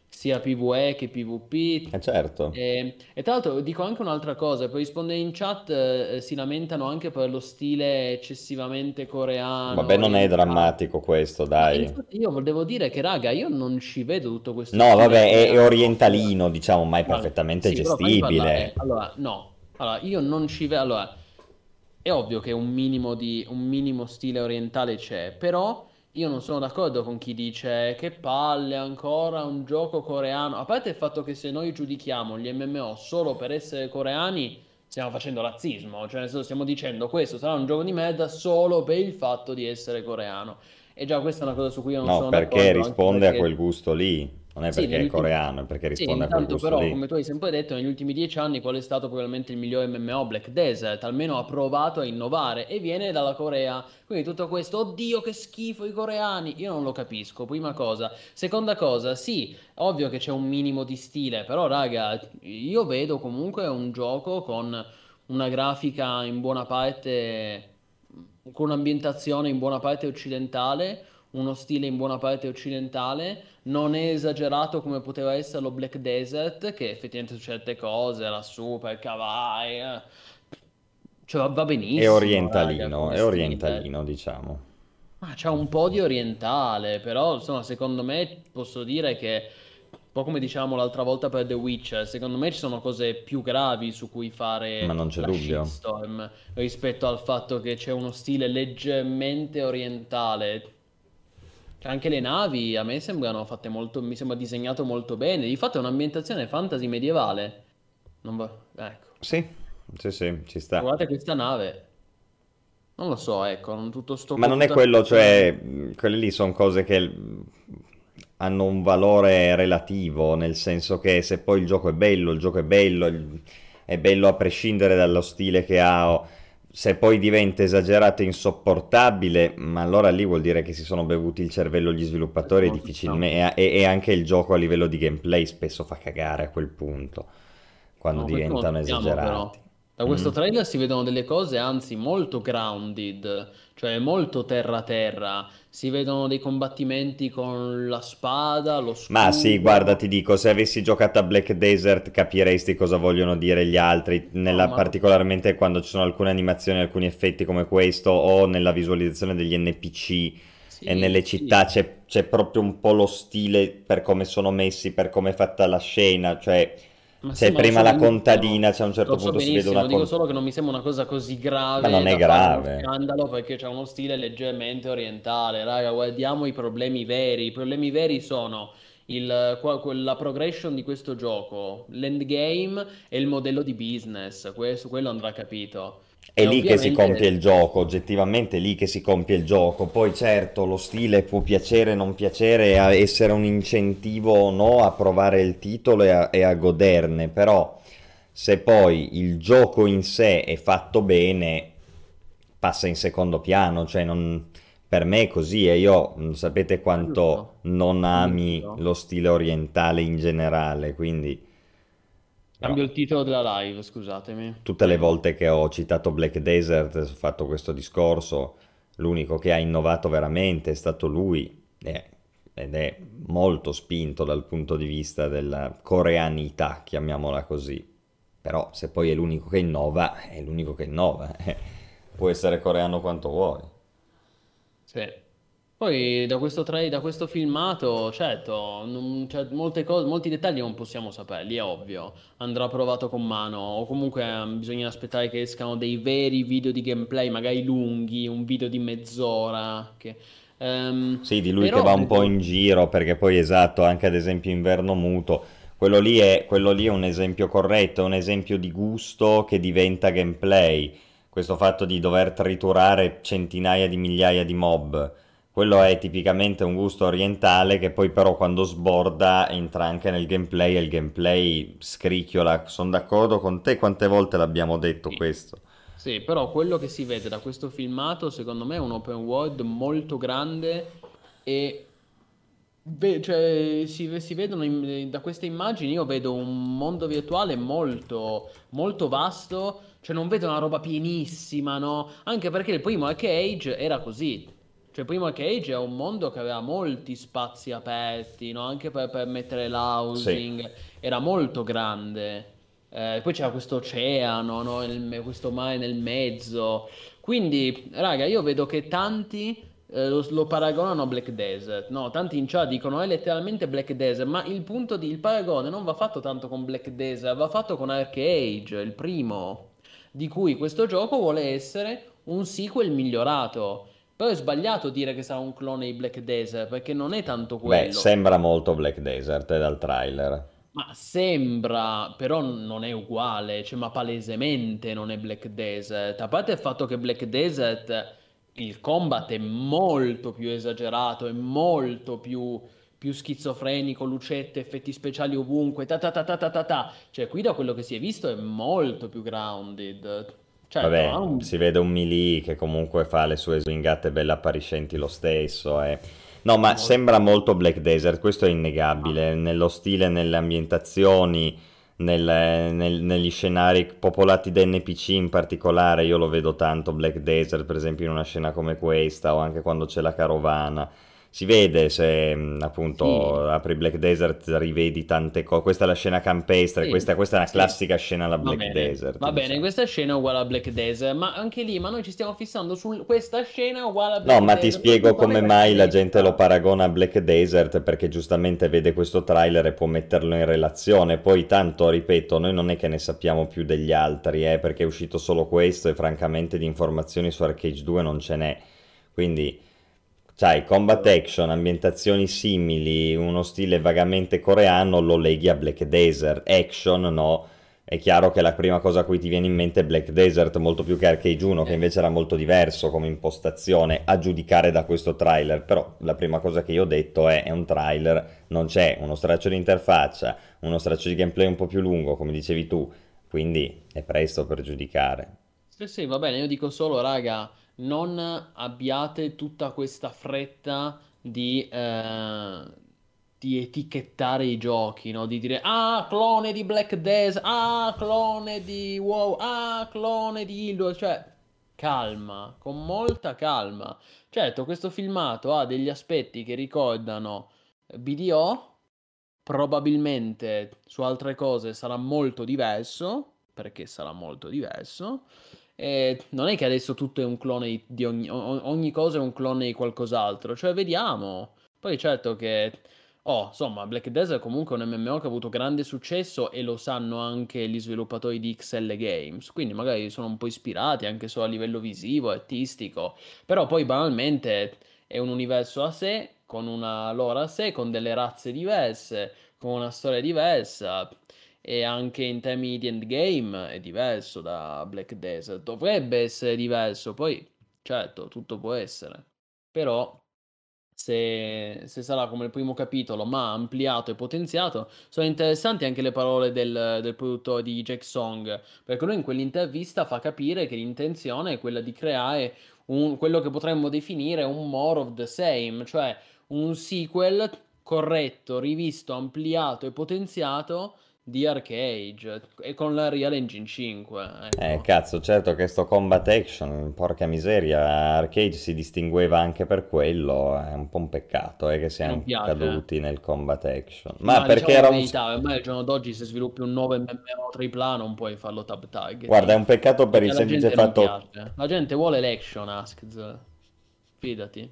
Speaker 3: sia PvE che PvP.
Speaker 2: Eh certo.
Speaker 3: E, e tra l'altro dico anche un'altra cosa, per rispondere in chat eh, si lamentano anche per lo stile eccessivamente coreano,
Speaker 2: Vabbè, non è
Speaker 3: orientale.
Speaker 2: drammatico questo,
Speaker 3: Ma
Speaker 2: dai.
Speaker 3: infatti io volevo dire che raga, io non ci vedo tutto questo
Speaker 2: No,
Speaker 3: stile
Speaker 2: vabbè, è, è
Speaker 3: coreano.
Speaker 2: orientalino, diciamo, ma è
Speaker 3: Allora,
Speaker 2: perfettamente
Speaker 3: sì, però fammi
Speaker 2: gestibile.
Speaker 3: parlare. Allora, no. Allora, io non ci vedo. Allora, è ovvio che un minimo di un minimo stile orientale c'è, però io non sono d'accordo con chi dice che palle ancora un gioco coreano. A parte il fatto che se noi giudichiamo gli M M O solo per essere coreani, stiamo facendo razzismo, cioè nel senso stiamo dicendo questo sarà un gioco di merda solo per il fatto di essere coreano. E già questa è una cosa su cui io non
Speaker 2: No,
Speaker 3: sono
Speaker 2: perché
Speaker 3: d'accordo, anche
Speaker 2: risponde a quel
Speaker 3: perché
Speaker 2: gusto lì. Non è
Speaker 3: sì,
Speaker 2: perché
Speaker 3: negli
Speaker 2: è
Speaker 3: ultimi...
Speaker 2: coreano, è perché
Speaker 3: Sì,
Speaker 2: risponde a quel
Speaker 3: intanto
Speaker 2: gusto
Speaker 3: però,
Speaker 2: lì.
Speaker 3: come tu hai sempre detto, negli ultimi dieci anni qual è stato probabilmente il migliore M M O? Black Desert, almeno ha provato a innovare e viene dalla Corea. Quindi tutto questo, oddio che schifo i coreani, io non lo capisco, prima cosa. Seconda cosa, sì, ovvio che c'è un minimo di stile, però raga, io vedo comunque un gioco con una grafica in buona parte, con un'ambientazione in buona parte occidentale, uno stile in buona parte occidentale, non è esagerato come poteva esserlo Black Desert, che effettivamente su certe cose era super kawaii, eh. Cioè va va
Speaker 2: È
Speaker 3: benissimo, raga,
Speaker 2: orientalino,
Speaker 3: come
Speaker 2: è
Speaker 3: stile.
Speaker 2: orientalino, diciamo.
Speaker 3: Ma c'ha un po' di orientale, però insomma, secondo me posso dire che, un po' come dicevamo l'altra volta per The Witcher, secondo me ci sono cose più gravi su cui
Speaker 2: Ma
Speaker 3: fare
Speaker 2: non c'è
Speaker 3: la
Speaker 2: dubbio.
Speaker 3: shitstorm rispetto al fatto che c'è uno stile leggermente orientale. Cioè, anche le navi a me sembrano fatte molto, mi sembra disegnato molto bene. Di fatto è un'ambientazione fantasy medievale. Non va... Ecco.
Speaker 2: Sì, sì, sì, ci sta.
Speaker 3: Guardate questa nave. Non lo so, ecco, non tutto sto
Speaker 2: Ma
Speaker 3: co-
Speaker 2: non è
Speaker 3: tutta
Speaker 2: quello,
Speaker 3: questa...
Speaker 2: cioè, mh, quelle lì sono cose che mh, hanno un valore relativo, nel senso che se poi il gioco è bello, il gioco è bello, il- è bello a prescindere dallo stile che ha, o se poi diventa esagerato e insopportabile, ma allora lì vuol dire che si sono bevuti il cervello gli
Speaker 3: Questo
Speaker 2: sviluppatori e
Speaker 3: non lo so.
Speaker 2: difficilmente, e, e anche il gioco a livello di gameplay spesso fa cagare a quel punto, quando
Speaker 3: No, questo non lo
Speaker 2: diventano
Speaker 3: sappiamo
Speaker 2: esagerati.
Speaker 3: però. Da
Speaker 2: Mm?
Speaker 3: questo trailer si vedono delle cose, anzi, molto grounded, cioè molto terra-terra. Si vedono dei combattimenti con la spada, lo
Speaker 2: Ma sì, guarda, ti
Speaker 3: scudo.
Speaker 2: dico, se avessi giocato a Black Desert capiresti cosa vogliono dire gli altri,
Speaker 3: No,
Speaker 2: nella-
Speaker 3: ma
Speaker 2: particolarmente quando ci sono alcune animazioni, alcuni effetti come questo, o nella visualizzazione degli N P C e
Speaker 3: sì,
Speaker 2: nelle
Speaker 3: sì.
Speaker 2: città c'è c'è proprio un po' lo stile per come sono messi, per come è fatta la scena, cioè
Speaker 3: Ma sì,
Speaker 2: c'è
Speaker 3: ma lo
Speaker 2: prima
Speaker 3: so
Speaker 2: la
Speaker 3: benissimo.
Speaker 2: contadina, c'è a un certo
Speaker 3: Lo so
Speaker 2: punto si vede una
Speaker 3: benissimo, dico
Speaker 2: contadina,
Speaker 3: solo che non mi sembra una cosa così
Speaker 2: ma
Speaker 3: grave
Speaker 2: non è
Speaker 3: da fare uno
Speaker 2: grave.
Speaker 3: scandalo perché c'è uno stile leggermente orientale. Raga, guardiamo i problemi veri. I problemi veri sono il, qua- quella progression di questo gioco, l'endgame e il modello di business. Questo, quello andrà capito.
Speaker 2: È
Speaker 3: E
Speaker 2: lì che si compie
Speaker 3: ovviamente,
Speaker 2: il gioco, oggettivamente è lì che si compie il gioco. Poi certo, lo stile può piacere o non piacere, a essere un incentivo o no a provare il titolo e a, e a goderne, però se poi il gioco in sé è fatto bene, passa in secondo piano, cioè non... Per me è così e io mh, sapete
Speaker 3: è
Speaker 2: quanto
Speaker 3: giusto,
Speaker 2: non
Speaker 3: è
Speaker 2: ami
Speaker 3: giusto.
Speaker 2: lo stile orientale in generale, quindi però
Speaker 3: Cambio il titolo della live, scusatemi,
Speaker 2: tutte le
Speaker 3: prego.
Speaker 2: volte che ho citato Black Desert, ho fatto questo discorso, l'unico che ha innovato veramente è stato lui, eh, ed è molto spinto dal punto di vista della coreanità, chiamiamola così. Però se poi è l'unico che innova, è l'unico che innova. eh. Può essere coreano quanto vuoi.
Speaker 3: Sì. Poi da questo, tra- da questo filmato, certo, non- cioè, molte cose, molti dettagli non possiamo saperli, è ovvio. Andrà provato con mano, o comunque ehm, bisogna aspettare che escano dei veri video di gameplay, magari lunghi, un video di mezz'ora. Che, ehm,
Speaker 2: Sì, di lui che
Speaker 3: però
Speaker 2: va un po'
Speaker 3: vedo...
Speaker 2: in giro, perché poi esatto, anche ad esempio Inverno Muto, quello lì è, quello lì è un esempio corretto, è un esempio di gusto che diventa gameplay. Questo fatto di dover triturare centinaia di migliaia di mob, quello è tipicamente un gusto orientale che poi però quando sborda entra anche nel gameplay e il gameplay scricchiola. Sono d'accordo con te, quante volte l'abbiamo detto
Speaker 3: Sì.
Speaker 2: questo?
Speaker 3: Sì, però quello che si vede da questo filmato, secondo me, è un open world molto grande e ve- cioè, si, si vedono in- da queste immagini, io vedo un mondo virtuale molto, molto vasto, cioè non vedo una roba pienissima, no? Anche perché il primo Arcade era così, Cioè, prima Cage è un mondo che aveva molti spazi aperti, no? Anche per permettere
Speaker 2: Sì.
Speaker 3: l'housing, era molto grande. Eh, poi c'era questo oceano, no? Il- questo mare nel mezzo. Quindi, raga, io vedo che tanti eh, lo, lo paragonano a Black Desert, no? Tanti in chat dicono è letteralmente Black Desert, ma il punto di, il paragone non va fatto tanto con Black Desert, va fatto con Arcade, il primo, di cui questo gioco vuole essere un sequel migliorato. Però è sbagliato dire che sarà un clone di Black Desert, perché non è tanto
Speaker 2: Beh,
Speaker 3: quello.
Speaker 2: sembra molto Black Desert eh, dal trailer.
Speaker 3: Ma sembra, però non è uguale, cioè, ma palesemente non è Black Desert. A parte il fatto che Black Desert, il combat è molto più esagerato, è molto più, più schizofrenico, lucette, effetti speciali ovunque, ta ta ta ta ta ta ta. Cioè, qui da quello che si è visto è molto più grounded. Certo, ha
Speaker 2: Vabbè,
Speaker 3: un...
Speaker 2: si vede un Melee che comunque fa le sue swingate belle appariscenti lo stesso. eh. No, ma
Speaker 3: molto...
Speaker 2: sembra molto Black Desert, questo è innegabile, nello stile, nelle ambientazioni, nel- nel- negli scenari popolati da N P C in particolare, io lo vedo tanto Black Desert, per esempio in una scena come questa, o anche quando c'è la carovana. Si vede se mh,
Speaker 3: Sì,
Speaker 2: appunto apri Black Desert, rivedi tante cose. Questa è la scena campestre,
Speaker 3: sì,
Speaker 2: questa, questa è una
Speaker 3: sì.
Speaker 2: classica scena alla
Speaker 3: Va
Speaker 2: Black
Speaker 3: bene,
Speaker 2: Desert,
Speaker 3: va bene,
Speaker 2: diciamo.
Speaker 3: questa scena è uguale a Black Desert, ma anche lì, ma noi ci stiamo fissando su questa scena uguale a
Speaker 2: No,
Speaker 3: Black
Speaker 2: ma ti
Speaker 3: Desert, ma
Speaker 2: spiego
Speaker 3: tutta
Speaker 2: come
Speaker 3: mega
Speaker 2: mai la gente lo
Speaker 3: scenetta.
Speaker 2: paragona a Black Desert, perché giustamente vede questo trailer e può metterlo in relazione. Poi tanto, ripeto, noi non è che ne sappiamo più degli altri, eh, perché è uscito solo questo e francamente di informazioni su Arcade due non ce n'è. Quindi, sai, combat
Speaker 3: Però,
Speaker 2: action, ambientazioni simili, uno stile vagamente coreano, lo leghi a Black Desert. Action, no. È chiaro che la prima cosa a cui ti viene in mente è Black Desert, molto più che Arcade uno, che
Speaker 3: eh,
Speaker 2: invece era molto diverso come impostazione, a giudicare da questo trailer. Però la prima cosa che io ho detto è, è un trailer, non c'è uno straccio di interfaccia, uno straccio di gameplay un po' più lungo, come dicevi tu, quindi è presto per giudicare.
Speaker 3: sì, sì, va bene, io dico solo, raga, non abbiate tutta questa fretta di, eh, di etichettare i giochi, no? Di dire, ah, clone di Black Desert, ah, clone di WoW, ah, clone di Ildo, cioè, calma, con molta calma. Certo, questo filmato ha degli aspetti che ricordano B D O, probabilmente su altre cose sarà molto diverso, perché sarà molto diverso. E non è che adesso tutto è un clone di di ogni, o- ogni cosa è un clone di qualcos'altro, cioè vediamo. Poi certo che, oh, insomma, Black Desert comunque è un M M O che ha avuto grande successo e lo sanno anche gli sviluppatori di X L Games, quindi magari sono un po' ispirati anche solo a livello visivo, artistico, però poi banalmente è un universo a sé, con una lore a sé, con delle razze diverse, con una storia diversa. E anche in termini di endgame è diverso da Black Desert. Dovrebbe essere diverso, poi certo, tutto può essere. Però se, se sarà come il primo capitolo, ma ampliato e potenziato, sono interessanti anche le parole del, del produttore di Jack Song, perché lui in quell'intervista fa capire che l'intenzione è quella di creare un- quello che potremmo definire un more of the same, cioè un sequel corretto, rivisto, ampliato e potenziato di Arcade e con la Real Engine cinque,
Speaker 2: Eh,
Speaker 3: ecco.
Speaker 2: cazzo, certo che sto combat action, porca miseria, Arcade si distingueva anche per quello, è un po' un peccato eh, che
Speaker 3: E non
Speaker 2: siamo
Speaker 3: piace.
Speaker 2: caduti nel combat action. Ma
Speaker 3: Ma
Speaker 2: perché
Speaker 3: diciamo la
Speaker 2: era un...
Speaker 3: verità, ormai al giorno d'oggi se sviluppi un nuovo M M O tripla A non puoi farlo tab
Speaker 2: Guarda, è
Speaker 3: targeting,
Speaker 2: un peccato per
Speaker 3: perché
Speaker 2: il
Speaker 3: alla
Speaker 2: semplice
Speaker 3: gente non
Speaker 2: fatto...
Speaker 3: piace. La gente vuole l'action, Askz, fidati.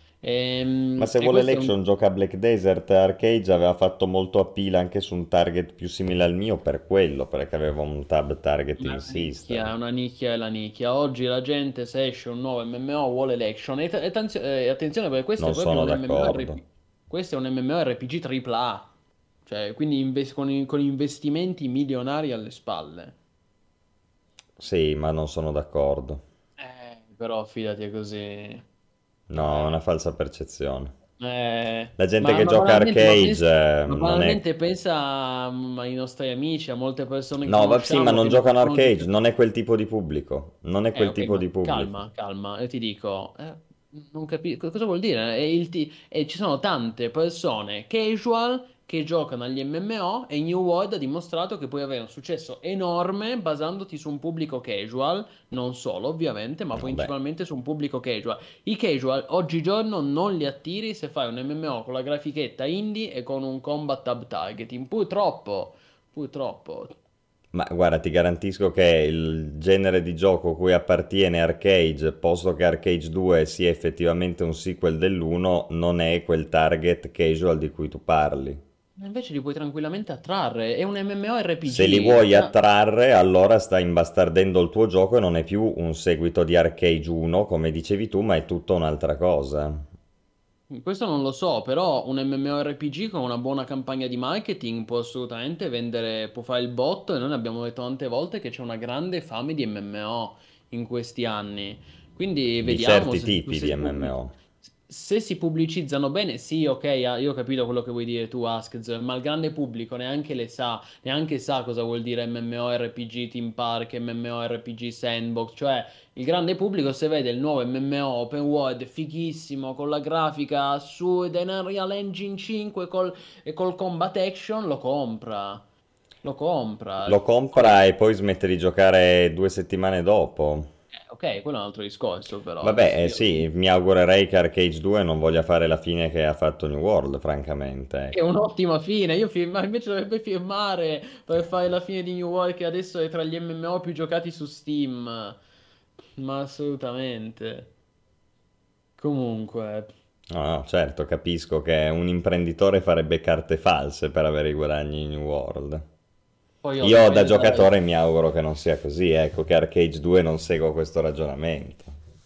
Speaker 2: Ma
Speaker 3: Ehm,
Speaker 2: se
Speaker 3: E,
Speaker 2: vuole
Speaker 3: questo è un...
Speaker 2: l'action gioca a Black Desert, Arcade aveva fatto molto appeal anche su un target più simile al mio per quello, perché aveva un tab
Speaker 3: Ma
Speaker 2: targeting
Speaker 3: è una nicchia,
Speaker 2: system.
Speaker 3: è una nicchia, è la nicchia. Oggi la gente se esce un nuovo M M O vuole l'action. E, e tanzio- e attenzione perché questo è
Speaker 2: Non
Speaker 3: proprio
Speaker 2: sono
Speaker 3: un
Speaker 2: d'accordo.
Speaker 3: MMORPG. Questo è un MMORPG tripla A. Cioè, quindi inves- con, con investimenti milionari alle spalle.
Speaker 2: Sì, ma non sono d'accordo.
Speaker 3: Eh, però fidati è così. Eh,
Speaker 2: No, è una falsa percezione.
Speaker 3: eh,
Speaker 2: La gente
Speaker 3: ma,
Speaker 2: che
Speaker 3: ma
Speaker 2: gioca
Speaker 3: banalmente, ma pensa,
Speaker 2: Arcade eh,
Speaker 3: ma
Speaker 2: non è...
Speaker 3: banalmente pensa mm, ai nostri amici, a molte persone che
Speaker 2: No, va- sì, ma
Speaker 3: conosciamo
Speaker 2: non
Speaker 3: che non
Speaker 2: giocano
Speaker 3: sono
Speaker 2: Arcade,
Speaker 3: giocati.
Speaker 2: non è quel tipo di pubblico. Non è
Speaker 3: Eh,
Speaker 2: quel
Speaker 3: ok,
Speaker 2: tipo
Speaker 3: ma
Speaker 2: di pubblico.
Speaker 3: calma, calma, io ti dico, eh, non capisco cosa vuol dire. E il ti- e ci sono tante persone casual che giocano agli M M O e New World ha dimostrato che puoi avere un successo enorme basandoti su un pubblico casual, non solo ovviamente, ma
Speaker 2: Vabbè.
Speaker 3: principalmente su un pubblico casual. I casual oggigiorno non li attiri se fai un M M O con la grafichetta indie e con un combat tab targeting. Purtroppo, purtroppo.
Speaker 2: Ma guarda, ti garantisco che il genere di gioco cui appartiene Arcade, posto che Arcade due sia effettivamente un sequel dell'uno, non è quel target casual di cui tu parli.
Speaker 3: Ma invece li puoi tranquillamente attrarre. È un
Speaker 2: Se li
Speaker 3: MMORPG.
Speaker 2: vuoi attrarre, allora stai imbastardendo il tuo gioco e non è più un seguito di Arcade uno, come dicevi tu, ma è tutta un'altra cosa.
Speaker 3: Questo non lo so, però un MMORPG con una buona campagna di marketing può assolutamente vendere, può fare il botto e noi abbiamo detto tante volte che c'è una grande fame di M M O in questi anni. Quindi
Speaker 2: Di
Speaker 3: vediamo
Speaker 2: certi
Speaker 3: se,
Speaker 2: tipi
Speaker 3: se
Speaker 2: di
Speaker 3: si pubblic-
Speaker 2: M M O.
Speaker 3: se si pubblicizzano bene. Sì, ok, ah, io ho capito quello che vuoi dire tu, Askz, ma il grande pubblico neanche le sa, neanche sa cosa vuol dire MMORPG Team Park, MMORPG Sandbox, cioè il grande pubblico se vede il nuovo M M O open world fighissimo con la grafica assurda in Unreal Engine cinque col- e col combat action lo compra. Lo compra.
Speaker 2: Lo
Speaker 3: Poi,
Speaker 2: compra e poi smette di giocare due settimane dopo.
Speaker 3: eh, ok, quello è un altro discorso, però
Speaker 2: Vabbè,
Speaker 3: adesso
Speaker 2: eh,
Speaker 3: io.
Speaker 2: sì, mi augurerei che Arcade due non voglia fare la fine che ha fatto New World, francamente,
Speaker 3: È
Speaker 2: ecco.
Speaker 3: un'ottima fine. Io firma- invece dovrebbe firmare per fare la fine di New World, che adesso è tra gli M M O più giocati su Steam. Ma assolutamente. Comunque.
Speaker 2: No, no, certo, capisco che un imprenditore farebbe carte false per avere i guadagni in New World.
Speaker 3: Poi oh,
Speaker 2: Io da
Speaker 3: dipende
Speaker 2: giocatore
Speaker 3: dalla.
Speaker 2: mi auguro che non sia così, ecco, che Arcade due non segua questo ragionamento.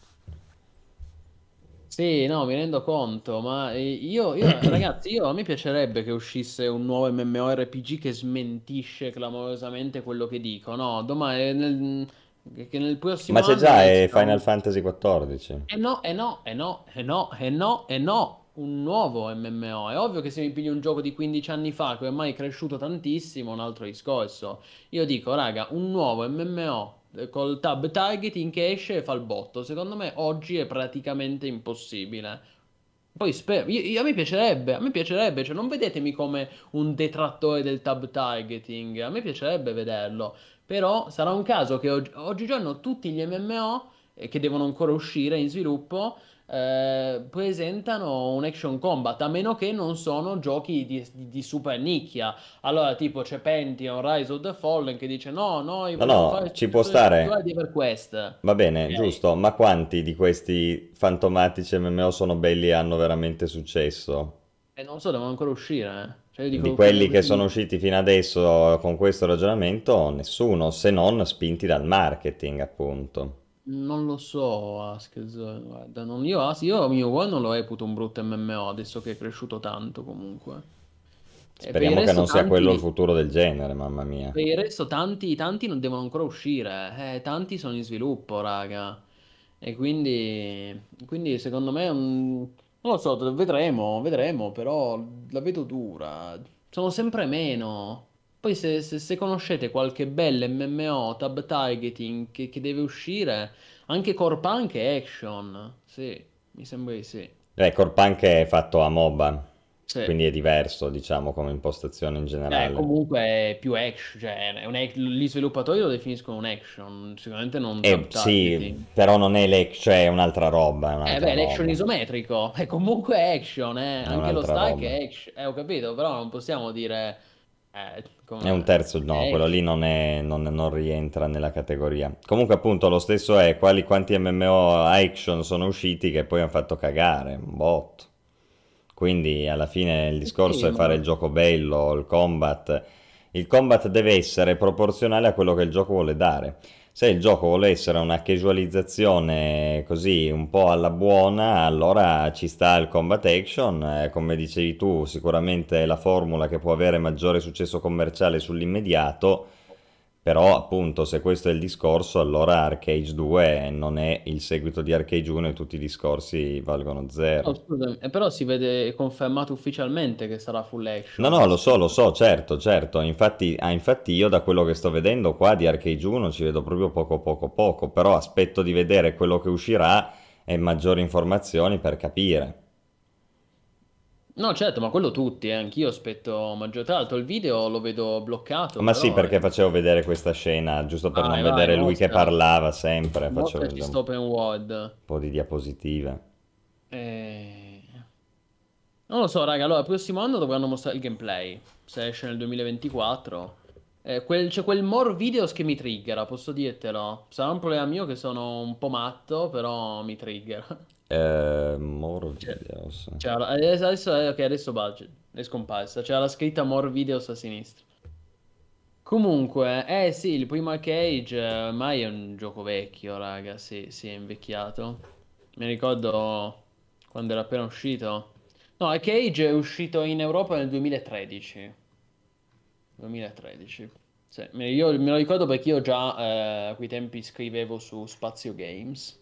Speaker 3: Sì, no, mi rendo conto, ma eh, io, io- ragazzi, io, a me piacerebbe che uscisse un nuovo MMORPG che smentisce clamorosamente quello che dico, no? Domani, nel, che nel
Speaker 2: Ma
Speaker 3: prossimo
Speaker 2: c'è
Speaker 3: anno
Speaker 2: già, è
Speaker 3: esca
Speaker 2: Final
Speaker 3: un.
Speaker 2: Fantasy quattordici.
Speaker 3: E no, e no, e no, e no, e no, e no, un nuovo M M O. È ovvio che se mi pigli un gioco di quindici anni fa, che ormai è cresciuto tantissimo, è un altro discorso. Io dico, raga, un nuovo M M O eh, col tab targeting che esce e fa il botto. Secondo me oggi è praticamente impossibile. Poi spero, io- io- a me piacerebbe, a me piacerebbe, cioè non vedetemi come un detrattore del tab targeting, a me piacerebbe vederlo, però sarà un caso che oggi- oggigiorno tutti gli M M O eh, che devono ancora uscire in sviluppo eh, presentano un action combat, a meno che non sono giochi di, di- di super nicchia. Allora tipo c'è Pantheon, Rise of the Fallen che dice no, noi
Speaker 2: No,
Speaker 3: vogliamo fare
Speaker 2: no,
Speaker 3: il
Speaker 2: ci può
Speaker 3: successore spirituale
Speaker 2: stare.
Speaker 3: di EverQuest.
Speaker 2: Va bene,
Speaker 3: Ok?
Speaker 2: giusto, ma quanti di questi fantomatici M M O sono belli e hanno veramente successo?
Speaker 3: E non so, devono ancora uscire. eh. Cioè io
Speaker 2: Di
Speaker 3: dico che
Speaker 2: quelli che
Speaker 3: questi.
Speaker 2: sono usciti fino adesso con questo ragionamento, nessuno, se non spinti dal marketing, appunto.
Speaker 3: Non lo so, Askez, guarda, non, io, As- io Mio One non lo reputo un brutto M M O adesso che è cresciuto tanto comunque. E per il
Speaker 2: Speriamo che
Speaker 3: resto
Speaker 2: non sia quello il
Speaker 3: tanti,
Speaker 2: futuro del genere, mamma mia.
Speaker 3: per il resto tanti, tanti non devono ancora uscire, eh, tanti sono in sviluppo, raga. E quindi, quindi secondo me, mm, non lo so, vedremo, vedremo, però la vedo dura. Sono sempre meno. Poi se, se- se conoscete qualche bel M M O, tab targeting che, che deve uscire, anche core punk e action, sì, mi sembra di sì.
Speaker 2: Eh, Corpunk è fatto a MOBA,
Speaker 3: Sì.
Speaker 2: quindi è diverso, diciamo, come impostazione in
Speaker 3: Eh,
Speaker 2: generale.
Speaker 3: comunque è più action, cioè è un ac- gli sviluppatori lo definiscono un action, sicuramente non
Speaker 2: Eh
Speaker 3: tab
Speaker 2: sì,
Speaker 3: targeting.
Speaker 2: però non è l'action, cioè è un'altra roba, è
Speaker 3: Eh
Speaker 2: un'altra
Speaker 3: beh, l'action
Speaker 2: roba,
Speaker 3: isometrico, è comunque action, eh.
Speaker 2: è
Speaker 3: Anche lo
Speaker 2: un'altra
Speaker 3: stack
Speaker 2: roba.
Speaker 3: è action, eh, ho capito, però non possiamo dire eh,
Speaker 2: È un
Speaker 3: come
Speaker 2: terzo, no,
Speaker 3: è
Speaker 2: quello lì
Speaker 3: action.
Speaker 2: non, è- non- non rientra nella categoria. Comunque appunto lo stesso è quali, quanti M M O action sono usciti che poi hanno fatto cagare, un botto. Quindi alla fine il discorso
Speaker 3: Sì,
Speaker 2: è fare
Speaker 3: ma
Speaker 2: il gioco bello, il combat. Il combat deve essere proporzionale a quello che il gioco vuole dare. Se il gioco vuole essere una casualizzazione così un po' alla buona, allora ci sta il combat action. Eh, come dicevi tu, sicuramente è la formula che può avere maggiore successo commerciale sull'immediato. Però appunto se questo è il discorso, allora Arcade due non è il seguito di Arcade uno e tutti i discorsi valgono
Speaker 3: oh,
Speaker 2: zero.
Speaker 3: scusami, eh, però si vede confermato ufficialmente che sarà full
Speaker 2: No,
Speaker 3: action.
Speaker 2: no,
Speaker 3: eh,
Speaker 2: lo so,
Speaker 3: scusa.
Speaker 2: lo so, certo, certo. Infatti, ah, infatti io da quello che sto vedendo qua di Arcade uno ci vedo proprio poco, poco, poco. Però aspetto di vedere quello che uscirà e maggiori informazioni per capire.
Speaker 3: No, certo, ma quello tutti, eh, anch'io aspetto maggior. Tra l'altro il video lo vedo bloccato,
Speaker 2: Ma sì,
Speaker 3: però...
Speaker 2: perché facevo vedere questa scena, giusto per non
Speaker 3: Vai, vai,
Speaker 2: vedere lui che
Speaker 3: mostra.
Speaker 2: parlava sempre, facevo
Speaker 3: Mostraci
Speaker 2: vedere un
Speaker 3: sto open world.
Speaker 2: po' di diapositive.
Speaker 3: Eh, Non lo so, raga, allora il prossimo anno dovranno mostrare il gameplay, se esce nel duemilaventiquattro. Eh, quel- c'è quel more videos che mi triggera, posso dirtelo. Sarà un problema mio che sono un po' matto, però mi triggera.
Speaker 2: Eh, more
Speaker 3: Cioè,
Speaker 2: videos.
Speaker 3: c'era la- adesso, adesso, eh, ok, adesso budget, è scomparsa. C'era la scritta more videos a sinistra. Comunque, eh sì, il primo Arcade eh, ormai è un gioco vecchio, raga, sì, sì, è invecchiato. Mi ricordo quando era appena uscito. No, Arcade è uscito in Europa nel duemilatredici. duemilatredici. Sì, me- io me lo ricordo perché io già eh, a quei tempi scrivevo su Spazio Games.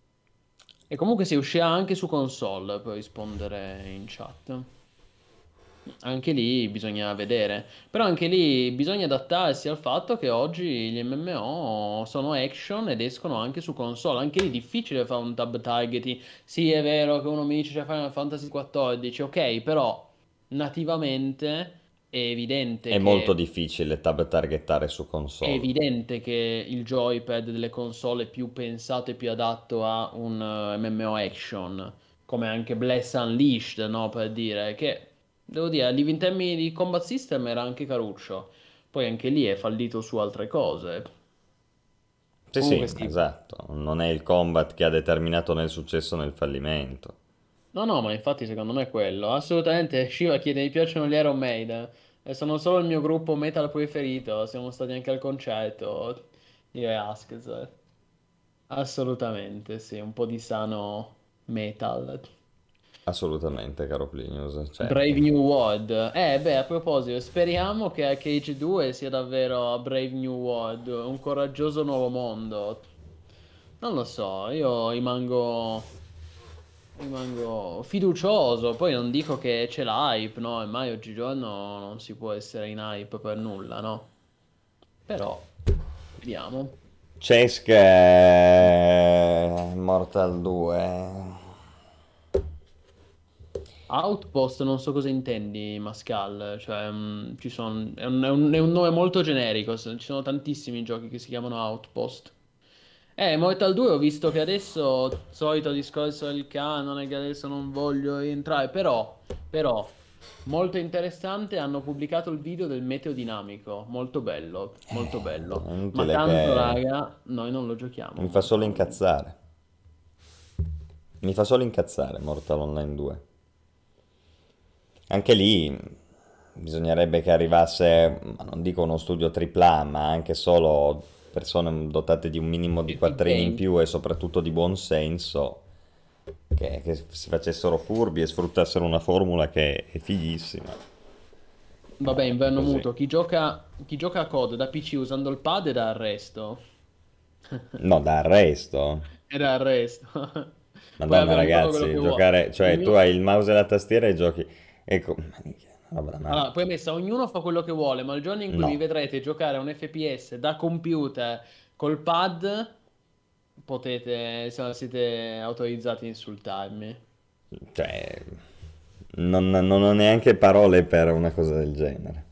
Speaker 3: E comunque si uscirà anche su console per rispondere in chat. Anche lì bisogna vedere, però anche lì bisogna adattarsi al fatto che oggi gli M M O sono action ed escono anche su console. Anche lì è difficile fare un tab targeting. Sì, è vero che uno mi dice c'è Final Fantasy quattordici, ok, però nativamente è evidente
Speaker 2: È molto
Speaker 3: che
Speaker 2: difficile tab targettare su
Speaker 3: è
Speaker 2: console.
Speaker 3: evidente che il joypad delle console è più pensato e più adatto a un eh, M M O action, come anche Bless Unleashed, no? Per dire che, devo dire, lì in termini di combat system era anche caruccio. Poi anche lì è fallito su altre cose.
Speaker 2: Sì,
Speaker 3: Comunque
Speaker 2: sì,
Speaker 3: sì.
Speaker 2: esatto. Non è il combat che ha determinato nel successo o nel fallimento.
Speaker 3: No, no, ma infatti secondo me è quello. Assolutamente, Shiva chiede mi piacciono gli Iron Maiden. E sono solo il mio gruppo metal preferito. Siamo stati anche al concerto. Io e Askez. Assolutamente, sì, un po' di sano metal.
Speaker 2: Assolutamente, caro Plinius,
Speaker 3: Brave
Speaker 2: certo.
Speaker 3: New World. Eh, beh, a proposito, speriamo che Arcade due sia davvero a Brave New World, un coraggioso nuovo mondo. Non lo so, io rimango, rimango fiducioso. Poi non dico che c'è l'hype, no? Ormai oggigiorno non si può essere in hype per nulla, no? Però, vediamo.
Speaker 2: Cesk eh, Mortal due.
Speaker 3: Outpost, non so cosa intendi, Mascal, cioè mm, ci sono, è un, è un- è un nome molto generico, se- ci sono tantissimi giochi che si chiamano Outpost. Eh, Mortal due ho visto che adesso, solito discorso del canone, che adesso non voglio entrare, però, però, molto interessante, hanno pubblicato il video del meteo dinamico, molto bello, molto bello,
Speaker 2: È
Speaker 3: ma
Speaker 2: inutile
Speaker 3: tanto,
Speaker 2: che
Speaker 3: raga, noi non lo giochiamo
Speaker 2: mi fa solo
Speaker 3: Mortal due.
Speaker 2: incazzare. Mi fa solo incazzare Mortal Online due. Anche lì bisognerebbe che arrivasse, ma non dico uno studio tripla A, ma anche solo persone dotate di un minimo di
Speaker 3: Epic
Speaker 2: quattrini in
Speaker 3: Games.
Speaker 2: più e soprattutto di buon senso, che, che si facessero furbi e sfruttassero una formula che è fighissima.
Speaker 3: Vabbè,
Speaker 2: Ma
Speaker 3: inverno
Speaker 2: così.
Speaker 3: muto. Chi gioca, chi gioca a COD da P C usando il pad è da arresto.
Speaker 2: No, da arresto.
Speaker 3: È da arresto. Puoi
Speaker 2: Madonna
Speaker 3: avere ognuno quello che
Speaker 2: ragazzi,
Speaker 3: vuole.
Speaker 2: giocare, cioè tu
Speaker 3: Ognuno...
Speaker 2: hai il mouse e la tastiera e giochi. Ecco, ma minchia, una roba da
Speaker 3: Allora, poi
Speaker 2: matti.
Speaker 3: è messa, ognuno fa quello che vuole, ma il giorno in cui mi
Speaker 2: No,
Speaker 3: vedrete giocare a un F P S da computer col pad, potete, se siete autorizzati a insultarmi.
Speaker 2: cioè, non, non ho neanche parole per una cosa del genere.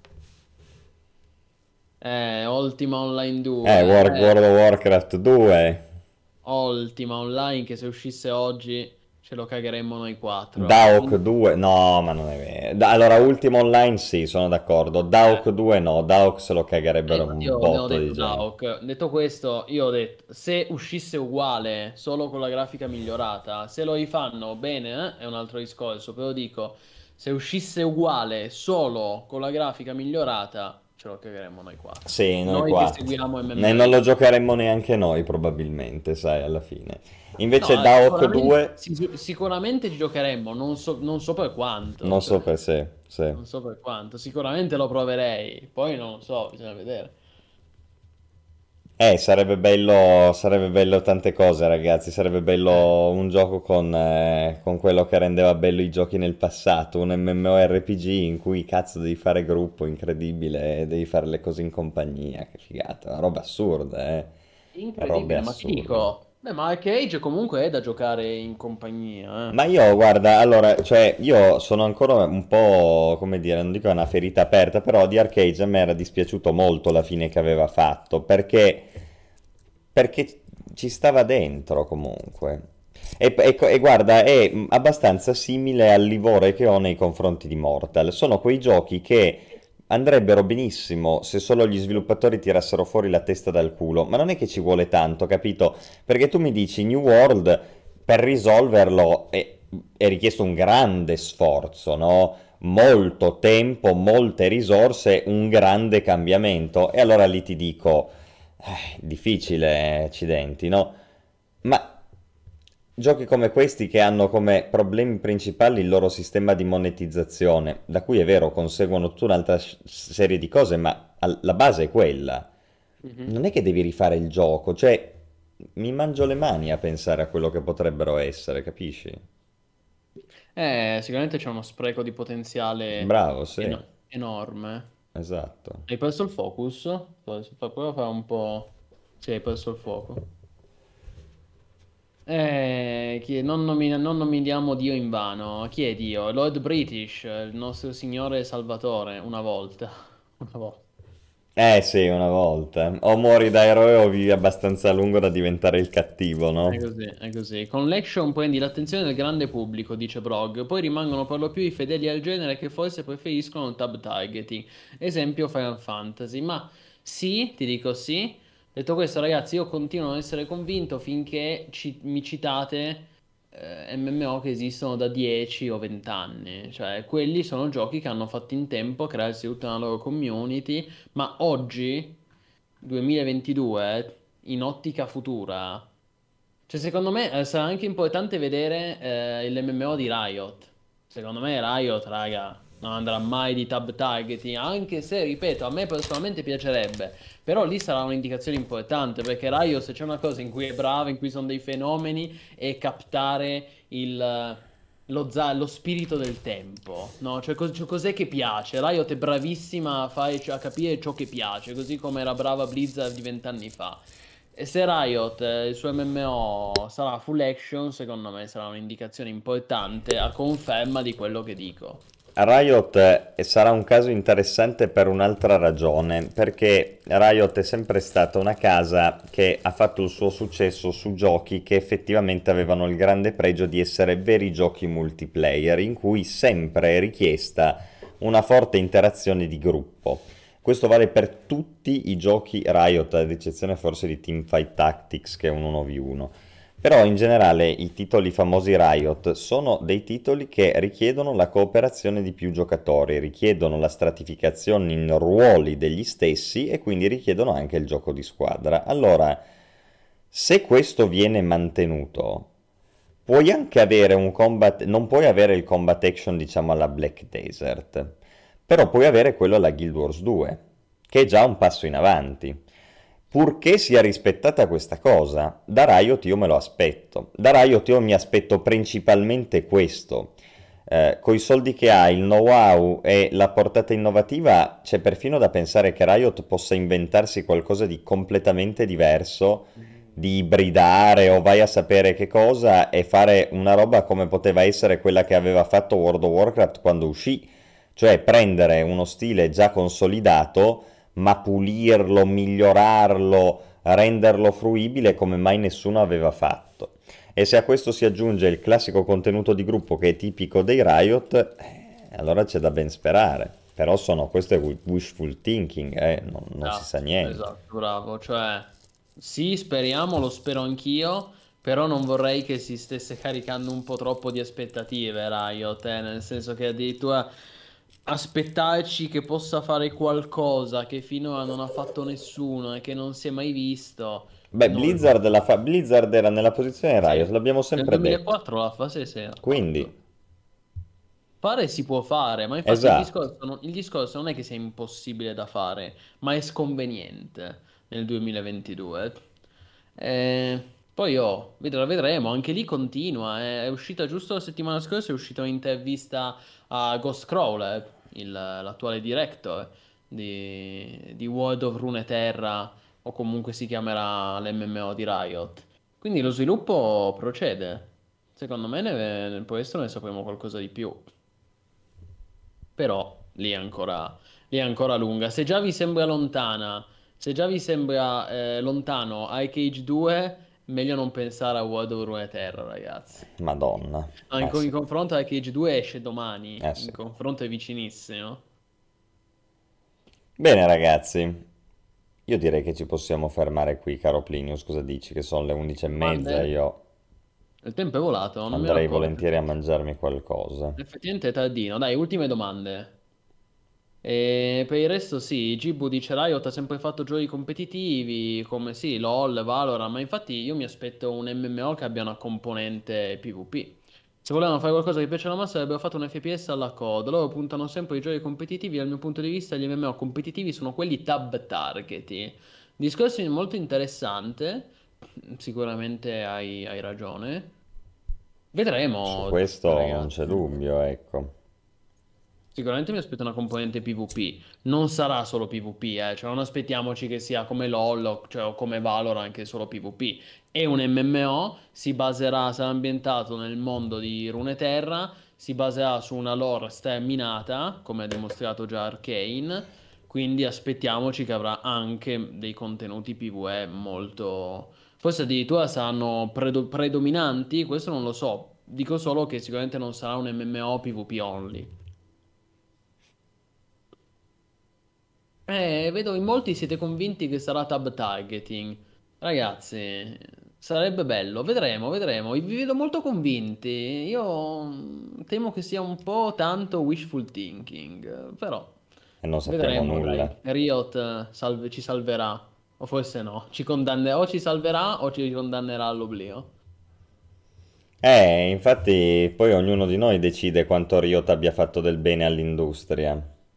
Speaker 3: Eh, Ultima Online
Speaker 2: Eh,
Speaker 3: due,
Speaker 2: War-
Speaker 3: eh.
Speaker 2: World of Warcraft due,
Speaker 3: Ultima Online che se uscisse oggi ce lo cagheremmo noi quattro.
Speaker 2: Daok
Speaker 3: In-
Speaker 2: due, no, ma non è vero. Da- allora, Ultima Online sì, sono d'accordo. Daok
Speaker 3: eh.
Speaker 2: due no, Daok se lo
Speaker 3: Eh,
Speaker 2: cagherebbero
Speaker 3: infatti
Speaker 2: un
Speaker 3: io ne ho
Speaker 2: botto di
Speaker 3: detto
Speaker 2: gente.
Speaker 3: Daok. Detto questo, io ho detto, se uscisse uguale, solo con la grafica migliorata, se lo rifanno bene, eh, è un altro discorso, però dico, se uscisse uguale solo con la grafica migliorata, ce lo cagheremmo noi quattro.
Speaker 2: Sì, noi
Speaker 3: Noi che
Speaker 2: quattro.
Speaker 3: seguiamo
Speaker 2: E non lo
Speaker 3: M M O.
Speaker 2: giocheremmo neanche noi probabilmente, sai, alla fine.
Speaker 3: No,
Speaker 2: Invece
Speaker 3: eh,
Speaker 2: Daok
Speaker 3: sicuramente,
Speaker 2: due,
Speaker 3: sic- sicuramente ci giocheremmo, non so, non so per quanto,
Speaker 2: non so
Speaker 3: cioè,
Speaker 2: per sé, sì.
Speaker 3: non so per quanto, sicuramente lo proverei, poi non lo so, bisogna vedere.
Speaker 2: Eh, sarebbe bello, sarebbe bello tante cose, ragazzi. Sarebbe
Speaker 3: Eh.
Speaker 2: bello un gioco con, eh, con quello che rendeva bello i giochi nel passato, un MMORPG in cui cazzo devi fare gruppo, incredibile, e devi fare le cose in compagnia, che figata, una roba assurda, eh. Robe
Speaker 3: Incredibile, ma ti
Speaker 2: assurde.
Speaker 3: dico. Beh, ma Cage comunque è da giocare in compagnia, eh.
Speaker 2: Ma io, guarda, allora, cioè, io sono ancora un po', come dire, non dico una ferita aperta, però di Arcade a me era dispiaciuto molto la fine che aveva fatto, perché, perché ci stava dentro comunque. E, e- e guarda, è mh, abbastanza simile al livore che ho nei confronti di Mortal. Sono quei giochi che andrebbero benissimo se solo gli sviluppatori tirassero fuori la testa dal culo, ma non è che ci vuole tanto, capito? Perché tu mi dici New World, per risolverlo è, è richiesto un grande sforzo, no? Molto tempo, molte risorse, un grande cambiamento. E allora lì ti dico, eh, difficile, accidenti, no? Ma giochi come questi che hanno come problemi principali il loro sistema di monetizzazione, da cui è vero conseguono tutta un'altra s- serie di cose, ma al- la base è quella.
Speaker 3: Mhm.
Speaker 2: Non è che devi rifare il gioco, cioè mi mangio le mani a pensare a quello che potrebbero essere, capisci?
Speaker 3: Eh, sicuramente c'è uno spreco di potenziale
Speaker 2: Bravo, sì,
Speaker 3: eno- enorme.
Speaker 2: esatto.
Speaker 3: Hai perso il focus? Poi fa- Prova a fare un po'. Sì, hai perso il fuoco. Eh, chi- non, nomi- non nominiamo Dio in vano. Chi è Dio? Lord British, il nostro Signore Salvatore, una volta. Una volta.
Speaker 2: Eh sì, una volta. O muori da eroe o vivi abbastanza a lungo da diventare il cattivo,
Speaker 3: È
Speaker 2: no?
Speaker 3: così, è così. Con l'action prendi l'attenzione del grande pubblico, dice Brog, poi rimangono per lo più i fedeli al genere che forse preferiscono il tab targeting. Esempio Final Fantasy. Ma sì, ti dico sì. Detto questo, ragazzi, io continuo a non essere convinto finché ci- mi citate eh, M M O che esistono da dieci o venti anni. Cioè, quelli sono giochi che hanno fatto in tempo a crearsi tutta una loro community, ma oggi, duemilaventidue, in ottica futura. Cioè, secondo me eh, sarà anche importante vedere eh, l'M M O di Riot. Secondo me Riot, raga, non andrà mai di tab targeting, anche se, ripeto, a me personalmente piacerebbe. Però lì sarà un'indicazione importante, perché Riot se c'è una cosa in cui è brava, in cui sono dei fenomeni, è captare il, lo, za- lo spirito del tempo, no? Cioè, cos- cioè, cos'è che piace? Riot è bravissima a, fare- cioè, a capire ciò che piace, così come era brava Blizzard di vent'anni fa. E se Riot, eh, il suo M M O sarà full action, secondo me sarà un'indicazione importante a conferma di quello che dico.
Speaker 2: Riot eh, sarà un caso interessante per un'altra ragione, perché Riot è sempre stata una casa che ha fatto il suo successo su giochi che effettivamente avevano il grande pregio di essere veri giochi multiplayer, in cui sempre è richiesta una forte interazione di gruppo. Questo vale per tutti i giochi Riot, ad eccezione forse di Teamfight Tactics, che è un uno vu uno. Però in generale i titoli famosi Riot sono dei titoli che richiedono la cooperazione di più giocatori, richiedono la stratificazione in ruoli degli stessi e quindi richiedono anche il gioco di squadra. Allora, se questo viene mantenuto, puoi anche avere un combat, non puoi avere il combat action diciamo alla Black Desert, però puoi avere quello alla Guild Wars due, che è già un passo in avanti. Purché sia rispettata questa cosa, da Riot io me lo aspetto. Da Riot io mi aspetto principalmente questo. Eh, coi soldi che ha, il know-how e la portata innovativa, c'è perfino da pensare che Riot possa inventarsi qualcosa di completamente diverso, di ibridare o vai a sapere che cosa e fare una roba come poteva essere quella che aveva fatto World of Warcraft quando uscì, cioè prendere uno stile già consolidato ma pulirlo, migliorarlo, renderlo fruibile come mai nessuno aveva fatto. E se a questo si aggiunge il classico contenuto di gruppo che è tipico dei Riot, eh, allora c'è da ben sperare. Però sono, questo è wishful thinking, eh, non, non si sa
Speaker 3: Esatto,
Speaker 2: niente.
Speaker 3: esatto, bravo. Cioè, sì, speriamo, lo spero anch'io, però non vorrei che si stesse caricando un po' troppo di aspettative Riot, eh, nel senso che addirittura aspettarci che possa fare qualcosa che finora non ha fatto nessuno e che non si è mai visto,
Speaker 2: Beh,
Speaker 3: non lo
Speaker 2: Blizzard, la
Speaker 3: so.
Speaker 2: fa- Blizzard era nella posizione Riot,
Speaker 3: Sì,
Speaker 2: l'abbiamo
Speaker 3: nel
Speaker 2: sempre detto.
Speaker 3: duemilaquattro la fase si era
Speaker 2: Quindi,
Speaker 3: fatto. Fare si può fare, ma infatti il
Speaker 2: esatto.
Speaker 3: discorso, non, il discorso non è che sia impossibile da fare, ma è sconveniente nel duemilaventidue. Eh, poi oh, vedremo, vedremo, anche lì continua. eh, È uscita giusto la settimana scorsa, è uscita un'intervista a Ghostcrawler, il- l'attuale director di, di World of Runeterra, o comunque si chiamerà l'M M O di Riot. Quindi lo sviluppo procede. Secondo me ne, nel questo ne sapremo qualcosa di più. Però lì è ancora, lì è ancora lunga. Se già vi sembra lontana, se già vi sembra eh, lontano Ice Age due, meglio non pensare a World of Runeterra, ragazzi.
Speaker 2: Madonna.
Speaker 3: No, in,
Speaker 2: Eh
Speaker 3: co- in
Speaker 2: sì,
Speaker 3: confronto Ice Age due esce domani,
Speaker 2: eh
Speaker 3: in
Speaker 2: sì.
Speaker 3: confronto è vicinissimo.
Speaker 2: Bene ragazzi, io direi che ci possiamo fermare qui, caro Plinius, cosa dici? Che sono le undici e mezza,
Speaker 3: Domande?
Speaker 2: io
Speaker 3: Il tempo è volato, non mi ero
Speaker 2: andrei
Speaker 3: accorto.
Speaker 2: volentieri a
Speaker 3: Effetti-
Speaker 2: mangiarmi qualcosa.
Speaker 3: Effettivamente è tardino. Dai, ultime domande. E per il resto sì, Gibu dice Riot ha sempre fatto giochi competitivi come sì, LoL, Valorant, ma infatti io mi aspetto un M M O che abbia una componente PvP. Se volevano fare qualcosa che piace alla massa avrebbero fatto un F P S alla coda. Loro puntano sempre ai giochi competitivi e dal mio punto di vista gli M M O competitivi sono quelli tab targeti. Discorso molto interessante, sicuramente hai, hai ragione.
Speaker 2: Su
Speaker 3: Vedremo,
Speaker 2: questo non c'è
Speaker 3: ragazzi.
Speaker 2: dubbio, ecco.
Speaker 3: Sicuramente mi aspetto una componente PvP. Non sarà solo PvP, eh. Cioè non aspettiamoci che sia come LoL o, cioè, o come Valorant anche solo PvP. È un M M O, si baserà, sarà ambientato nel mondo di Runeterra, si baserà su una lore sterminata, come ha dimostrato già Arcane, quindi aspettiamoci che avrà anche dei contenuti PvE molto... Forse addirittura saranno predo- predominanti, questo non lo so. Dico solo che sicuramente non sarà un M M O PvP only. Eh, vedo in molti siete convinti che sarà tab targeting. Ragazzi, sarebbe bello. Vedremo, vedremo. Vi vedo molto convinti. Io mm, temo che sia un po' tanto wishful thinking. Però
Speaker 2: E non sappiamo
Speaker 3: vedremo,
Speaker 2: nulla.
Speaker 3: dai. Riot eh, salve- ci salverà. O forse no. Ci condanne- o ci salverà o ci condannerà all'oblio.
Speaker 2: Eh, infatti poi ognuno di noi decide quanto Riot abbia fatto del bene all'industria.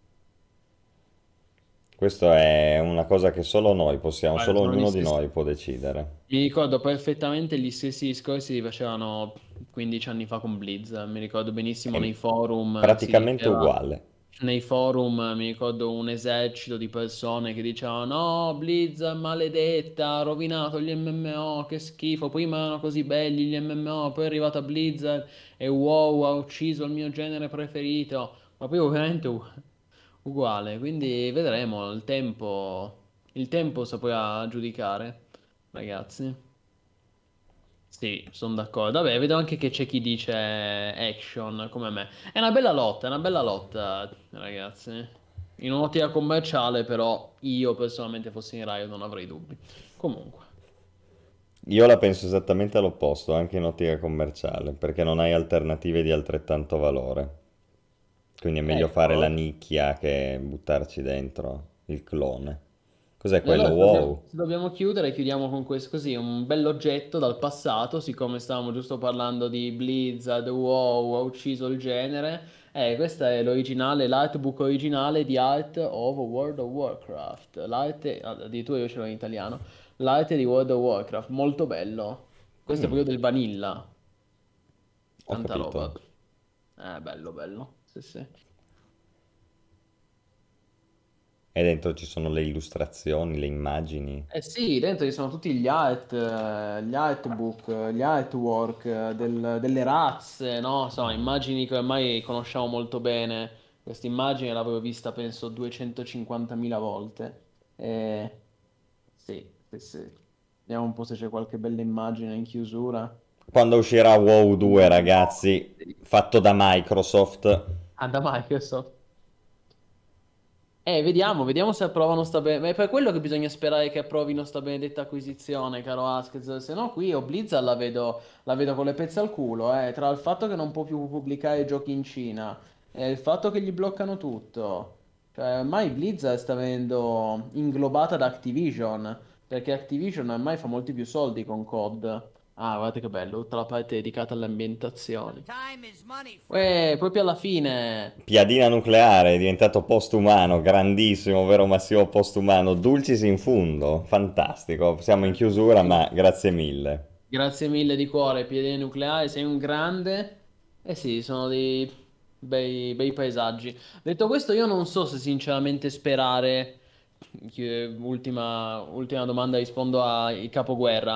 Speaker 2: Questo è una cosa che solo noi possiamo,
Speaker 3: Guarda,
Speaker 2: solo
Speaker 3: sono gli
Speaker 2: ognuno di
Speaker 3: stessi.
Speaker 2: noi può decidere.
Speaker 3: Mi ricordo perfettamente gli stessi discorsi si facevano quindici anni fa con Blizz. Mi ricordo benissimo
Speaker 2: È
Speaker 3: nei forum si
Speaker 2: praticamente
Speaker 3: diceva,
Speaker 2: uguale.
Speaker 3: nei forum mi ricordo un esercito di persone che dicevano no, Blizz è maledetta, ha rovinato gli M M O, che schifo, prima erano così belli gli M M O, poi è arrivata Blizzard e wow, ha ucciso il mio genere preferito. Ma poi ovviamente u- uguale, quindi vedremo, il tempo, il tempo saprà giudicare, ragazzi. Sì, sono d'accordo. Vabbè, vedo anche che c'è chi dice action come me. È una bella lotta, è una bella lotta, ragazzi. In un'ottica commerciale, però, io personalmente fossi in Riot non avrei dubbi. Comunque,
Speaker 2: Io la penso esattamente all'opposto, anche in ottica commerciale, perché non hai alternative di altrettanto valore. Quindi è meglio fare la
Speaker 3: ecco.
Speaker 2: nicchia che buttarci dentro il clone. Cos'è
Speaker 3: E
Speaker 2: quello?
Speaker 3: allora se dobbiamo,
Speaker 2: Wow.
Speaker 3: se dobbiamo chiudere, chiudiamo con questo così, un bell'oggetto dal passato, siccome stavamo giusto parlando di Blizzard, WoW, ha ucciso il genere. Eh, questa è l'originale, l'artbook originale di Art of World of Warcraft. L'arte, ah, addirittura io ce l'ho in italiano. L'arte di World of Warcraft, molto bello. Questo è
Speaker 2: Mm,
Speaker 3: proprio del vanilla.
Speaker 2: ho
Speaker 3: Tanta roba.
Speaker 2: capito.
Speaker 3: Eh, bello, bello. Sì, sì.
Speaker 2: E dentro ci sono le illustrazioni, le immagini.
Speaker 3: Eh sì, dentro ci sono tutti gli art, eh, gli artbook, eh, gli artwork eh, del- delle razze, no? Insomma, immagini che ormai conosciamo molto bene. Questa immagine l'avevo vista penso duecentocinquantamila volte. Eh, sì, sì, sì. Vediamo un po' se c'è qualche bella immagine in chiusura.
Speaker 2: Quando uscirà WoW due, ragazzi, fatto da Microsoft,
Speaker 3: Ah, da Microsoft. Eh, vediamo, vediamo se approvano sta benedetta. È per quello che bisogna sperare che approvino sta benedetta acquisizione, caro Askez. Se no, qui io Blizzard la vedo, la vedo con le pezze al culo, eh. Tra il fatto che non può più pubblicare giochi in Cina e il fatto che gli bloccano tutto. Cioè, ormai Blizzard sta venendo inglobata da Activision. Perché Activision ormai fa molti più soldi con C O D. Ah, guardate che bello, tutta la parte dedicata alle ambientazioni. Uè, proprio alla fine.
Speaker 2: piadina nucleare, è diventato postumano, grandissimo, vero Massimo postumano, dulcis in fundo, fantastico. Siamo in chiusura, ma grazie mille.
Speaker 3: Grazie mille di cuore, piede nucleare, sei un grande. Eh sì, sono dei bei, bei paesaggi. Detto questo, io non so se sinceramente sperare. che- Ultima, ultima domanda, rispondo ai capoguerra.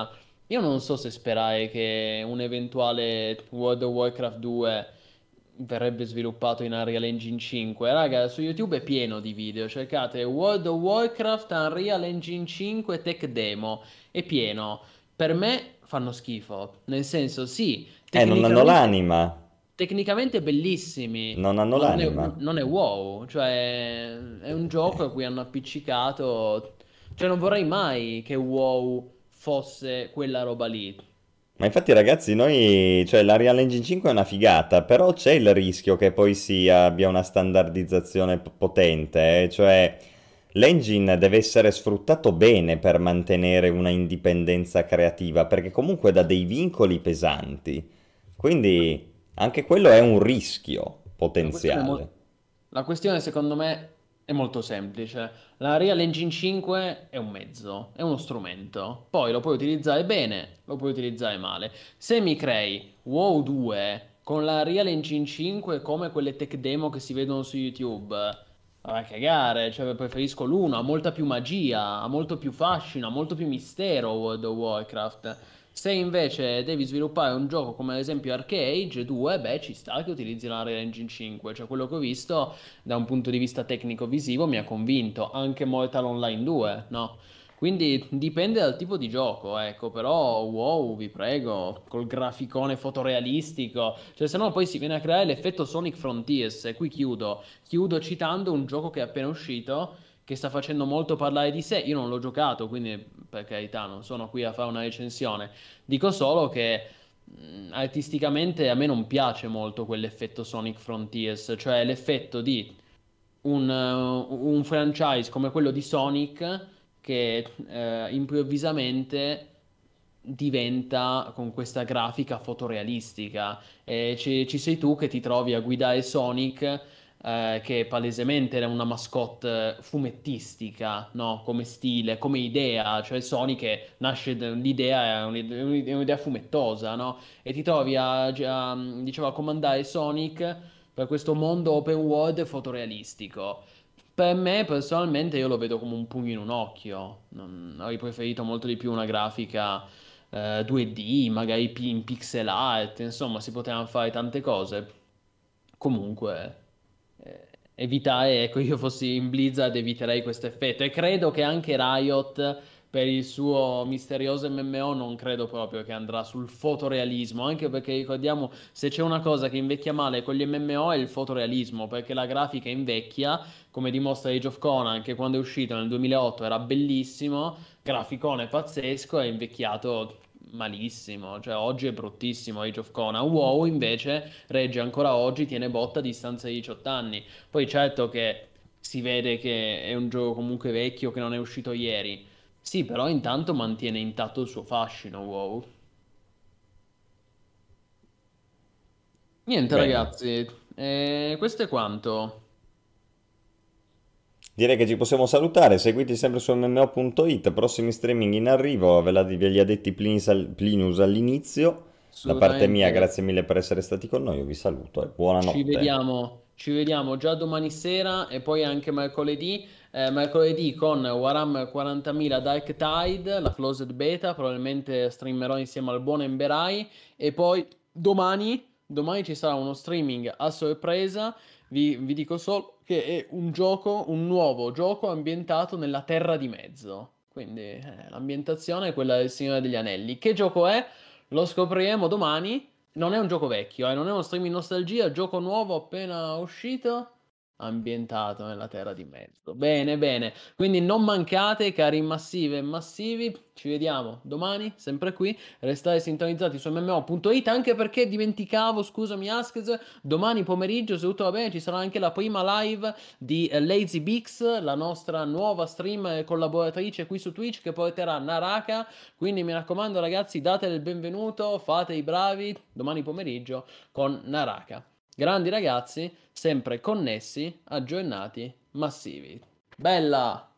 Speaker 3: Io non so se sperare che un eventuale World of Warcraft due verrebbe sviluppato in Unreal Engine cinque. Raga, su YouTube è pieno di video. Cercate World of Warcraft Unreal Engine cinque Tech Demo. È pieno. Per me fanno schifo. Nel senso, sì,
Speaker 2: Eh, non hanno
Speaker 3: tecnicamente,
Speaker 2: l'anima,
Speaker 3: tecnicamente bellissimi,
Speaker 2: non hanno
Speaker 3: ma non è,
Speaker 2: l'anima.
Speaker 3: non è wow. Cioè, è un gioco a cui hanno appiccicato. Cioè, non vorrei mai che WoW fosse quella roba lì.
Speaker 2: Ma infatti ragazzi, noi, cioè la Real Engine cinque è una figata, però c'è il rischio che poi si abbia una standardizzazione p- potente, eh, cioè l'engine deve essere sfruttato bene per mantenere una indipendenza creativa, perché comunque dà dei vincoli pesanti, quindi anche quello è un rischio
Speaker 3: La questione è
Speaker 2: potenziale.
Speaker 3: mol- la questione, secondo me, è molto semplice. La Real Engine cinque è un mezzo, è uno strumento. Poi lo puoi utilizzare bene, lo puoi utilizzare male. Se mi crei WoW due con la Real Engine cinque come quelle tech demo che si vedono su YouTube, vai a cagare. Cioè, preferisco l'uno, ha molta più magia, ha molto più fascino, ha molto più mistero World of Warcraft. Se invece devi sviluppare un gioco come ad esempio Arcade due, beh, ci sta che utilizzi la Unreal Engine cinque, cioè quello che ho visto da un punto di vista tecnico-visivo mi ha convinto, anche Mortal Online due, no? Quindi dipende dal tipo di gioco, ecco, però wow, vi prego, col graficone fotorealistico, cioè se no poi si viene a creare l'effetto Sonic Frontiers, e qui chiudo, chiudo citando un gioco che è appena uscito, che sta facendo molto parlare di sé, io non l'ho giocato, quindi per carità non sono qui a fare una recensione, dico solo che mh, artisticamente a me non piace molto quell'effetto Sonic Frontiers, cioè l'effetto di un, uh, un franchise come quello di Sonic che eh, improvvisamente diventa con questa grafica fotorealistica e ci, ci sei tu che ti trovi a guidare Sonic eh, che palesemente era una mascotte fumettistica, no? Come stile, come idea, cioè Sonic che nasce, da- l'idea è un'idea è un'idea fumettosa, no? E ti trovi a, a, diciamo, a comandare Sonic per questo mondo open world fotorealistico. Per me, personalmente, io lo vedo come un pugno in un occhio. Non- avrei preferito molto di più una grafica eh, due D, magari pi- in pixel art, insomma, si potevano fare tante cose. Comunque, eh, evitare, ecco, io fossi in Blizzard, eviterei questo effetto. E credo che anche Riot, per il suo misterioso M M O, non credo proprio che andrà sul fotorealismo, anche perché ricordiamo, se c'è una cosa che invecchia male con gli M M O è il fotorealismo, perché la grafica invecchia, come dimostra Age of Conan, che quando è uscito nel duemilaotto era bellissimo, graficone pazzesco, è invecchiato malissimo, cioè oggi è bruttissimo Age of Conan. WoW invece regge ancora oggi, tiene botta a distanza di diciotto anni. Poi certo che si vede che è un gioco comunque vecchio che non è uscito ieri. Sì, però intanto mantiene intatto il suo fascino, WoW. Niente
Speaker 2: Bene.
Speaker 3: ragazzi, eh, questo è quanto.
Speaker 2: Direi che ci possiamo salutare, seguiti sempre su M M O punto it, prossimi streaming in arrivo, ve, la- ve li ha detti Plinius al- Plinius all'inizio. Da parte mia,
Speaker 3: Assolutamente.
Speaker 2: grazie mille per essere stati con noi, io vi saluto e
Speaker 3: Ci
Speaker 2: buonanotte.
Speaker 3: vediamo, ci vediamo già domani sera e poi anche mercoledì. Eh, mercoledì con Warhammer quarantamila Dark Tide, la closed beta, probabilmente streamerò insieme al buon Emberai. E poi domani, domani ci sarà uno streaming a sorpresa. Vi, vi dico solo che è un gioco, un nuovo gioco ambientato nella Terra di Mezzo. Quindi eh, l'ambientazione è quella del Signore degli Anelli. Che gioco è? Lo scopriremo domani. Non è un gioco vecchio, eh, non è uno streaming nostalgia, gioco nuovo appena uscito, ambientato nella Terra di Mezzo. Bene, bene. Quindi non mancate, cari massive e massivi. Ci vediamo domani, sempre qui. Restate sintonizzati su M M O punto it, anche perché dimenticavo, scusami Askez, domani pomeriggio, se tutto va bene, ci sarà anche la prima live di eh, Lazy Bix, la nostra nuova stream collaboratrice qui su Twitch, che porterà Naraka. Quindi mi raccomando ragazzi, datele il benvenuto, fate i bravi domani pomeriggio con Naraka. Grandi ragazzi, sempre connessi, aggiornati, massivi. Bella!